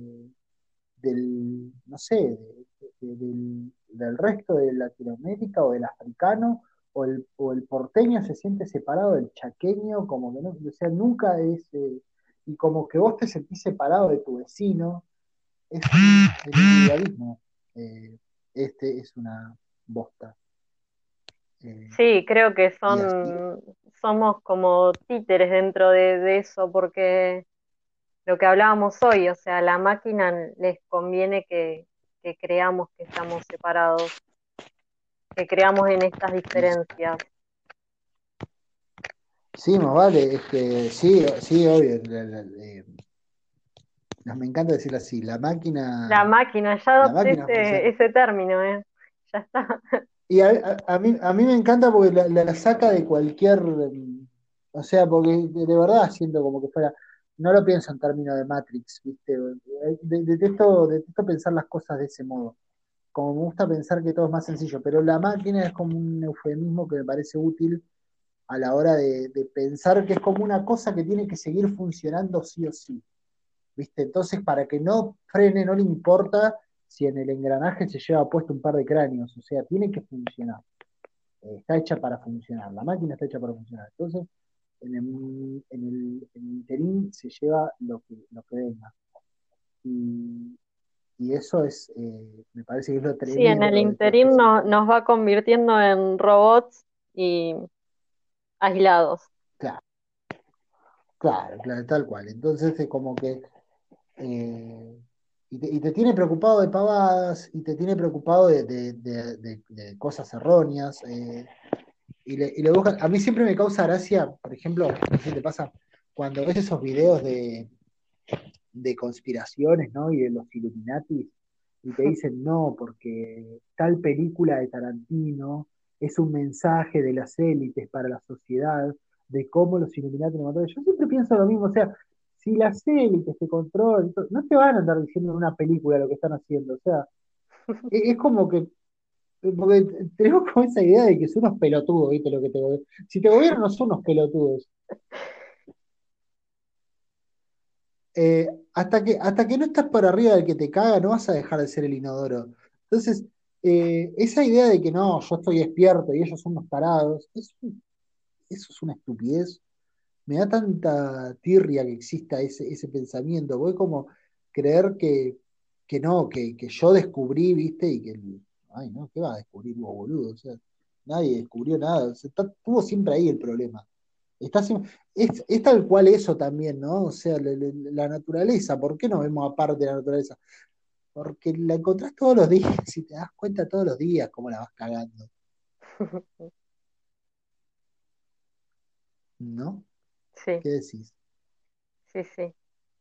del, no sé, del resto de Latinoamérica o del africano, o el porteño se siente separado del chaqueño, como que no, o sea, nunca es, y como que vos te sentís separado de tu vecino, el individualismo, eh, este es una bosta. eh, Sí, creo que y así, somos como títeres dentro de eso, porque lo que hablábamos hoy, o sea, a la máquina les conviene que creamos que estamos separados, que creamos en estas diferencias. sí, más vale, es que sí, sí, obvio, me encanta decirlo así, La máquina, ya la adopté máquina funciona. ese término, ¿eh? Ya está. Y a mí me encanta porque la saca de cualquier, o sea, porque de verdad siento como que fuera, no lo pienso en términos de Matrix, ¿viste? Detesto pensar las cosas de ese modo. Como me gusta pensar que todo es más sencillo, pero la máquina es como un eufemismo que me parece útil a la hora de pensar que es como una cosa que tiene que seguir funcionando sí o sí. ¿Viste? Entonces, para que no frene, no le importa si en el engranaje se lleva puesto un par de cráneos, o sea, tiene que funcionar. Está hecha para funcionar, la máquina está hecha para funcionar. Entonces, en el interín se lleva lo que venga. Y, y eso me parece que es lo Sí, en el tremendo de todo este interín sistema. nos va convirtiendo en robots y aislados. Claro, claro, claro, tal cual. Entonces es como que eh, y te tiene preocupado de pavadas, y te tiene preocupado de cosas erróneas, y le buscan. A mí siempre me causa gracia, por ejemplo, no sé si te pasa, cuando ves esos videos de conspiraciones, ¿no? Y de los Illuminati, y te dicen, no, porque tal película de Tarantino es un mensaje de las élites para la sociedad, de cómo los Illuminati lo mataron. Yo siempre pienso lo mismo, o sea, si las élites te controlan, no te van a andar diciendo en una película lo que están haciendo, o sea, es como que, porque tenemos como esa idea de que son unos pelotudos, ¿viste? Lo que si te gobiernan no son unos pelotudos. Hasta que no estás por arriba del que te caga, no vas a dejar de ser el inodoro. Entonces, esa idea de que no, yo estoy despierto y ellos son unos tarados, eso es una estupidez. Me da tanta tirria que exista ese pensamiento. Voy como creer que no, que yo descubrí, ¿viste? Y que, ay, no, ¿qué va a descubrir vos, boludo? O sea, nadie descubrió nada. O sea, estuvo siempre ahí el problema. Es tal cual eso también, ¿no? O sea, la naturaleza, ¿por qué no vemos aparte de la naturaleza? Porque la encontrás todos los días y te das cuenta todos los días cómo la vas cagando, ¿no? Sí, ¿Qué decís? sí, sí.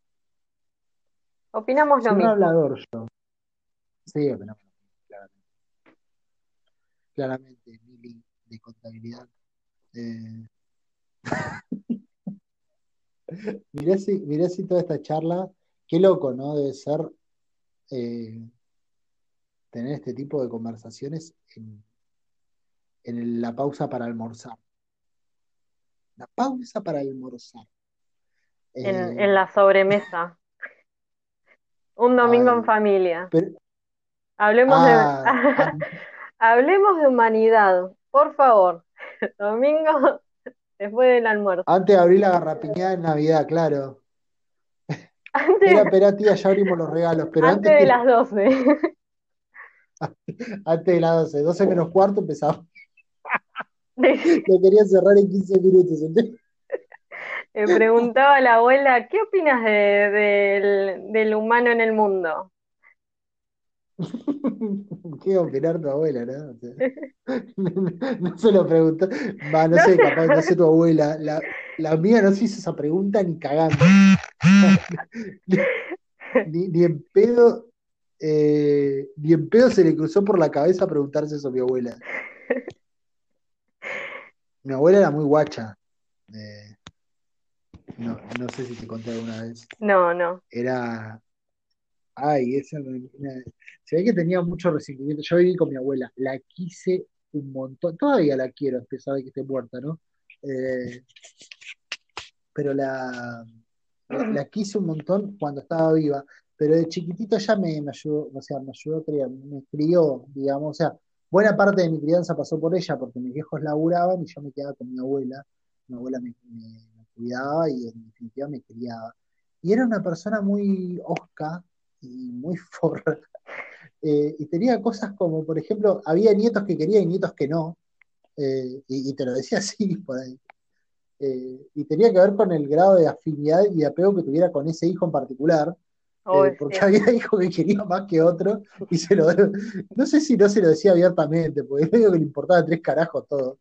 Opinamos lo Soy un mismo. hablador yo. Sí, pero claramente, claramente, Mili, de contabilidad. Eh, Mirá si toda esta charla, qué loco, ¿no? Debe ser eh, tener este tipo de conversaciones en la pausa para almorzar. La pausa para almorzar. en Eh, la sobremesa. Un domingo en ay, familia. pero, Hablemos de, ah, ah, hablemos de humanidad, por favor. Domingo después del almuerzo. antes de abrir la garrapiñada en Navidad, claro. Antes, Espera, tía, ya abrimos los regalos, pero antes antes de que, las 12. antes de las 12 menos cuarto empezamos. Lo quería cerrar en 15 minutos, ¿entendés? Le preguntaba a la abuela, ¿qué opinas del humano en el mundo? ¿Qué va a opinar tu abuela, no? O sea, no se lo preguntó. Va, no No sé, sé. capaz, no sé tu abuela. La mía no se hizo esa pregunta ni cagando. Ni en pedo, ni en pedo se le cruzó por la cabeza preguntarse eso a mi abuela. Mi abuela era muy guacha. Eh, no sé si te conté alguna vez. No, no. Era. Ay, se ve que tenía mucho resentimiento. Yo viví con mi abuela, la quise un montón. Todavía la quiero, a pesar de que esté muerta, ¿no? Eh, pero la quise un montón cuando estaba viva. Pero de chiquitito ya me ayudó, o sea, me ayudó, me crió, digamos. O sea, buena parte de mi crianza pasó por ella, porque mis viejos laburaban y yo me quedaba con mi abuela. Mi abuela me cuidaba y en definitiva me criaba. Y era una persona muy osca y muy forra. Y tenía cosas como, por ejemplo, había nietos que quería y nietos que no. Y te lo decía así por ahí. Y tenía que ver con el grado de afinidad y de apego que tuviera con ese hijo en particular, Oh, porque sí. había hijos que quería más que otro, y no sé si no se lo decía abiertamente, porque medio que le importaba tres carajos todo.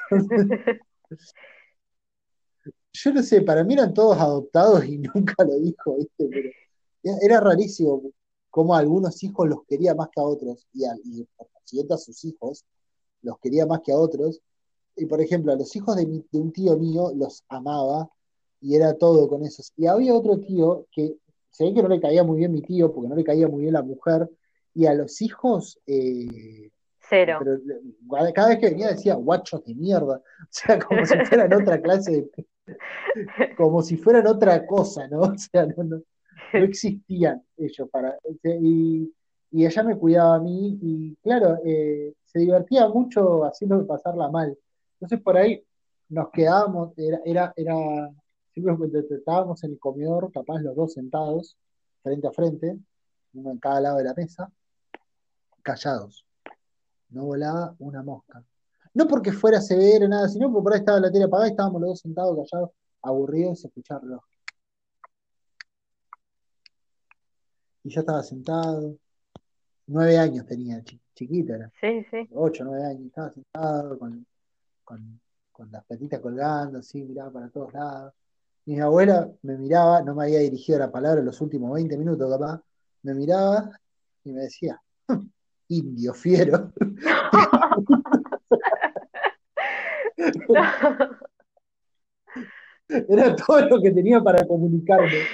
Yo no sé, para mí eran todos adoptados y nunca lo dijo, ¿viste? Pero era rarísimo cómo a algunos hijos los quería más que a otros, y por consiguiente a sus hijos los quería más que a otros. Y por ejemplo, a los hijos de un tío mío los amaba y era todo con esos. Y había otro tío que se ve que no le caía muy bien mi tío, porque no le caía muy bien la mujer, y a los hijos, Cero. pero cada vez que venía decía guachos de mierda, o sea, como si fueran otra clase como si fueran otra cosa, ¿no? O sea, no existían ellos y ella me cuidaba a mí y claro, se divertía mucho haciéndome pasarla mal. Entonces por ahí nos quedábamos, siempre estábamos en el comedor, capaz los dos sentados, frente a frente, uno en cada lado de la mesa, callados. No volaba una mosca. No porque fuera severo, nada, sino porque por ahí estaba la tele apagada y estábamos los dos sentados, callados, aburridos, escucharlo. Y yo estaba sentado, 9 años tenía, chiquito era, Sí, sí. 8, 9 años, estaba sentado con, con las patitas colgando, así, miraba para todos lados. Mi abuela me miraba, no me había dirigido la palabra en los últimos 20 minutos capaz, me miraba y me decía, indio fiero. No. Era todo lo que tenía para comunicarme.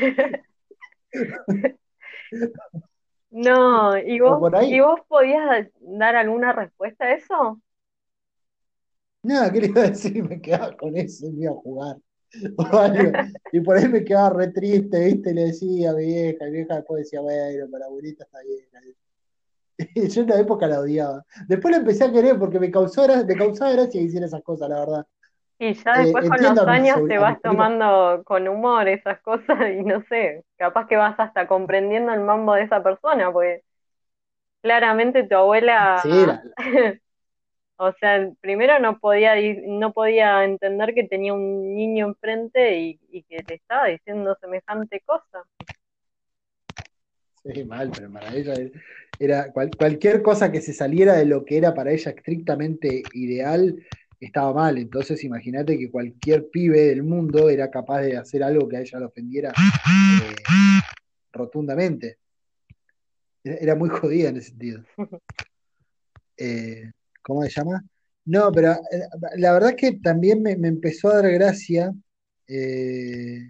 No, O por y ahí, vos podías dar alguna respuesta a eso? nada, ¿qué le iba a decir? Me quedaba con eso y me iba a jugar. O algo. Y por ahí me quedaba re triste, ¿viste? Y le decía a mi vieja después decía, bueno, para la abuelita está bien. Y yo en la época la odiaba. Después la empecé a querer porque me causaba gracia que hiciera esas cosas, la verdad. Y ya después con los Entiendo años te a mis vas primos. tomando con humor esas cosas y no sé, capaz que vas hasta comprendiendo el mambo de esa persona, porque claramente tu Sí, abuela, o sea, primero no podía entender que tenía un niño enfrente y que te estaba diciendo semejante cosa. sí, mal, pero para ella era cualquier cosa que se saliera de lo que era para ella estrictamente ideal estaba mal. Entonces imagínate que cualquier pibe del mundo era capaz de hacer algo que a ella le ofendiera rotundamente. Era muy jodida en ese sentido. Eh, ¿Cómo se llama? No, pero la verdad que también me empezó a dar gracia eh,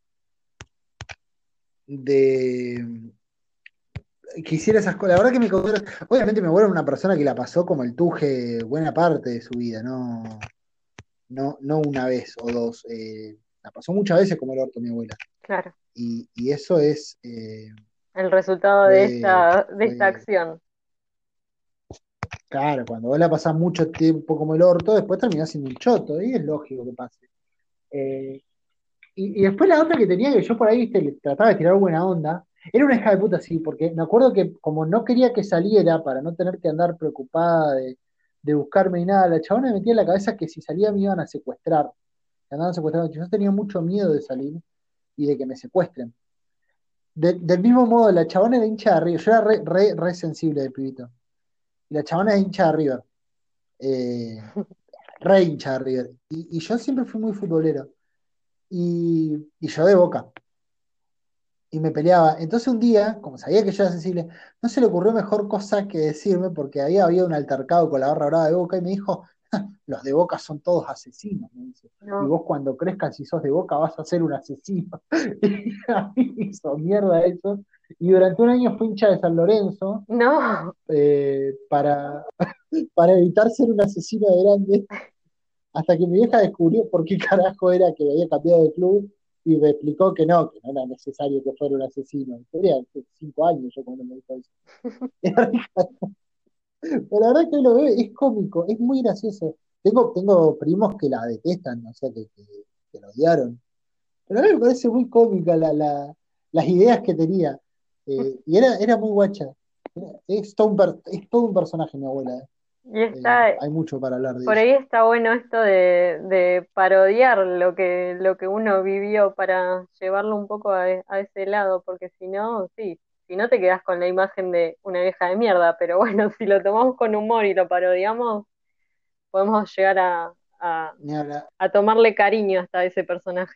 de que hiciera esas cosas. La verdad que obviamente mi abuelo era una persona que la pasó como el tuje buena parte de su vida, no una vez o dos. La pasó muchas veces como el orto mi abuela. Claro, Y eso el resultado fue, de esta fue, acción. claro, cuando vos la pasás mucho tiempo como el orto, después terminás siendo un choto, y es lógico que pase. Eh, y después la otra que tenía, que yo por ahí, viste, le trataba de tirar buena onda, era una hija de puta, sí, porque me acuerdo que como no quería que saliera, para no tener que andar preocupada de buscarme y nada, la chabona me metía en la cabeza que si salía me iban a secuestrar, me andaban secuestrando. Yo tenía mucho miedo de salir y de que me secuestren. Del mismo modo, la chabona era hincha de River, yo era re sensible de pibito, y la chabona es hincha de River, eh, re hincha de River, y yo siempre fui muy futbolero, y yo de Boca. Y me peleaba. Entonces un día, como sabía que yo era sensible, no se le ocurrió mejor cosa que decirme, porque ahí había un altercado con la barra brava de Boca y me dijo, los de Boca son todos asesinos, me dice. Y No, vos cuando crezcas si sos de Boca vas a ser un asesino. Y a mí me hizo mierda eso. Y durante un año fui hincha de San Lorenzo no, eh, para, para evitar ser un asesino de grande. Hasta que mi vieja descubrió por qué carajo era que había cambiado de club y me explicó que no era necesario que fuera un asesino. Tenía 5 años yo cuando me dijo eso. Pero la verdad que lo veo, es cómico, es muy gracioso. Tengo primos que la detestan, o sea, que lo odiaron. Pero a mí me parece muy cómica las ideas que tenía. Y era muy guacha. Es todo un personaje, mi abuela. y está, Hay mucho para hablar de por ella. ahí está bueno esto de parodiar lo que uno vivió para llevarlo un poco a ese lado, porque si no, sí, si no te quedas con la imagen de una vieja de mierda, pero bueno, si lo tomamos con humor y lo parodiamos, podemos llegar a, Ni hablar. a tomarle cariño hasta a ese personaje.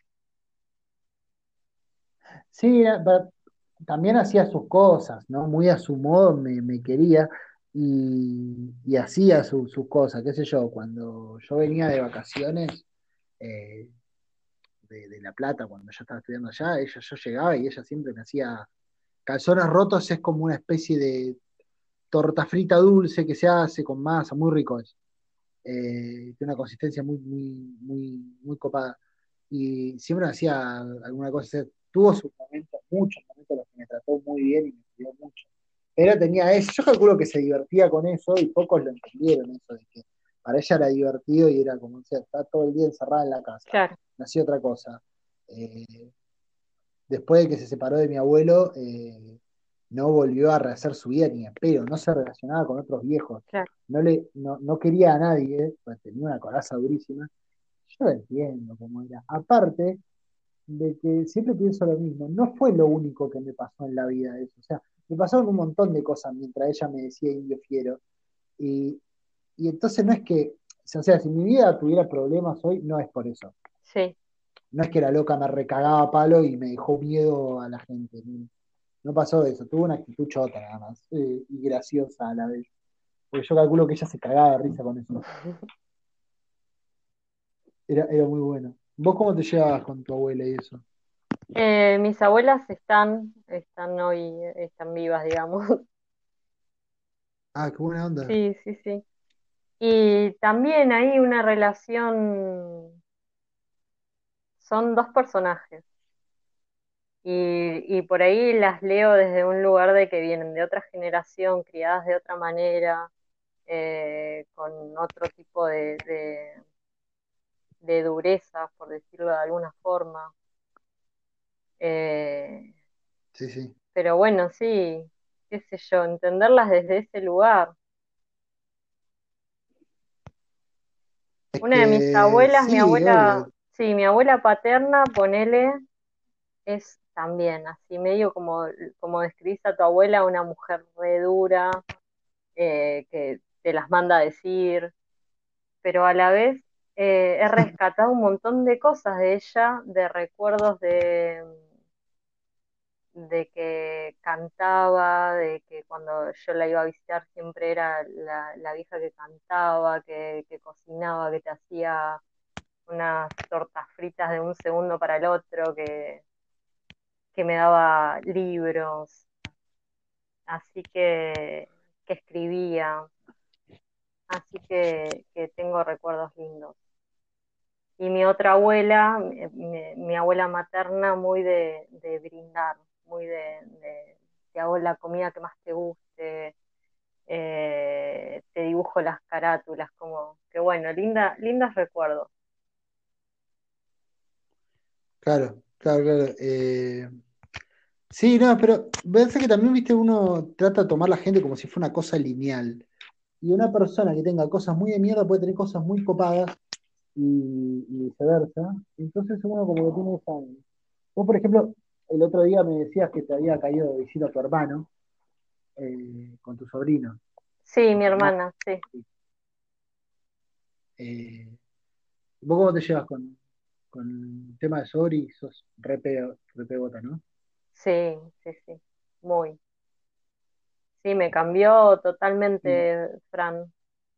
Sí, también hacía sus cosas, ¿no? Muy a su modo me quería y hacía sus cosas, qué sé yo, cuando yo venía de vacaciones eh, de La Plata, cuando yo estaba estudiando allá, yo llegaba y ella siempre me hacía calzones rotos, es como una especie de torta frita dulce que se hace con masa, muy rico es. Tiene una consistencia muy copada. Y siempre me hacía alguna cosa. O sea, tuvo sus momentos, muchos momentos en los que me trató muy bien y me cuidó mucho. Pero tenía eso, yo calculo que se divertía con eso y pocos lo entendieron eso, de que para ella era divertido y era como, o sea, está todo el día encerrada en la casa, Claro, no hacía otra cosa. Eh, Después de que se separó de mi abuelo, no volvió a rehacer su vida ni en pedo, no se relacionaba con otros viejos, claro, no quería a nadie, pues tenía una coraza durísima. Yo lo entiendo cómo era. Aparte de que siempre pienso lo mismo, no fue lo único que me pasó en la vida eso. O sea, me pasaron un montón de cosas mientras ella me decía indio fiero. Y, y entonces no es que, o sea, si mi vida tuviera problemas hoy, no es por eso. sí. No es que la loca me recagaba a palo y me dejó miedo a la gente. No, no pasó eso, tuvo una actitud chota nada más, y graciosa a la vez. Porque yo calculo que ella se cagaba de risa con eso. Era muy bueno. ¿Vos cómo te llevabas con tu abuela y eso? Mis abuelas están hoy, están vivas, digamos. Ah, qué buena onda. Sí, sí, sí. Y también hay una relación, son dos personajes. Y por ahí las leo desde un lugar de que vienen de otra generación, criadas de otra manera, con otro tipo de dureza, por decirlo de alguna forma. Eh, Sí, sí. pero bueno, sí, qué sé yo, entenderlas desde ese lugar. Es Una de mis que abuelas, mi sí, abuela, obvio. sí, mi abuela paterna, ponele, es también así medio como describís a tu abuela, una mujer re dura, que te las manda a decir, pero a la vez he rescatado un montón de cosas de ella, de recuerdos de que cantaba, de que cuando yo la iba a visitar siempre era la vieja que cantaba, que cocinaba, que te hacía unas tortas fritas de un segundo para el otro, que me daba libros, así que escribía, así que tengo recuerdos lindos. Y mi otra abuela, mi abuela materna, muy de brindar, muy de te hago la comida que más te guste, te dibujo las carátulas, como que bueno, lindos recuerdos. Claro, claro, claro. Sí, no, pero parece que también, viste, uno trata de tomar la gente como si fuera una cosa lineal. Y una persona que tenga cosas muy de mierda puede tener cosas muy copadas y viceversa. Entonces uno como que tiene esa... Vos, por ejemplo, el otro día me decías que te había caído de visita a tu hermano con tu sobrino, Sí, o mi tu hermano. hermana, sí, Eh, ¿Vos cómo te llevas con el tema de Sobri? Sos re pegota, ¿no? sí, sí, sí, muy. Sí, me cambió Y totalmente, Fran.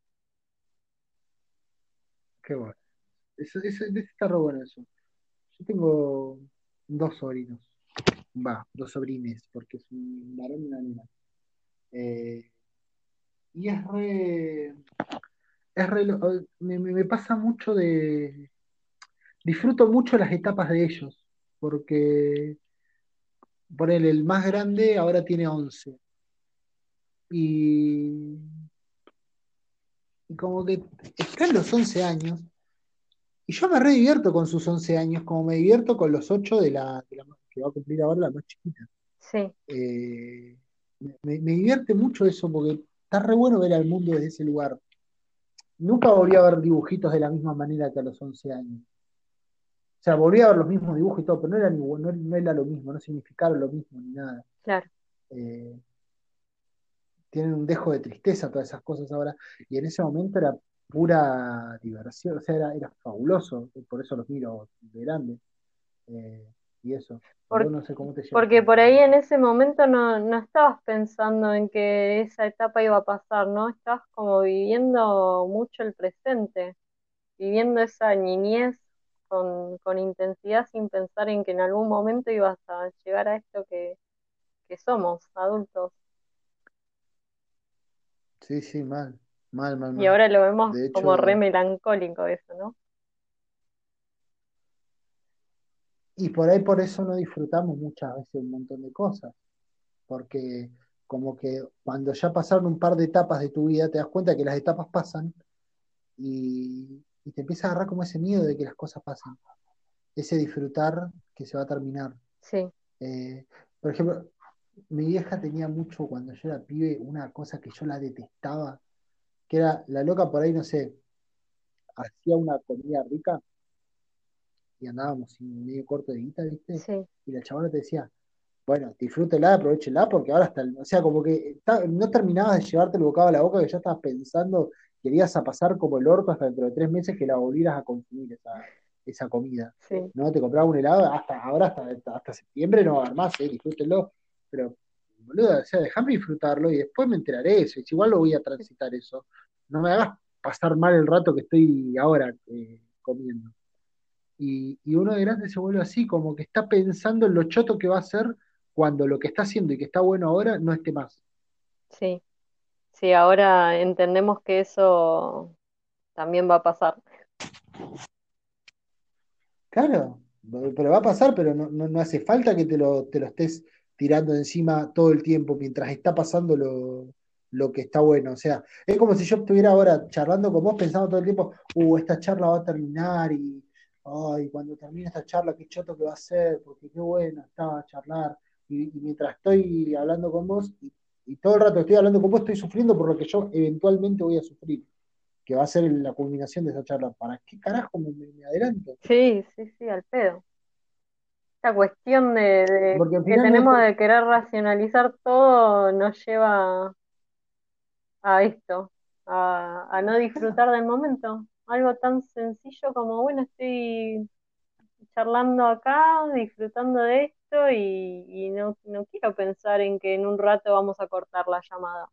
qué bueno. Eso está re bueno eso. Yo tengo dos sobrinos, dos sobrines, porque es un varón y una nena. Eh, y me pasa mucho disfruto mucho las etapas de ellos, porque por el más grande ahora tiene 11 y, y como que está en los 11 años, y yo me re divierto con sus 11 años, como me divierto con los 8 que va a cumplir ahora la más chiquita. Sí, Eh, me divierte mucho eso, porque está re bueno ver al mundo desde ese lugar. Nunca volví a ver dibujitos de la misma manera que a los 11 años. O sea, volví a ver los mismos dibujos y todo, pero no era lo mismo, no significaron lo mismo ni nada. claro. Eh, Tienen un dejo de tristeza todas esas cosas ahora, y en ese momento era pura diversión, o sea, era fabuloso, por eso los miro de grande, y eso. Vos no sé cómo te llevas Porque con por ahí en ese momento no estabas pensando en que esa etapa iba a pasar, ¿no? Estabas como viviendo mucho el presente, viviendo esa niñez con intensidad sin pensar en que en algún momento ibas a llegar a esto que somos, adultos. Sí, sí, mal, mal, Y mal. ahora lo vemos De como re hecho, melancólico eso, ¿no? y por ahí por eso no disfrutamos muchas veces un montón de cosas, porque como que cuando ya pasaron un par de etapas de tu vida, te das cuenta que las etapas pasan y te empieza a agarrar como ese miedo de que las cosas pasen, ese disfrutar que se va a terminar. Sí, Eh, por ejemplo, mi vieja tenía mucho cuando yo era pibe una cosa que yo la detestaba, que era la loca por ahí, no sé, hacía una comida rica y andábamos sin medio corto de guita, ¿viste? sí, Y la chabona te decía, bueno, disfrútela, aprovechenla, porque ahora está, o sea, como que no terminabas de llevarte el bocado a la boca que ya estabas pensando, querías a pasar como el orto hasta dentro de 3 meses que la volvieras a consumir esa comida. sí. No te compraba un helado, hasta septiembre no va a haber más, disfrútenlo, pero boludo, o sea, déjame disfrutarlo y después me enteraré eso, y si igual lo voy a transitar eso, no me hagas pasar mal el rato que estoy ahora comiendo. Y uno de grande se vuelve así, como que está pensando en lo choto que va a ser cuando lo que está haciendo y que está bueno ahora no esté más. Sí, sí, ahora entendemos que eso también va a pasar. Claro, pero va a pasar, pero no hace falta que te lo estés tirando encima todo el tiempo mientras está pasando lo que está bueno. O sea, es como si yo estuviera ahora charlando con vos pensando todo el tiempo, esta charla va a terminar y ay, cuando termine esta charla, qué choto que va a ser, porque qué bueno estaba charlar. Y mientras estoy hablando con vos y todo el rato que estoy hablando con vos, estoy sufriendo por lo que yo eventualmente voy a sufrir, que va a ser la culminación de esa charla. ¿Para qué carajo me adelanto? Sí, sí, sí, al pedo. Esta cuestión Porque al que final no es tenemos de querer racionalizar todo nos lleva a esto, a no disfrutar del momento. Algo tan sencillo como, bueno, estoy charlando acá, disfrutando de esto y no no quiero pensar en que en un rato vamos a cortar la llamada.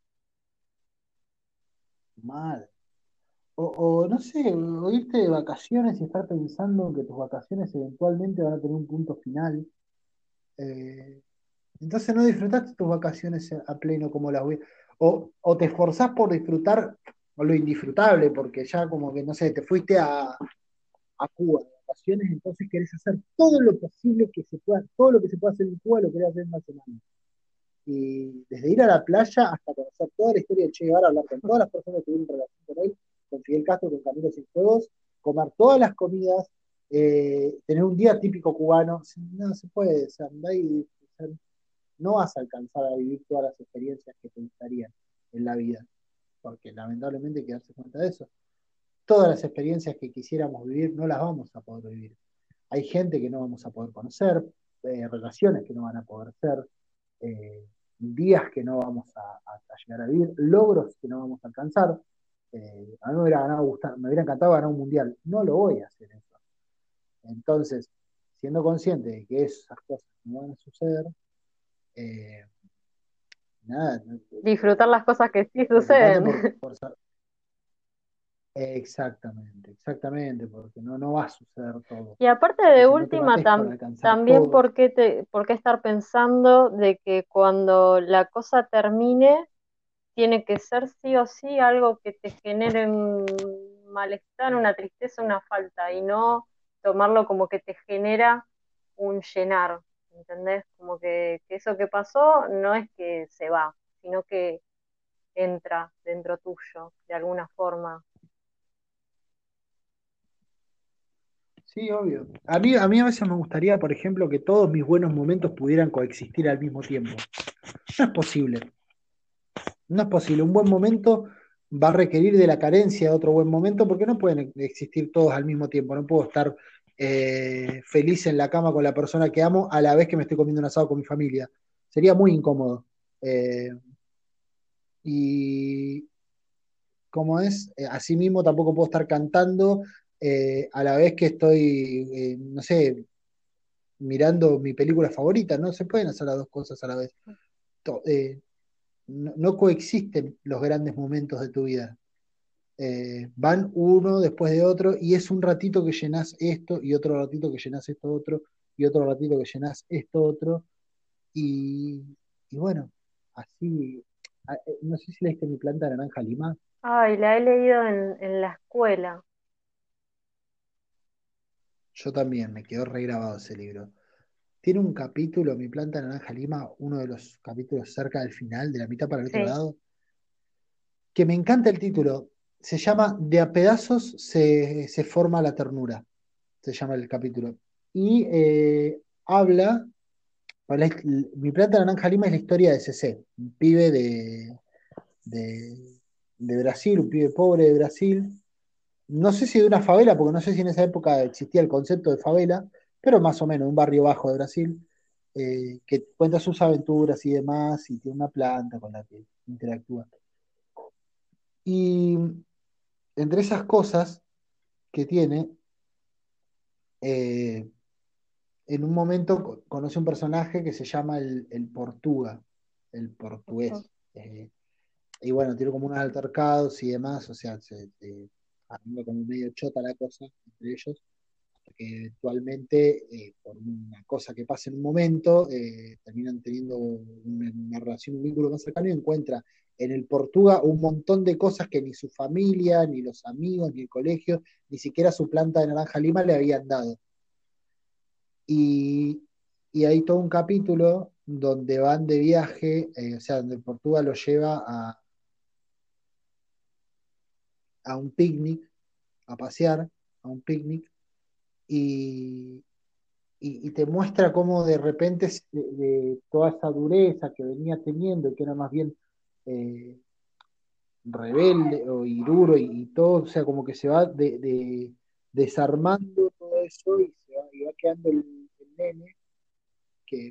Mal. O no sé, o irte de vacaciones y estar pensando que tus vacaciones eventualmente van a tener un punto final. Eh, entonces no disfrutaste tus vacaciones a pleno como las voy. O te esforzás por disfrutar lo indisfrutable, porque ya como que, no sé, te fuiste a Cuba de vacaciones, entonces querés hacer todo lo posible que se pueda, todo lo que se pueda hacer en Cuba lo querés hacer en una semana. Y desde ir a la playa hasta conocer toda la historia de Che Guevara, hablar con todas las personas que tuvieron relación con él, con Fidel Castro, con Camilo Cienfuegos, comer todas las comidas, tener un día típico cubano, no se puede, o sea, no vas a alcanzar a vivir todas las experiencias que te gustarían en la vida, porque lamentablemente hay que darse cuenta de eso. Todas las experiencias que quisiéramos vivir no las vamos a poder vivir. Hay gente que no vamos a poder conocer, relaciones que no van a poder ser, días que no vamos a llegar a vivir, logros que no vamos a alcanzar. A mí me hubiera encantado ganar un mundial, no lo voy a hacer eso. Entonces, siendo consciente de que esas cosas no van a suceder, eh, nada, Disfrutar las cosas que sí preocuparte suceden. exactamente, exactamente, porque no va a suceder todo. Y aparte de Entonces no te última, mates por alcanzar también todo. por qué estar pensando de que cuando la cosa termine, tiene que ser sí o sí algo que te genere un malestar, una tristeza, una falta, y no tomarlo como que te genera un llenar, ¿entendés? Como que eso que pasó no es que se va, sino que entra dentro tuyo, de alguna forma. Sí, obvio. A mí a veces me gustaría, por ejemplo, que todos mis buenos momentos pudieran coexistir al mismo tiempo. No es posible. No es posible. Un buen momento va a requerir de la carencia de otro buen momento porque no pueden existir todos al mismo tiempo. No puedo estar feliz en la cama con la persona que amo a la vez que me estoy comiendo un asado con mi familia. Sería muy incómodo. Eh, y como es, asimismo tampoco puedo estar cantando a la vez que estoy, no sé, mirando mi película favorita. No se pueden hacer las dos cosas a la vez. To- eh, no coexisten los grandes momentos de tu vida. Van uno después de otro y es un ratito que llenas esto y otro ratito que llenas esto otro y otro ratito que llenas esto otro y, y bueno, así, no sé si leíste Mi planta de naranja lima, Ay, la he leído en la escuela. yo también, me quedó regrabado ese libro. Tiene un capítulo, Mi planta de naranja lima, uno de los capítulos cerca del final, de la mitad para el otro Sí. lado, que me encanta el título. Se llama De a pedazos se forma la ternura, se llama el capítulo. Y habla, bueno, Mi planta naranja lima es la historia de CC, un pibe de, de Brasil, un pibe pobre de Brasil. No sé si de una favela, porque no sé si en esa época existía el concepto de favela, pero más o menos un barrio bajo de Brasil, que cuenta sus aventuras y demás, y tiene una planta con la que interactúa. Y entre esas cosas que tiene, eh, en un momento conoce un personaje que se llama el Portuga, el Ujú. portugués. Y bueno, tiene como unos altercados y demás, o sea, anda como medio chota la cosa entre ellos, porque eventualmente, por una cosa que pasa en un momento, terminan teniendo una relación, un vínculo más cercano y encuentra en el Portuga un montón de cosas que ni su familia, ni los amigos, ni el colegio, ni siquiera su planta de naranja lima le habían dado. Y, y hay todo un capítulo donde van de viaje, o sea, donde Portugal lo lleva a un picnic, a pasear, a un picnic, y, y te muestra cómo de repente de toda esa dureza que venía teniendo, que era más bien eh, rebelde y duro y todo, o sea, como que se va desarmando todo eso y va quedando el nene que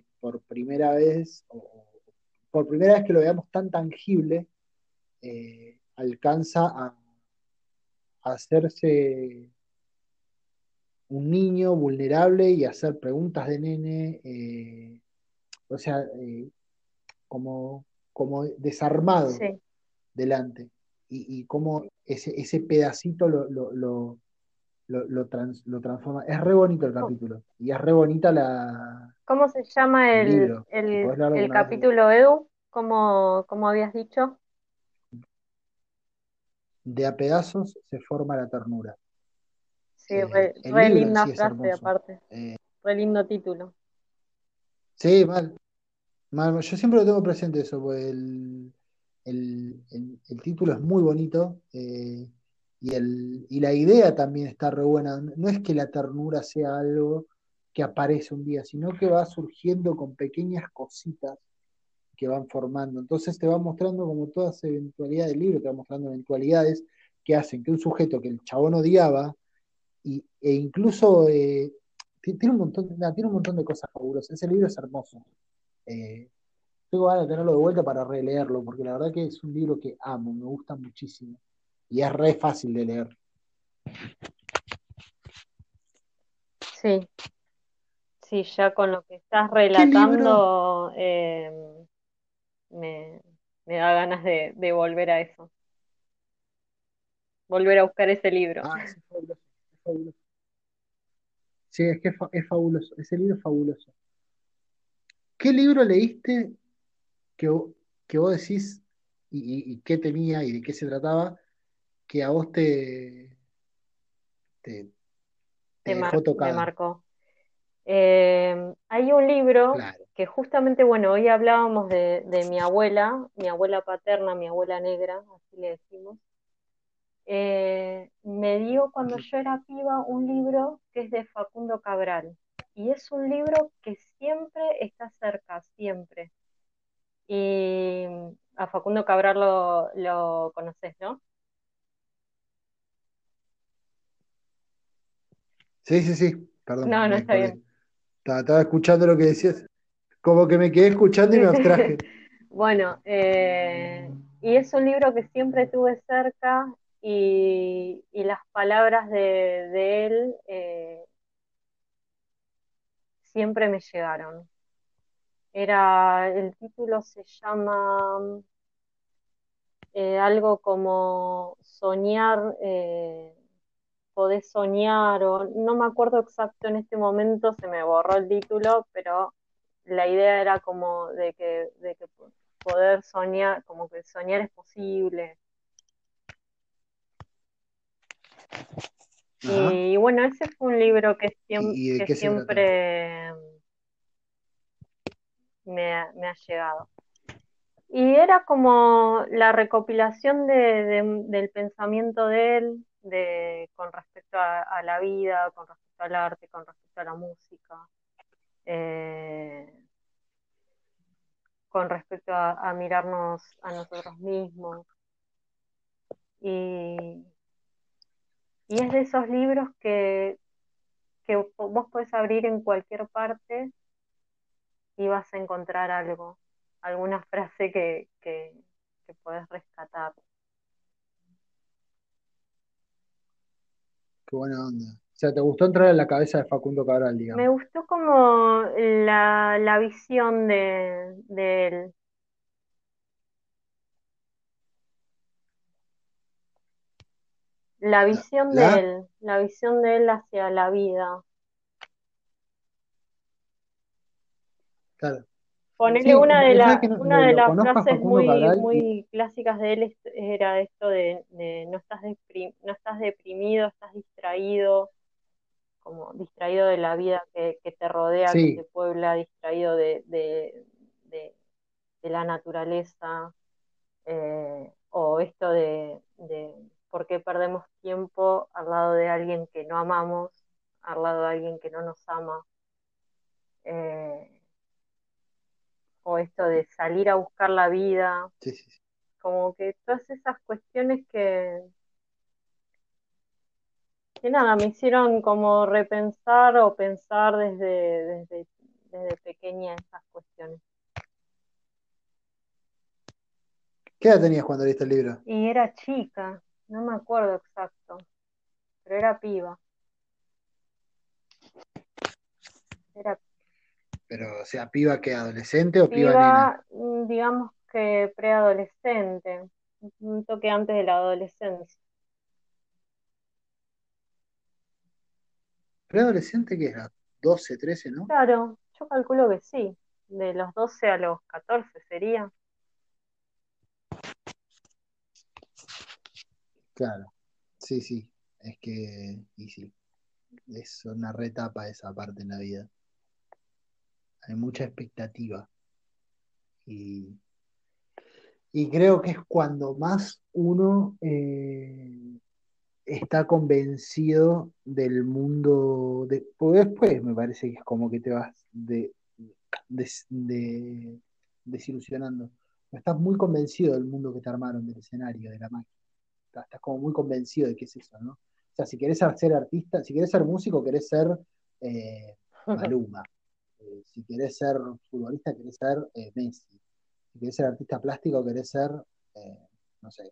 por primera vez que lo veamos tan tangible, alcanza a hacerse un niño vulnerable y hacer preguntas de nene, o sea, como, como desarmado Sí. delante. Y cómo ese pedacito lo transforma. Es re bonito el capítulo. Y es re bonita ¿Cómo se llama el libro. Si podés leerlo el alguna vez. capítulo, Edu? ¿Cómo habías dicho? De a pedazos se forma la ternura. Sí, El re libro en linda sí es frase hermoso. aparte, re lindo título. Sí, mal. Yo siempre lo tengo presente eso, porque el título es muy bonito, y la idea también está re buena. No es que la ternura sea algo que aparece un día, sino que va surgiendo con pequeñas cositas que van formando. Entonces te va mostrando como todas las eventualidades del libro, te va mostrando eventualidades que hacen que un sujeto que el chabón odiaba, e incluso tiene un montón, tiene un montón de cosas fabulosas. Ese libro es hermoso. Eh, Tengo ganas de tenerlo de vuelta para releerlo, porque la verdad que es un libro que amo, me gusta muchísimo. Y es re fácil de leer. Sí, sí, ya con lo que estás ¿Qué libro? relatando me, me da ganas de volver a eso, volver a buscar ese libro. Ah, ese es fabuloso. Es fabuloso. Sí, es que es fabuloso. Ese libro es fabuloso. ¿Qué libro leíste que, que vos decís y qué tenía y de qué se trataba que a vos te, te dejó Me tocada? marcó. Hay un libro Claro. que justamente, bueno, hoy hablábamos de mi abuela paterna, mi abuela negra, así le decimos. Me dio cuando yo era piba un libro que es de Facundo Cabral. Y es un libro que siempre está cerca, siempre. Y a Facundo Cabral lo conoces, ¿no? Sí, sí, sí. Perdón, No, no me está bien. acordé. Estaba escuchando lo que decías. Como que me quedé escuchando y me abstraje. Bueno, y es un libro que siempre tuve cerca y las palabras de él siempre me llegaron. El título se llama algo como soñar, podés soñar, o no me acuerdo exacto en este momento, se me borró el título, pero la idea era como de que poder soñar, como que soñar es posible. Ajá. Y bueno, ese fue un libro Y de que qué se trataba? siempre me ha llegado. Y era como la recopilación del pensamiento de él con respecto a la vida, con respecto al arte, con respecto a la música, eh, con respecto a mirarnos a nosotros mismos. Y, y es de esos libros que vos podés abrir en cualquier parte y vas a encontrar algo, alguna frase que podés rescatar. Qué buena onda. O sea, ¿te gustó entrar en la cabeza de Facundo Cabral, Me digamos? gustó como la visión de él, ¿La? la visión de él hacia la vida. Claro. Ponele Sí, vos sabés que una de lo las conozco a frases Facundo Cabral y muy clásicas de él era esto de no estás deprimido, estás distraído, como distraído de la vida que te rodea, que te sí, puebla, distraído de, de la naturaleza, o esto de por qué perdemos tiempo al lado de alguien que no amamos, al lado de alguien que no nos ama, eh, o esto de salir a buscar la vida, sí, sí, sí. como que todas esas cuestiones que nada, me hicieron como repensar o pensar desde pequeña esas cuestiones. ¿Qué edad tenías cuando leíste el libro? Y era chica, no me acuerdo exacto, pero era piba. Era Pero, o sea, piba que adolescente o piba nena. Piba, digamos que preadolescente, un toque antes de la adolescencia. ¿Preadolescente qué era? 12, 13, ¿no? Claro, yo calculo que sí, de los 12 a los 14 sería. Claro, sí, sí. Es que, y sí, es una retapa esa parte en la vida. Hay mucha expectativa. Y, y creo que es cuando más uno está convencido del mundo. Porque después me parece que es como que te vas desilusionando. Estás muy convencido del mundo que te armaron, del escenario, de la máquina. Estás como muy convencido de qué es eso, ¿no? O sea, si querés ser artista, si querés ser músico, querés ser eh, Maluma. Si querés ser futbolista, querés ser Messi. Si querés ser artista plástico, querés ser, eh, no sé,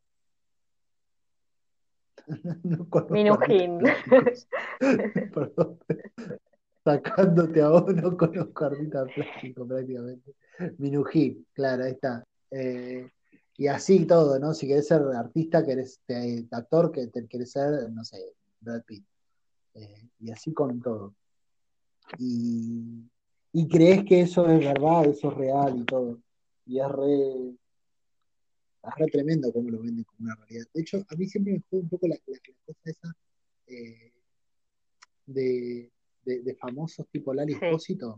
no conozco artistas Minujín. plásticos. Perdón, sacándote a vos, no conozco artistas plásticos prácticamente. Minujín, claro, ahí está. Y así todo, ¿no? Si querés ser artista, querés actor, que querés ser, no sé, Brad Pitt. Y así con todo. Y, y crees que eso es verdad, eso es real y todo. Y es re tremendo cómo lo venden como una realidad. De hecho, a mí siempre me juega un poco la cosa esa eh, de famosos tipo Lali Sí, Espósito.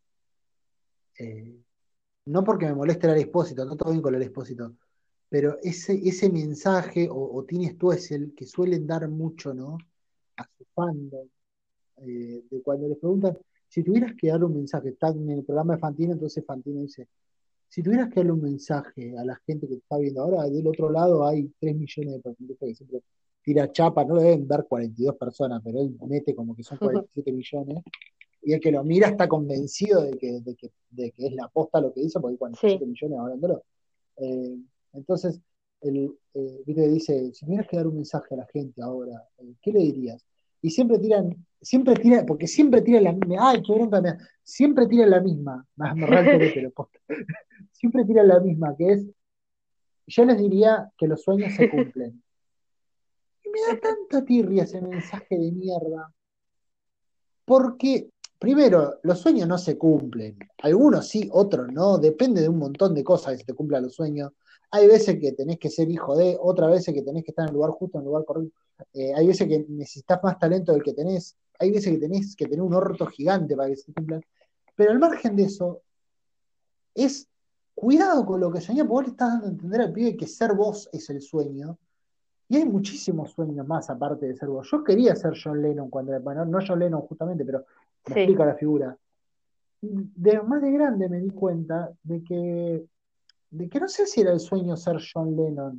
eh, no porque me moleste Lali Espósito, no todo bien con Lali Espósito, pero ese mensaje o Tini Stoessel que suelen dar mucho, ¿no? A su fandom, de cuando les preguntan, si tuvieras que dar un mensaje, están en el programa de Fantino, entonces Fantino dice, si tuvieras que darle un mensaje a la gente que te está viendo ahora, del otro lado hay 3 millones de personas que siempre tira chapa, no lo deben ver 42 personas, pero él mete como que son 47 millones, y el que lo mira está convencido de que es la posta lo que dice, porque hay 47 sí. millones hablándolo. Eh, entonces, ¿viste? Dice, si tuvieras que dar un mensaje a la gente ahora, ¿qué le dirías? Y siempre tira, porque siempre tira la misma, ay, qué bronca me da. Siempre tira la misma, más me realteré, pero posta. Siempre tira la misma, que es, yo les diría que los sueños se cumplen. Y me da tanta tirria ese mensaje de mierda, porque, primero, los sueños no se cumplen. Algunos sí, otros no. Depende de un montón de cosas que se te cumplan los sueños. Hay veces que tenés que ser hijo de, otras veces que tenés que estar en el lugar justo, en el lugar correcto. Hay veces que necesitas más talento del que tenés. Hay veces que tenés que tener un orto gigante para que se cumplan. Pero al margen de eso, es cuidado con lo que soñás, porque vos le estás dando a entender al pibe que ser vos es el sueño. Y hay muchísimos sueños más aparte de ser vos. Yo quería ser John Lennon cuando, bueno, no John Lennon justamente, pero me Sí, explica la figura. Más de grande me di cuenta de que no sé si era el sueño ser John Lennon,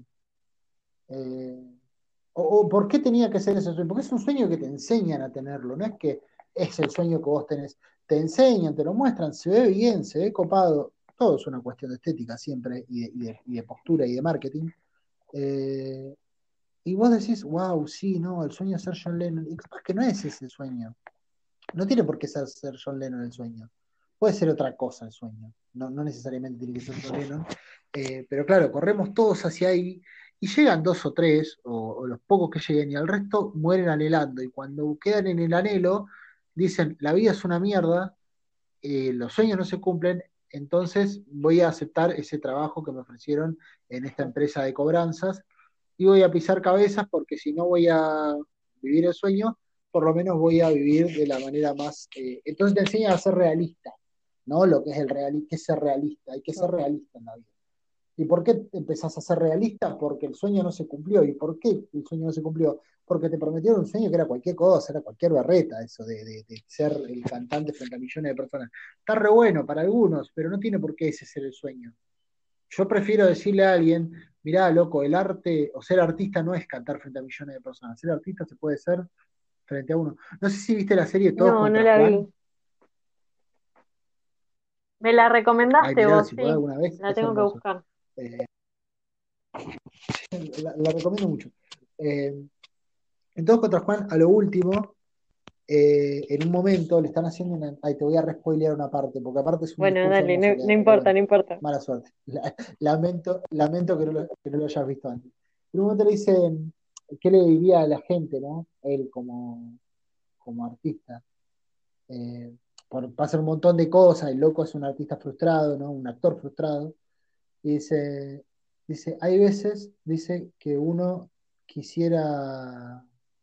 eh, o por qué tenía que ser ese sueño, porque es un sueño que te enseñan a tenerlo, no es que es el sueño que vos tenés, te enseñan, te lo muestran, se ve bien, se ve copado, todo es una cuestión de estética siempre, y de postura y de marketing. Eh, y vos decís, wow, sí, no, el sueño es ser John Lennon, y capaz que no es ese el sueño. No tiene por qué ser John Lennon el sueño. Puede ser otra cosa el sueño. No, no necesariamente tiene que ser John Lennon. Pero claro, corremos todos hacia ahí y llegan dos o tres, o los pocos que lleguen, y al resto mueren anhelando. Y cuando quedan en el anhelo, dicen, la vida es una mierda, los sueños no se cumplen, entonces voy a aceptar ese trabajo que me ofrecieron en esta empresa de cobranzas y voy a pisar cabezas porque si no voy a vivir el sueño, por lo menos voy a vivir de la manera más. Entonces te enseña a ser realista, ¿no? Lo que es qué es ser realista, hay que ser realista en la vida. ¿Y por qué empezás a ser realista? Porque el sueño no se cumplió. ¿Y por qué el sueño no se cumplió? Porque te prometieron un sueño que era cualquier cosa, era cualquier berreta, eso de ser el cantante frente a millones de personas. Está re bueno para algunos, pero no tiene por qué ese ser el sueño. Yo prefiero decirle a alguien, mirá, loco, el arte o ser artista no es cantar frente a millones de personas. Ser artista se puede ser frente a uno. No sé si viste la serie Todos no, no contra la Juan. vi. Me la Ay, recomendaste mirá, vos, si podés sí, alguna vez, la es tengo que hermoso. buscar. Eh, la recomiendo mucho. En Todos contra Juan, a lo último, en un momento le están haciendo una. Ay, te voy a respoilear una parte, porque aparte es un Bueno, discurso dale, hermoso no, que no da, pero importa, bueno, no importa. mala suerte. Lamento que no lo hayas visto antes. En un momento le dice, ¿qué le diría a la gente, ¿no? Él como artista. Eh, pasa un montón de cosas, el loco es un artista frustrado, ¿no? Un actor frustrado. Y dice, hay veces, dice, que uno quisiera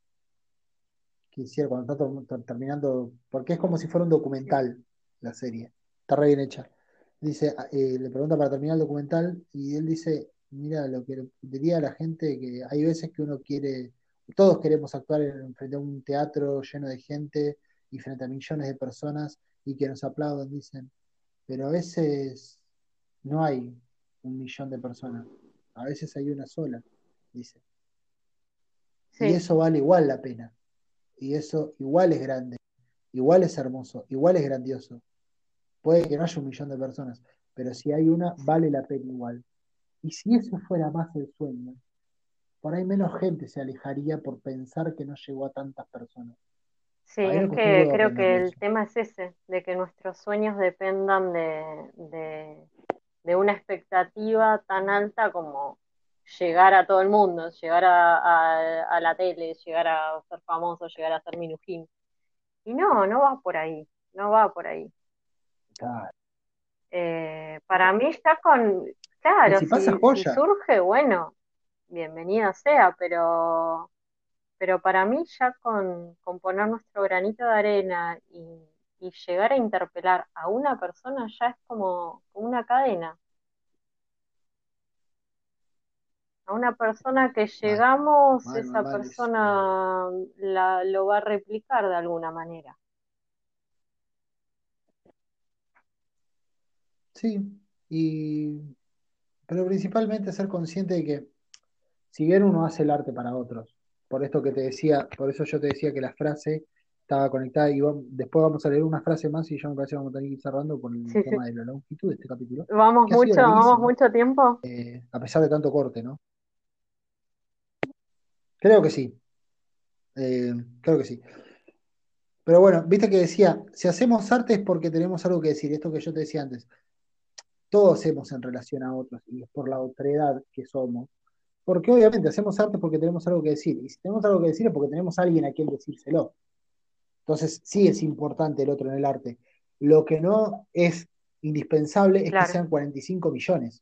cuando está terminando, porque es como si fuera un Sí, documental la serie, está re bien hecha. Dice, le pregunta para terminar el documental y él dice, mira, lo que le diría a la gente que hay veces que uno quiere, todos queremos actuar frente a un teatro lleno de gente y frente a millones de personas y que nos aplaudan, dicen, pero a veces no hay 1 millón de personas, a veces hay una sola, dice. Y sí, eso vale igual la pena, y eso igual es grande. Igual es hermoso, igual es grandioso. Puede que no haya 1 millón de personas, pero si hay una, vale la pena igual. Y si eso fuera más el sueño, por ahí menos gente se alejaría por pensar que no llegó a tantas personas. sí, A mí me es costó un que huevo creo que aprenderlo el eso. tema es ese, de que nuestros sueños dependan de una expectativa tan alta como llegar a todo el mundo, llegar a la tele, llegar a ser famoso, llegar a ser Minujín. Y no, no va por ahí, no va por ahí. Claro. Para mí ya con, Y claro, si pasa si joya, surge, bueno, bienvenida sea, pero para mí ya con poner nuestro granito de arena y llegar a interpelar a una persona ya es como una cadena. A una persona que mal, llegamos, mal, mal, esa mal eso. persona lo va a replicar de alguna manera. Sí, y, pero principalmente ser consciente de que si bien uno hace el arte para otros, por esto que te decía, por eso yo te decía que la frase estaba conectada y después vamos a leer una frase más y yo me parece que vamos a tener que ir cerrando por el Sí, sí. tema de la longitud de este capítulo, que ha sido Vamos larguísimo, mucho tiempo. a pesar de tanto corte, ¿no? Creo que sí, eh, creo que sí. Pero bueno, viste que decía, si hacemos arte es porque tenemos algo que decir, esto que yo te decía antes, todos hacemos en relación a otros y es por la otredad que somos. Porque obviamente hacemos arte porque tenemos algo que decir. Y si tenemos algo que decir es porque tenemos a alguien a quien decírselo. Entonces, sí es importante el otro en el arte. Lo que no es indispensable es que Claro, sean 45 millones.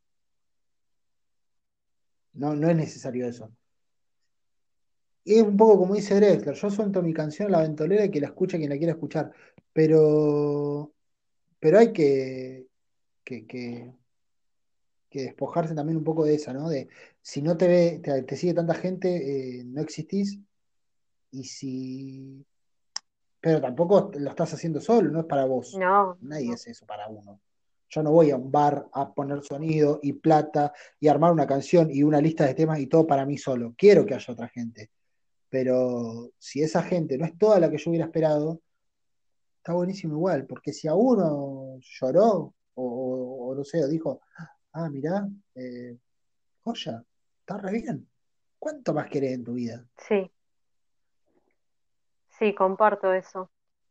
No, no es necesario eso. Y es un poco como dice Drexler, yo suelto mi canción a la ventolera y que la escuche quien la quiera escuchar. Pero, pero hay que, que- que despojarse también un poco de esa, ¿no? De si no te ve, te sigue tanta gente, no existís. Y si pero tampoco lo estás haciendo solo, no es para vos. no, no, Nadie no. hace eso para uno. Yo no voy a un bar a poner sonido y plata y armar una canción y una lista de temas y todo para mí solo. Quiero que haya otra gente. Pero si esa gente no es toda la que yo hubiera esperado, está buenísimo igual. Porque si a uno lloró o no sé, o dijo, ah, mirá, joya, está re bien. ¿Cuánto más querés en tu vida? Sí, sí, comparto eso.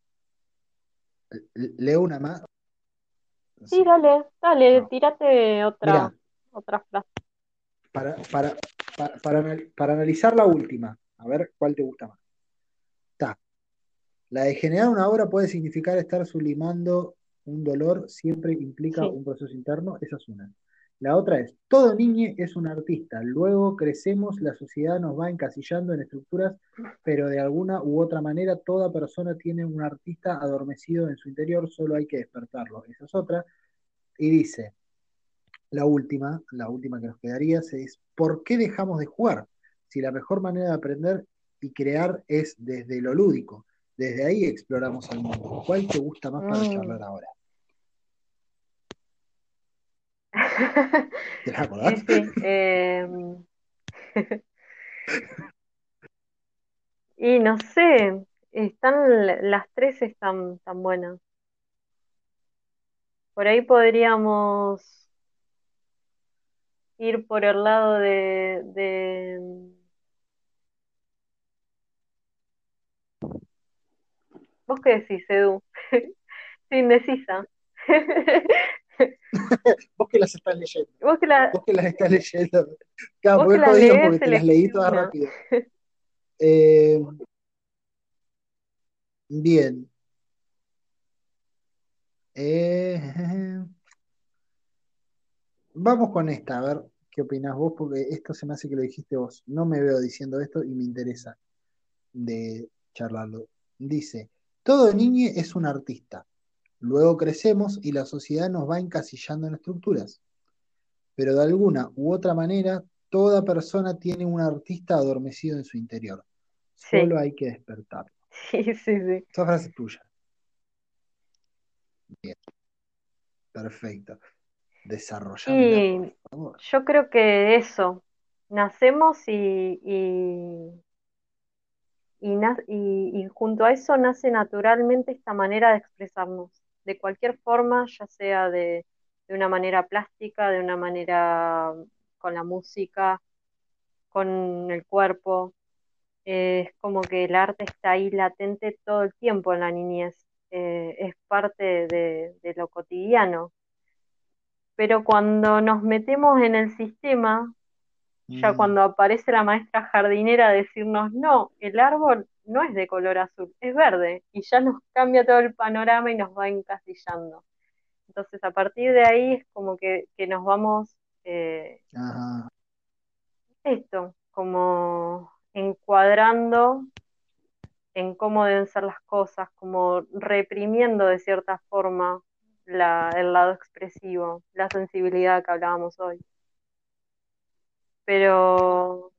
Leo una más. Sí, Sí. dale, dale, No. tírate Mira, otra frase. para, para, para analizar la última, a ver cuál te gusta más. Está. La de generar una obra puede significar estar sublimando un dolor, siempre implica Sí, un proceso interno, esa es una. La otra es, todo niño es un artista, luego crecemos, la sociedad nos va encasillando en estructuras, pero de alguna u otra manera toda persona tiene un artista adormecido en su interior, solo hay que despertarlo. Esa es otra. Y dice, la última que nos quedaría es ¿por qué dejamos de jugar? Si la mejor manera de aprender y crear es desde lo lúdico. Desde ahí exploramos el mundo. ¿Cuál te gusta más para mm. charlar ahora? ¿Te la Sí, acordás? sí. Y no sé, las tres están tan buenas. Por ahí podríamos ir por el lado de ¿Vos qué decís, Edu? Estoy indecisa. Vos que las estás leyendo. Vos que la, Vos que las estás leyendo. Claro, vos porque que es la jodido lees, porque te las leí elegí todas una. rápido. Eh, bien. Eh, Vamos con esta, a ver qué opinás vos, porque esto se me hace que lo dijiste vos. No me veo diciendo esto y me interesa de charlarlo. Dice, todo niño es un artista. Luego crecemos y la sociedad nos va encasillando en estructuras. Pero de alguna u otra manera, toda persona tiene un artista adormecido en su interior. Sí, Solo hay que despertar. sí, sí, sí. Esa frase es tuya. Bien, perfecto. Desarrollámela, por Y favor. yo creo que eso, nacemos y junto a eso nace naturalmente esta manera de expresarnos, de cualquier forma, ya sea de una manera plástica, de una manera con la música, con el cuerpo. Es como que el arte está ahí latente todo el tiempo en la niñez. Es parte de lo cotidiano. Pero cuando nos metemos en el sistema, ya Mm, cuando aparece la maestra jardinera a decirnos, no, el árbol no es de color azul, es verde, y ya nos cambia todo el panorama y nos va encasillando. Entonces, a partir de ahí es como que nos vamos, ajá. esto, como encuadrando en cómo deben ser las cosas, como reprimiendo de cierta forma el lado expresivo, la sensibilidad que hablábamos hoy. Pero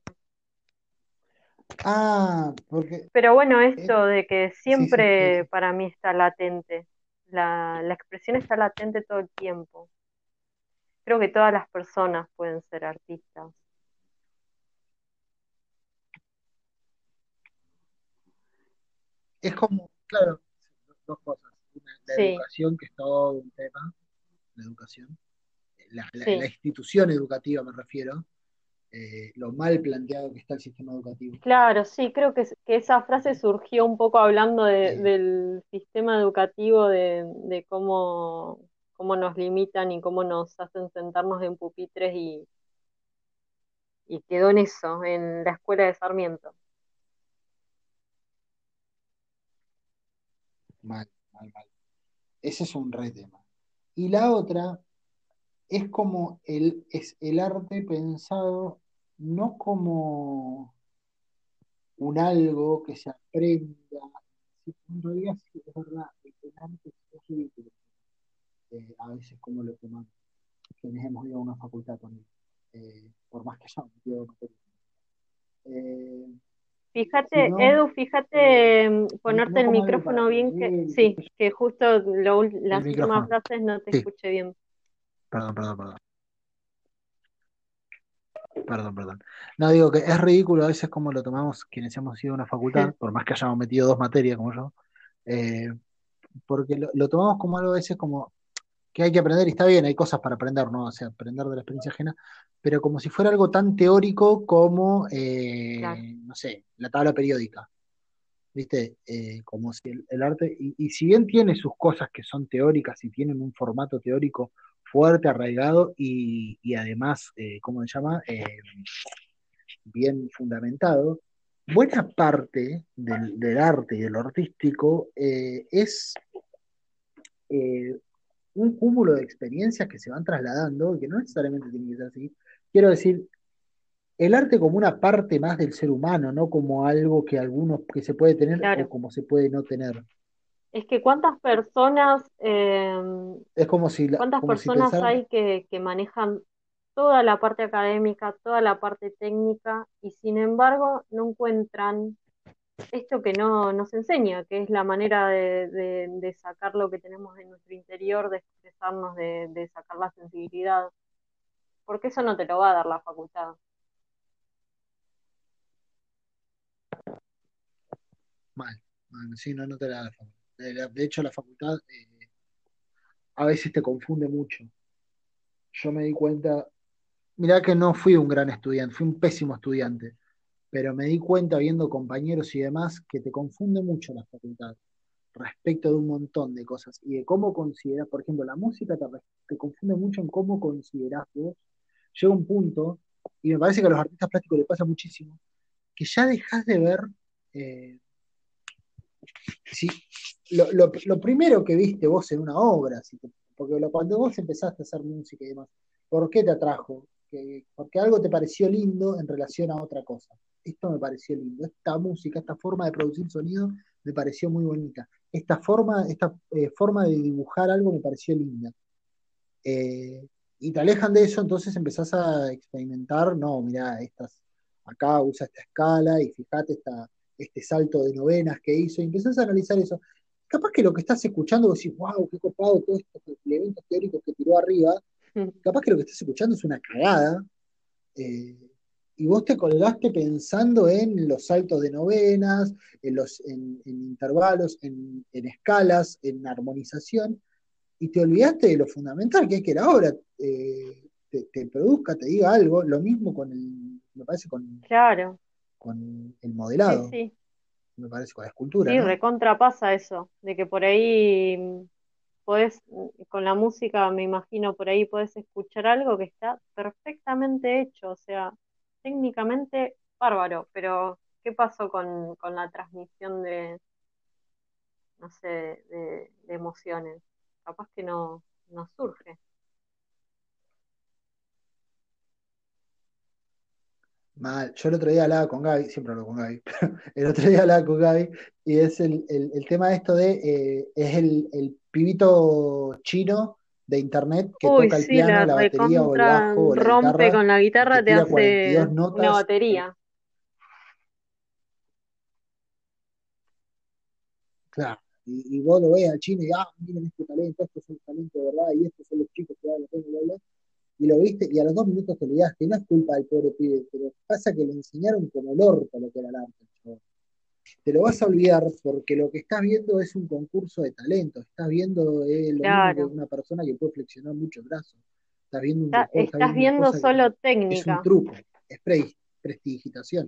Porque Pero bueno, eh, esto de que sí, sí, sí, siempre sí. para mí está latente, la expresión está latente todo el tiempo. Creo que todas las personas pueden ser artistas. Es como, claro, dos cosas. Una, la Sí, educación, que es todo un tema, la educación, la sí. institución educativa me refiero, lo mal planteado que está el sistema educativo. Claro, sí, creo que esa frase surgió un poco hablando Eh, del sistema educativo, de cómo nos limitan y cómo nos hacen sentarnos en pupitres y quedó en eso, en la escuela de Sarmiento. mal, mal, mal. Ese es un re tema. Y la otra es como es el arte pensado no como un algo que se aprenda. Sí, en realidad sí, es verdad, el arte es ridículo. A veces como lo tomamos, quienes hemos ido a una facultad con él, por más que hayamos ido materias. Eh, Fíjate, sino Edu, fíjate, ponerte no el como algo para micrófono bien, que aprender, sí, que justo el las últimas micrófono. frases no te Sí, escuché bien. perdón, perdón, perdón. Perdón, perdón. No digo que es ridículo a veces como lo tomamos quienes hemos ido a una facultad, por más que hayamos metido dos materias como yo, eh, porque lo tomamos como algo a veces como que hay que aprender y está bien, hay cosas para aprender, ¿no? O sea, aprender de la experiencia ajena, pero como si fuera algo tan teórico como, Claro, no sé, la tabla periódica, ¿viste? Como si el arte, y si bien tiene sus cosas que son teóricas y tienen un formato teórico fuerte, arraigado y además, ¿cómo se llama? Bien fundamentado, buena parte del arte y de lo artístico es eh, un cúmulo de experiencias que se van trasladando, y que no necesariamente tiene que ser así. Quiero decir, el arte como una parte más del ser humano, no como algo que algunos que se puede tener o claro. como se puede no tener. Es que Es cuántas como si personas pensaran, hay que manejan toda la parte académica, toda la parte técnica, y sin embargo no encuentran esto que no nos enseña, que es la manera de sacar lo que tenemos en nuestro interior, de expresarnos, de sacar la sensibilidad, porque eso no te lo va a dar la facultad. mal, mal, sí, no, no te la da la facultad. De hecho, la facultad a veces te confunde mucho. Yo me di cuenta, mirá que no fui un gran estudiante, fui un pésimo estudiante, pero me di cuenta viendo compañeros y demás que te confunde mucho la facultad. respecto de un montón de cosas y de cómo consideras, por ejemplo, la música te confunde mucho en cómo consideras vos. Llega un punto, y me parece que a los artistas plásticos les pasa muchísimo, que ya dejas de ver, eh, si, lo primero que viste vos en una obra, porque cuando vos empezaste a hacer música y demás, ¿por qué te atrajo? Porque algo te pareció lindo en relación a otra cosa. Esto me pareció lindo, esta música, esta forma de producir sonido me pareció muy bonita. Esta forma de dibujar algo me pareció linda. Y te alejan de eso, entonces empezás a experimentar, no, mirá, acá usa esta escala y fíjate este salto de novenas que hizo, y empezás a analizar eso. Capaz que lo que estás escuchando, vos decís, wow, qué copado todos estos elementos teóricos que tiró arriba, capaz que lo que estás escuchando es una cagada, eh, y vos te colgaste pensando en los saltos de novenas, en intervalos, en escalas, en armonización, y te olvidaste de lo fundamental, que es que la obra te produzca, te diga algo, lo mismo me parece, Claro, con el sí, modelado, sí. me parece, con la escultura, Sí, ¿no? recontra pasa eso, de que por ahí podés, con la música, me imagino, por ahí podés escuchar algo que está perfectamente hecho, o sea, técnicamente bárbaro, pero ¿qué pasó con la transmisión de, no sé, de emociones? Capaz que no surge. Mal. Yo el otro día hablaba con Gaby, siempre hablo con Gaby, pero el otro día hablaba con Gaby, y es el tema de esto es el pibito chino de internet que Uy, toca el sí, piano, la la batería o el recontra bajo o la rompe guitarra con la y te guitarra, te tira 42 hace una notas. batería. Claro. Y vos lo ves al chino y, miren este talento, estos son talentos de verdad, y estos son los chicos que hablan, bla, bla, bla, y lo viste, y a los 2 minutos te olvidaste, y no es culpa del pobre pibe, pero pasa que le enseñaron como el orto lo que era el arte. ¿No? Te lo vas a olvidar porque lo que estás viendo es un concurso de talento, estás viendo lo mismo que Claro. una persona que puede flexionar muchos brazos, estás viendo un deporte, estás Estás viendo una viendo cosa que solo es un técnica. truco, es prestigitación.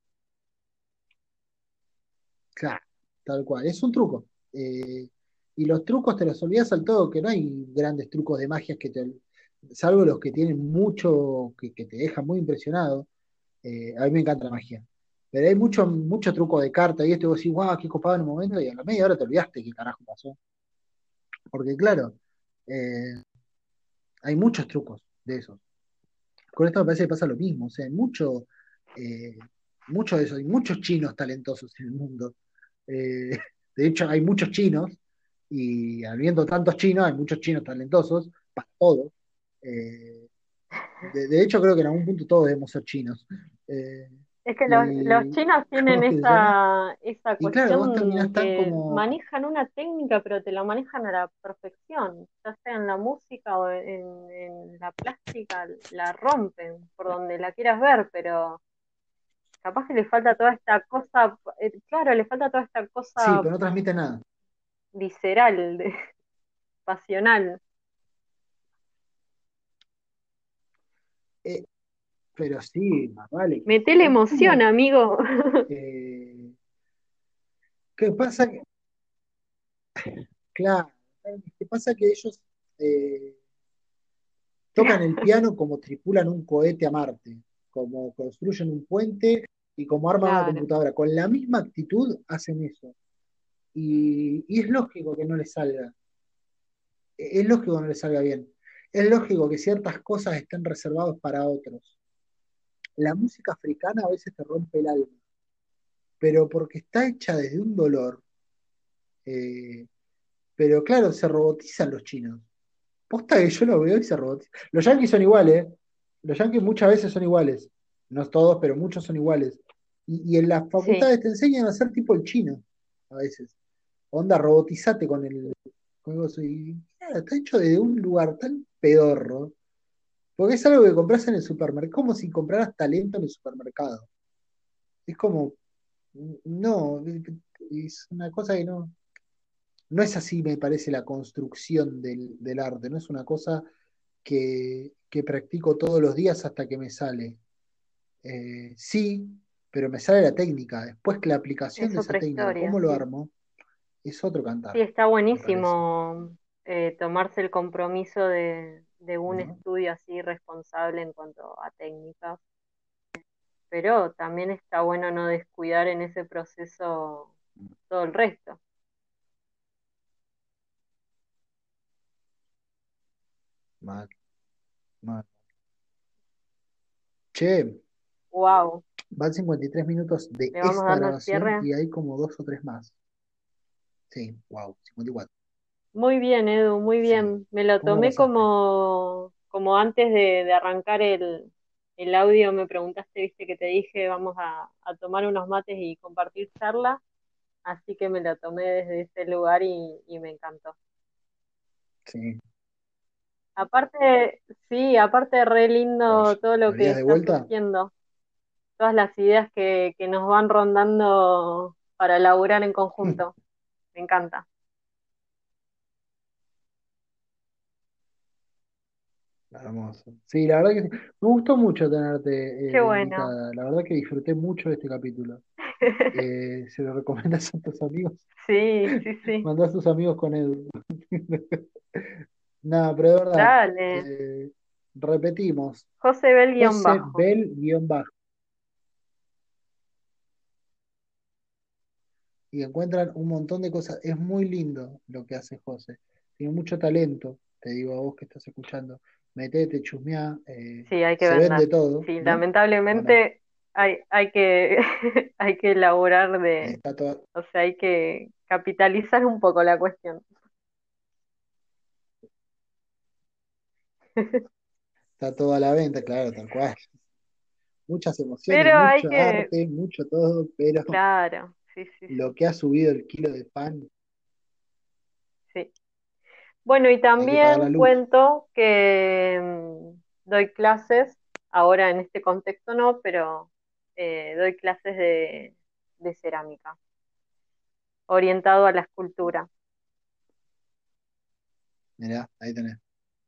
Claro, tal cual, es un truco. Y los trucos te los olvidas al todo, que no hay grandes trucos de magia salvo los que tienen mucho, que te dejan muy impresionado. A mí me encanta la magia. Pero hay mucho truco de carta y esto, y vos decís, guau, qué copado en un momento, y a la media hora te olvidaste qué carajo pasó. Porque claro, eh, hay muchos trucos de esos. Con esto me parece que pasa lo mismo. O sea, eh, mucho de eso, hay muchos chinos talentosos en el mundo. Eh, de hecho, hay muchos chinos, y habiendo tantos chinos, hay muchos chinos talentosos para todo. Eh, de hecho, creo que en algún punto todos debemos ser chinos. Eh, Es que los y, chinos tienen ¿cómo es que se llama? esa Y claro, vos cuestión terminás tan que como, manejan una técnica, pero te la manejan a la perfección, ya sea en la música o en la plástica, la rompen por donde la quieras ver, pero capaz que le falta toda esta cosa, claro, le falta toda esta sí, cosa pero no transmite nada. visceral, pasional. Eh, pero sí, más vale que sí. Metele Es emoción, como, amigo. eh, ¿qué pasa? Claro, ¿qué pasa? Que ellos eh, tocan el piano como tripulan un cohete a Marte, como construyen un puente y como arman una Claro, computadora. Con la misma actitud hacen eso. Y es lógico que no les salga. Es lógico que no les salga bien. Es lógico que ciertas cosas estén reservadas para otros. La música africana a veces te rompe el alma, pero porque está hecha desde un dolor. eh, pero claro, se robotizan los chinos. Posta que yo lo veo y se robotizan. Los yankees son iguales, ¿eh? Los yankees muchas veces son iguales. No todos, pero muchos son iguales. Y en las sí, facultades te enseñan a ser tipo el chino, a veces. Onda, robotizate con eso. Y claro, está hecho desde un lugar tan pedorro. Porque es algo que compras en el supermercado, como si compraras talento en el supermercado. Es como, no, es una cosa que no es así, me parece, la construcción del arte. No es una cosa que practico todos los días hasta que me sale. Sí, pero me sale la técnica. Después que la aplicación es de esa otra técnica, historia, cómo lo sí. armo, Es otro Sí, cantar, está me parece, buenísimo tomarse el compromiso de un ¿no? estudio así responsable en cuanto a técnicas, pero también está bueno no descuidar en ese proceso todo el resto. Mal, mal. Che, Wow, van 53 minutos de le vamos esta dando el grabación cierre. y hay como dos o tres más. Sí, wow, 54. Muy bien, Edu, muy Sí. bien. Me lo ¿Cómo la tomé pasaste? como antes de arrancar el audio, me preguntaste, viste que te dije, vamos a tomar unos mates y compartir charla, así que me lo tomé desde ese lugar y me encantó. Sí. Aparte, sí, aparte re Bueno, lindo todo lo que ¿volvías de está vuelta? surgiendo, todas las ideas que nos van rondando para laburar en conjunto. Me encanta. Hermoso. Sí, la verdad que sí. Me gustó mucho tenerte Qué de bueno. invitada. La verdad que disfruté mucho de este capítulo. ¿Se lo recomiendas a tus amigos? Sí, sí, sí. Mandá a tus amigos con Edu. Nada, pero de verdad, Dale. eh, repetimos. José Bel guión José bajo. Bell guión bajo. Y encuentran un montón de cosas. Es muy lindo lo que hace José. Tiene mucho talento, te digo a vos que estás escuchando. Metete, chusmeá, Sí, hay que se vende vender. todo, Sí, ¿no? ¿O no? lamentablemente hay que, hay que elaborar Está todo, o sea, hay que capitalizar un poco la cuestión. está todo a la venta, claro, tal cual. Muchas emociones, Pero hay mucho que, arte, mucho todo, pero claro, sí, sí, sí, lo que ha subido el kilo de pan, sí. Bueno, y hay que pagar la también luz. cuento que doy clases, ahora en este contexto no, pero doy clases de cerámica, orientado a la escultura. Mirá, ahí tenés.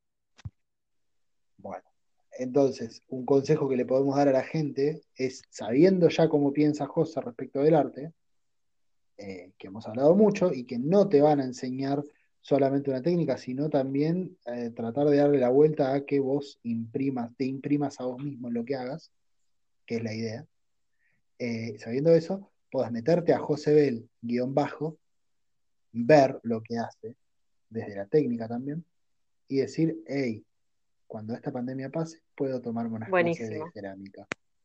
Bueno, entonces, un consejo que le podemos dar a la gente es, sabiendo ya cómo piensa José respecto del arte, que hemos hablado mucho y que no te van a enseñar solamente una técnica, sino también tratar de darle la vuelta a que vos imprimas, te imprimas a vos mismo en lo que hagas, que es la idea. Sabiendo eso, podés meterte a José Bell, guión bajo, ver lo que hace, desde la técnica también, y decir, hey, cuando esta pandemia pase, puedo tomarme unas clases de Buenísimo, cerámica.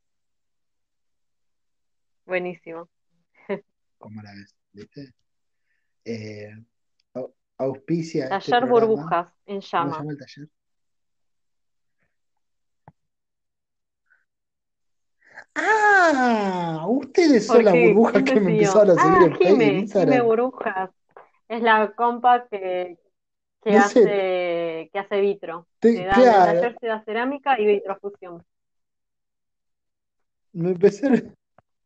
buenísimo. ¿Cómo la ves? ¿Viste? Eh, auspicia este Taller programa. Burbujas en ¿Cómo se llamas. llama el taller? Ah, ustedes son ¿Por las qué? burbujas ¿Quién te que me siguió? empezaron a seguir Ah, en Jime Instagram. Burbujas. Es la compa No sé, que hace vitro. Se da, en el claro, taller se da cerámica y vitrofusión. me empezaron,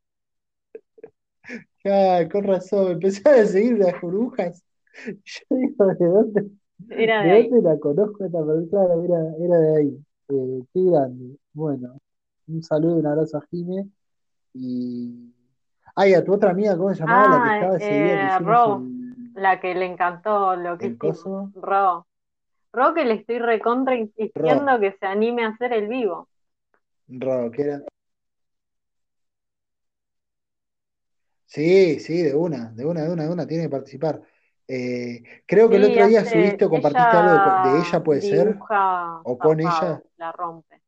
con razón, me empezaron a seguir las burbujas. Yo digo, Era de de ahí. dónde la conozco esta persona? Claro, era de ahí. Qué grande. Bueno, un saludo, un abrazo a Jime. Y. Ay, a tu otra amiga, ¿cómo se llamaba? La que Ah, estaba ese día que hicimos Ro, la que le encantó lo que el hicimos. coso. Ro que le estoy recontra Ro, insistiendo que se anime a hacer el vivo. Ro, que era. Sí, sí, de una, de una, de una, de una, tiene que participar. Creo que el Sí, otro día subiste o compartiste algo de ella ella, ¿puede ser? dibuja ¿O con ella? zarpado, la rompe.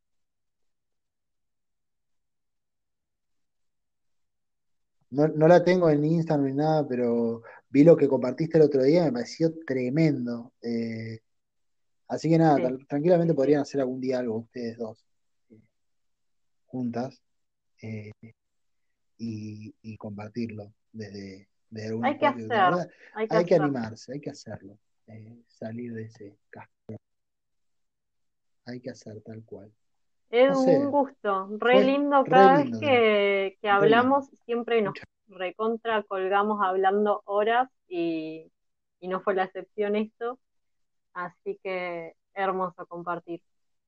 No, no la tengo en Instagram ni nada, pero vi lo que compartiste el otro día, me pareció tremendo. Así que nada, Sí, sí, tranquilamente sí. podrían hacer algún día algo ustedes dos, eh, juntas, eh, y compartirlo desde algún Hay que espacio. La hacer, verdad, hay que hay que hacer. animarse, hay que hacerlo. Salir de ese casco, hay que hacer tal cual. No Edu, un sé, gusto. Re fue lindo re cada vez lindo, de verdad, que re lindo. hablamos, siempre nos Muchas recontra colgamos hablando horas y no fue la excepción esto. Así que hermoso compartir.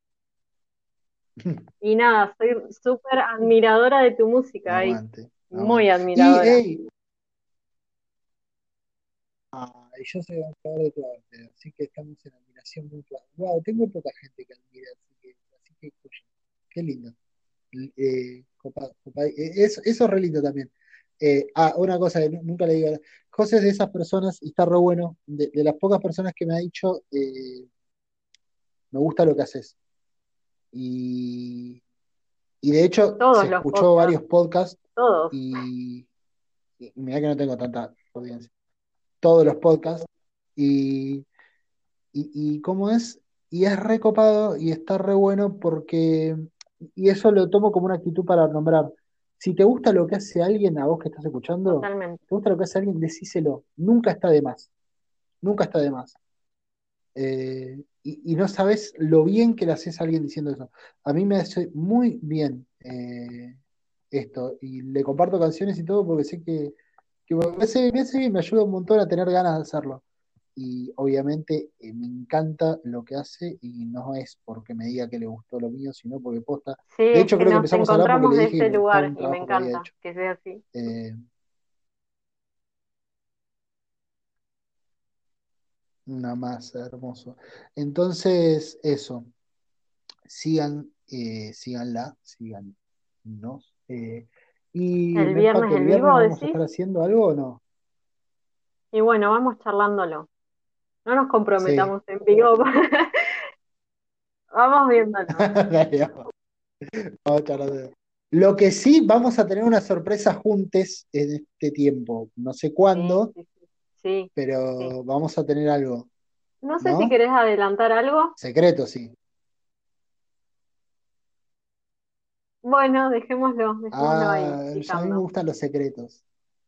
Y nada, soy súper admiradora de tu música y aguante, muy aguante. Y, admiradora. hey, Y yo soy embajador de tu arte, así que estamos en admiración mutua. Wow, tengo poca gente que admira, así que escuchen. Qué lindo. Eso es re lindo también. Una cosa que nunca le digo, José es de esas personas, y está re bueno, de las pocas personas que me ha dicho, me gusta lo que haces. Y, y de hecho, Todos se los escuchó podcasts, varios podcasts todos. y mirá que no tengo tanta audiencia. Todos los podcasts. Y, y cómo es, y es recopado y está re bueno porque, y eso lo tomo como una actitud para nombrar. Si te gusta lo que hace alguien, a vos que estás escuchando, Totalmente. te gusta lo que hace alguien, decíselo. Nunca está de más. Nunca está de más. Y no sabes lo bien que le haces a alguien diciendo eso. A mí me hace muy bien esto. Y le comparto canciones y todo porque sé que me hace bien, me ayuda un montón a tener ganas de hacerlo. Y obviamente me encanta lo que hace y no es porque me diga que le gustó lo mío, sino porque posta. Sí, De es hecho, que creo que nos empezamos a hablar porque encontramos le de dije que ese me gustó lugar un y me trabajo que había encanta hecho. que sea así. Eh, Nada más hermoso. Entonces, eso. Síganla, síganos. Y El Medpack, viernes ¿el el viernes vivo, vamos a decís. estar haciendo algo o no? Y bueno, vamos charlándolo. No nos Sí. comprometamos en vivo. Vamos viéndolo. Dale, vamos charlando. Lo que sí, vamos a tener una sorpresa juntos en este tiempo. No sé Sí, cuándo, sí, sí. Sí, sí. pero vamos a tener algo, No sé si ¿no? querés adelantar algo. Secreto, sí. Bueno, dejémoslo ahí, A mí me picando. gustan los secretos.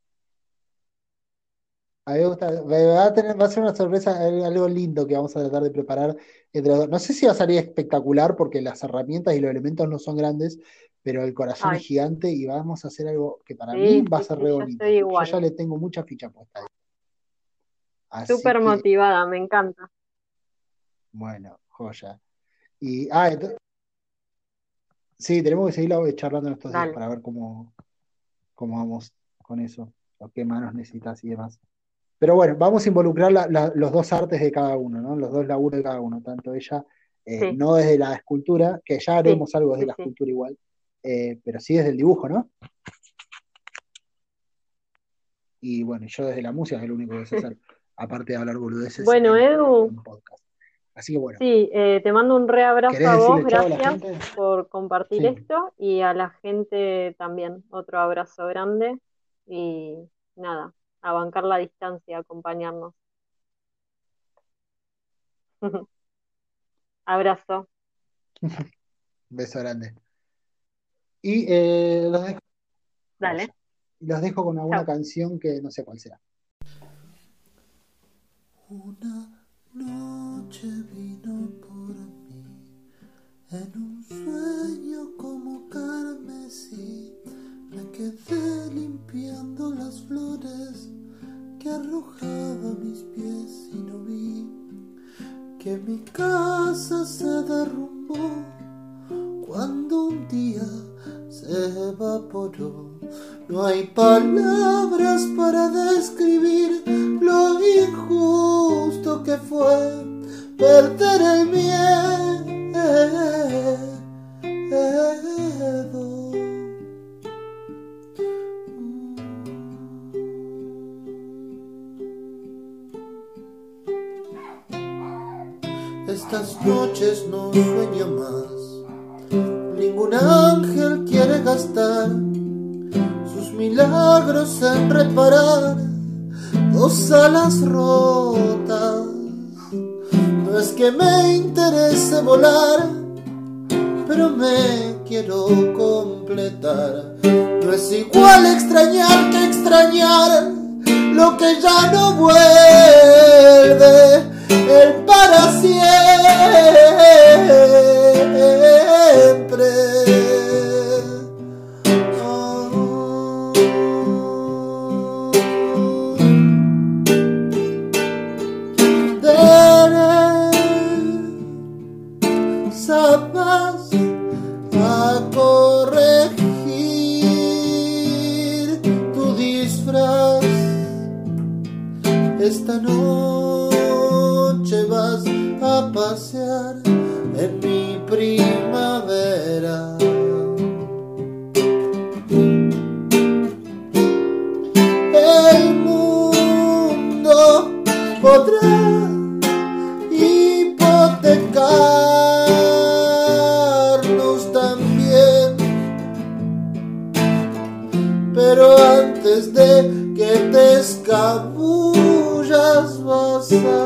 A mí me gusta, va a ser una sorpresa, algo lindo que vamos a tratar de preparar entre los dos. No sé si va a salir espectacular porque las herramientas y los elementos no son grandes, pero el corazón es Ay, gigante y vamos a hacer algo que para mí sí, va a sí, ser sí, re yo estoy bonito. Yo ya igual. le tengo mucha ficha puesta ahí. Así Súper que, motivada, me encanta. bueno, joya. Y, sí, tenemos que seguir charlando en estos días Dale. para ver cómo vamos con eso, o qué manos necesitas y demás. Pero bueno, vamos a involucrar los dos artes de cada uno, ¿no? Los dos laburos de cada uno, tanto ella, Sí, no desde la escultura, que ya sí, haremos algo desde sí, la sí. escultura igual, pero sí desde el dibujo, ¿no? Y bueno, yo desde la música, que es lo único que sé hacer, aparte de hablar boludeces Bueno, en Edu, un podcast. Así que bueno, sí, te mando un re abrazo ¿querés a vos, decirle chao a la gracias gente? por compartir Sí. esto y a la gente también, otro abrazo grande y nada, a bancar la distancia, a acompañarnos. Abrazo, Beso grande. Y dale, los dejo con alguna chau. canción que no sé cuál será. Una noche vino por mí en un sueño como carmesí. Me quedé limpiando las flores que arrojaba a mis pies y no vi que mi casa se derrumbó cuando un día se evaporó. No hay palabras para describir lo injusto que fue perder el miedo. Estas noches no sueño más, ningún ángel quiere gastar sus milagros en reparar dos alas rotas. No es que me interese volar, pero me quiero completar. No es igual extrañar que extrañar lo que ya no vuelve, el para siempre. Sabes a corregir tu disfraz. esta noche vas a pasear en mi primavera. El mundo podrá hipotecarnos también, pero antes de que te escabullas vas a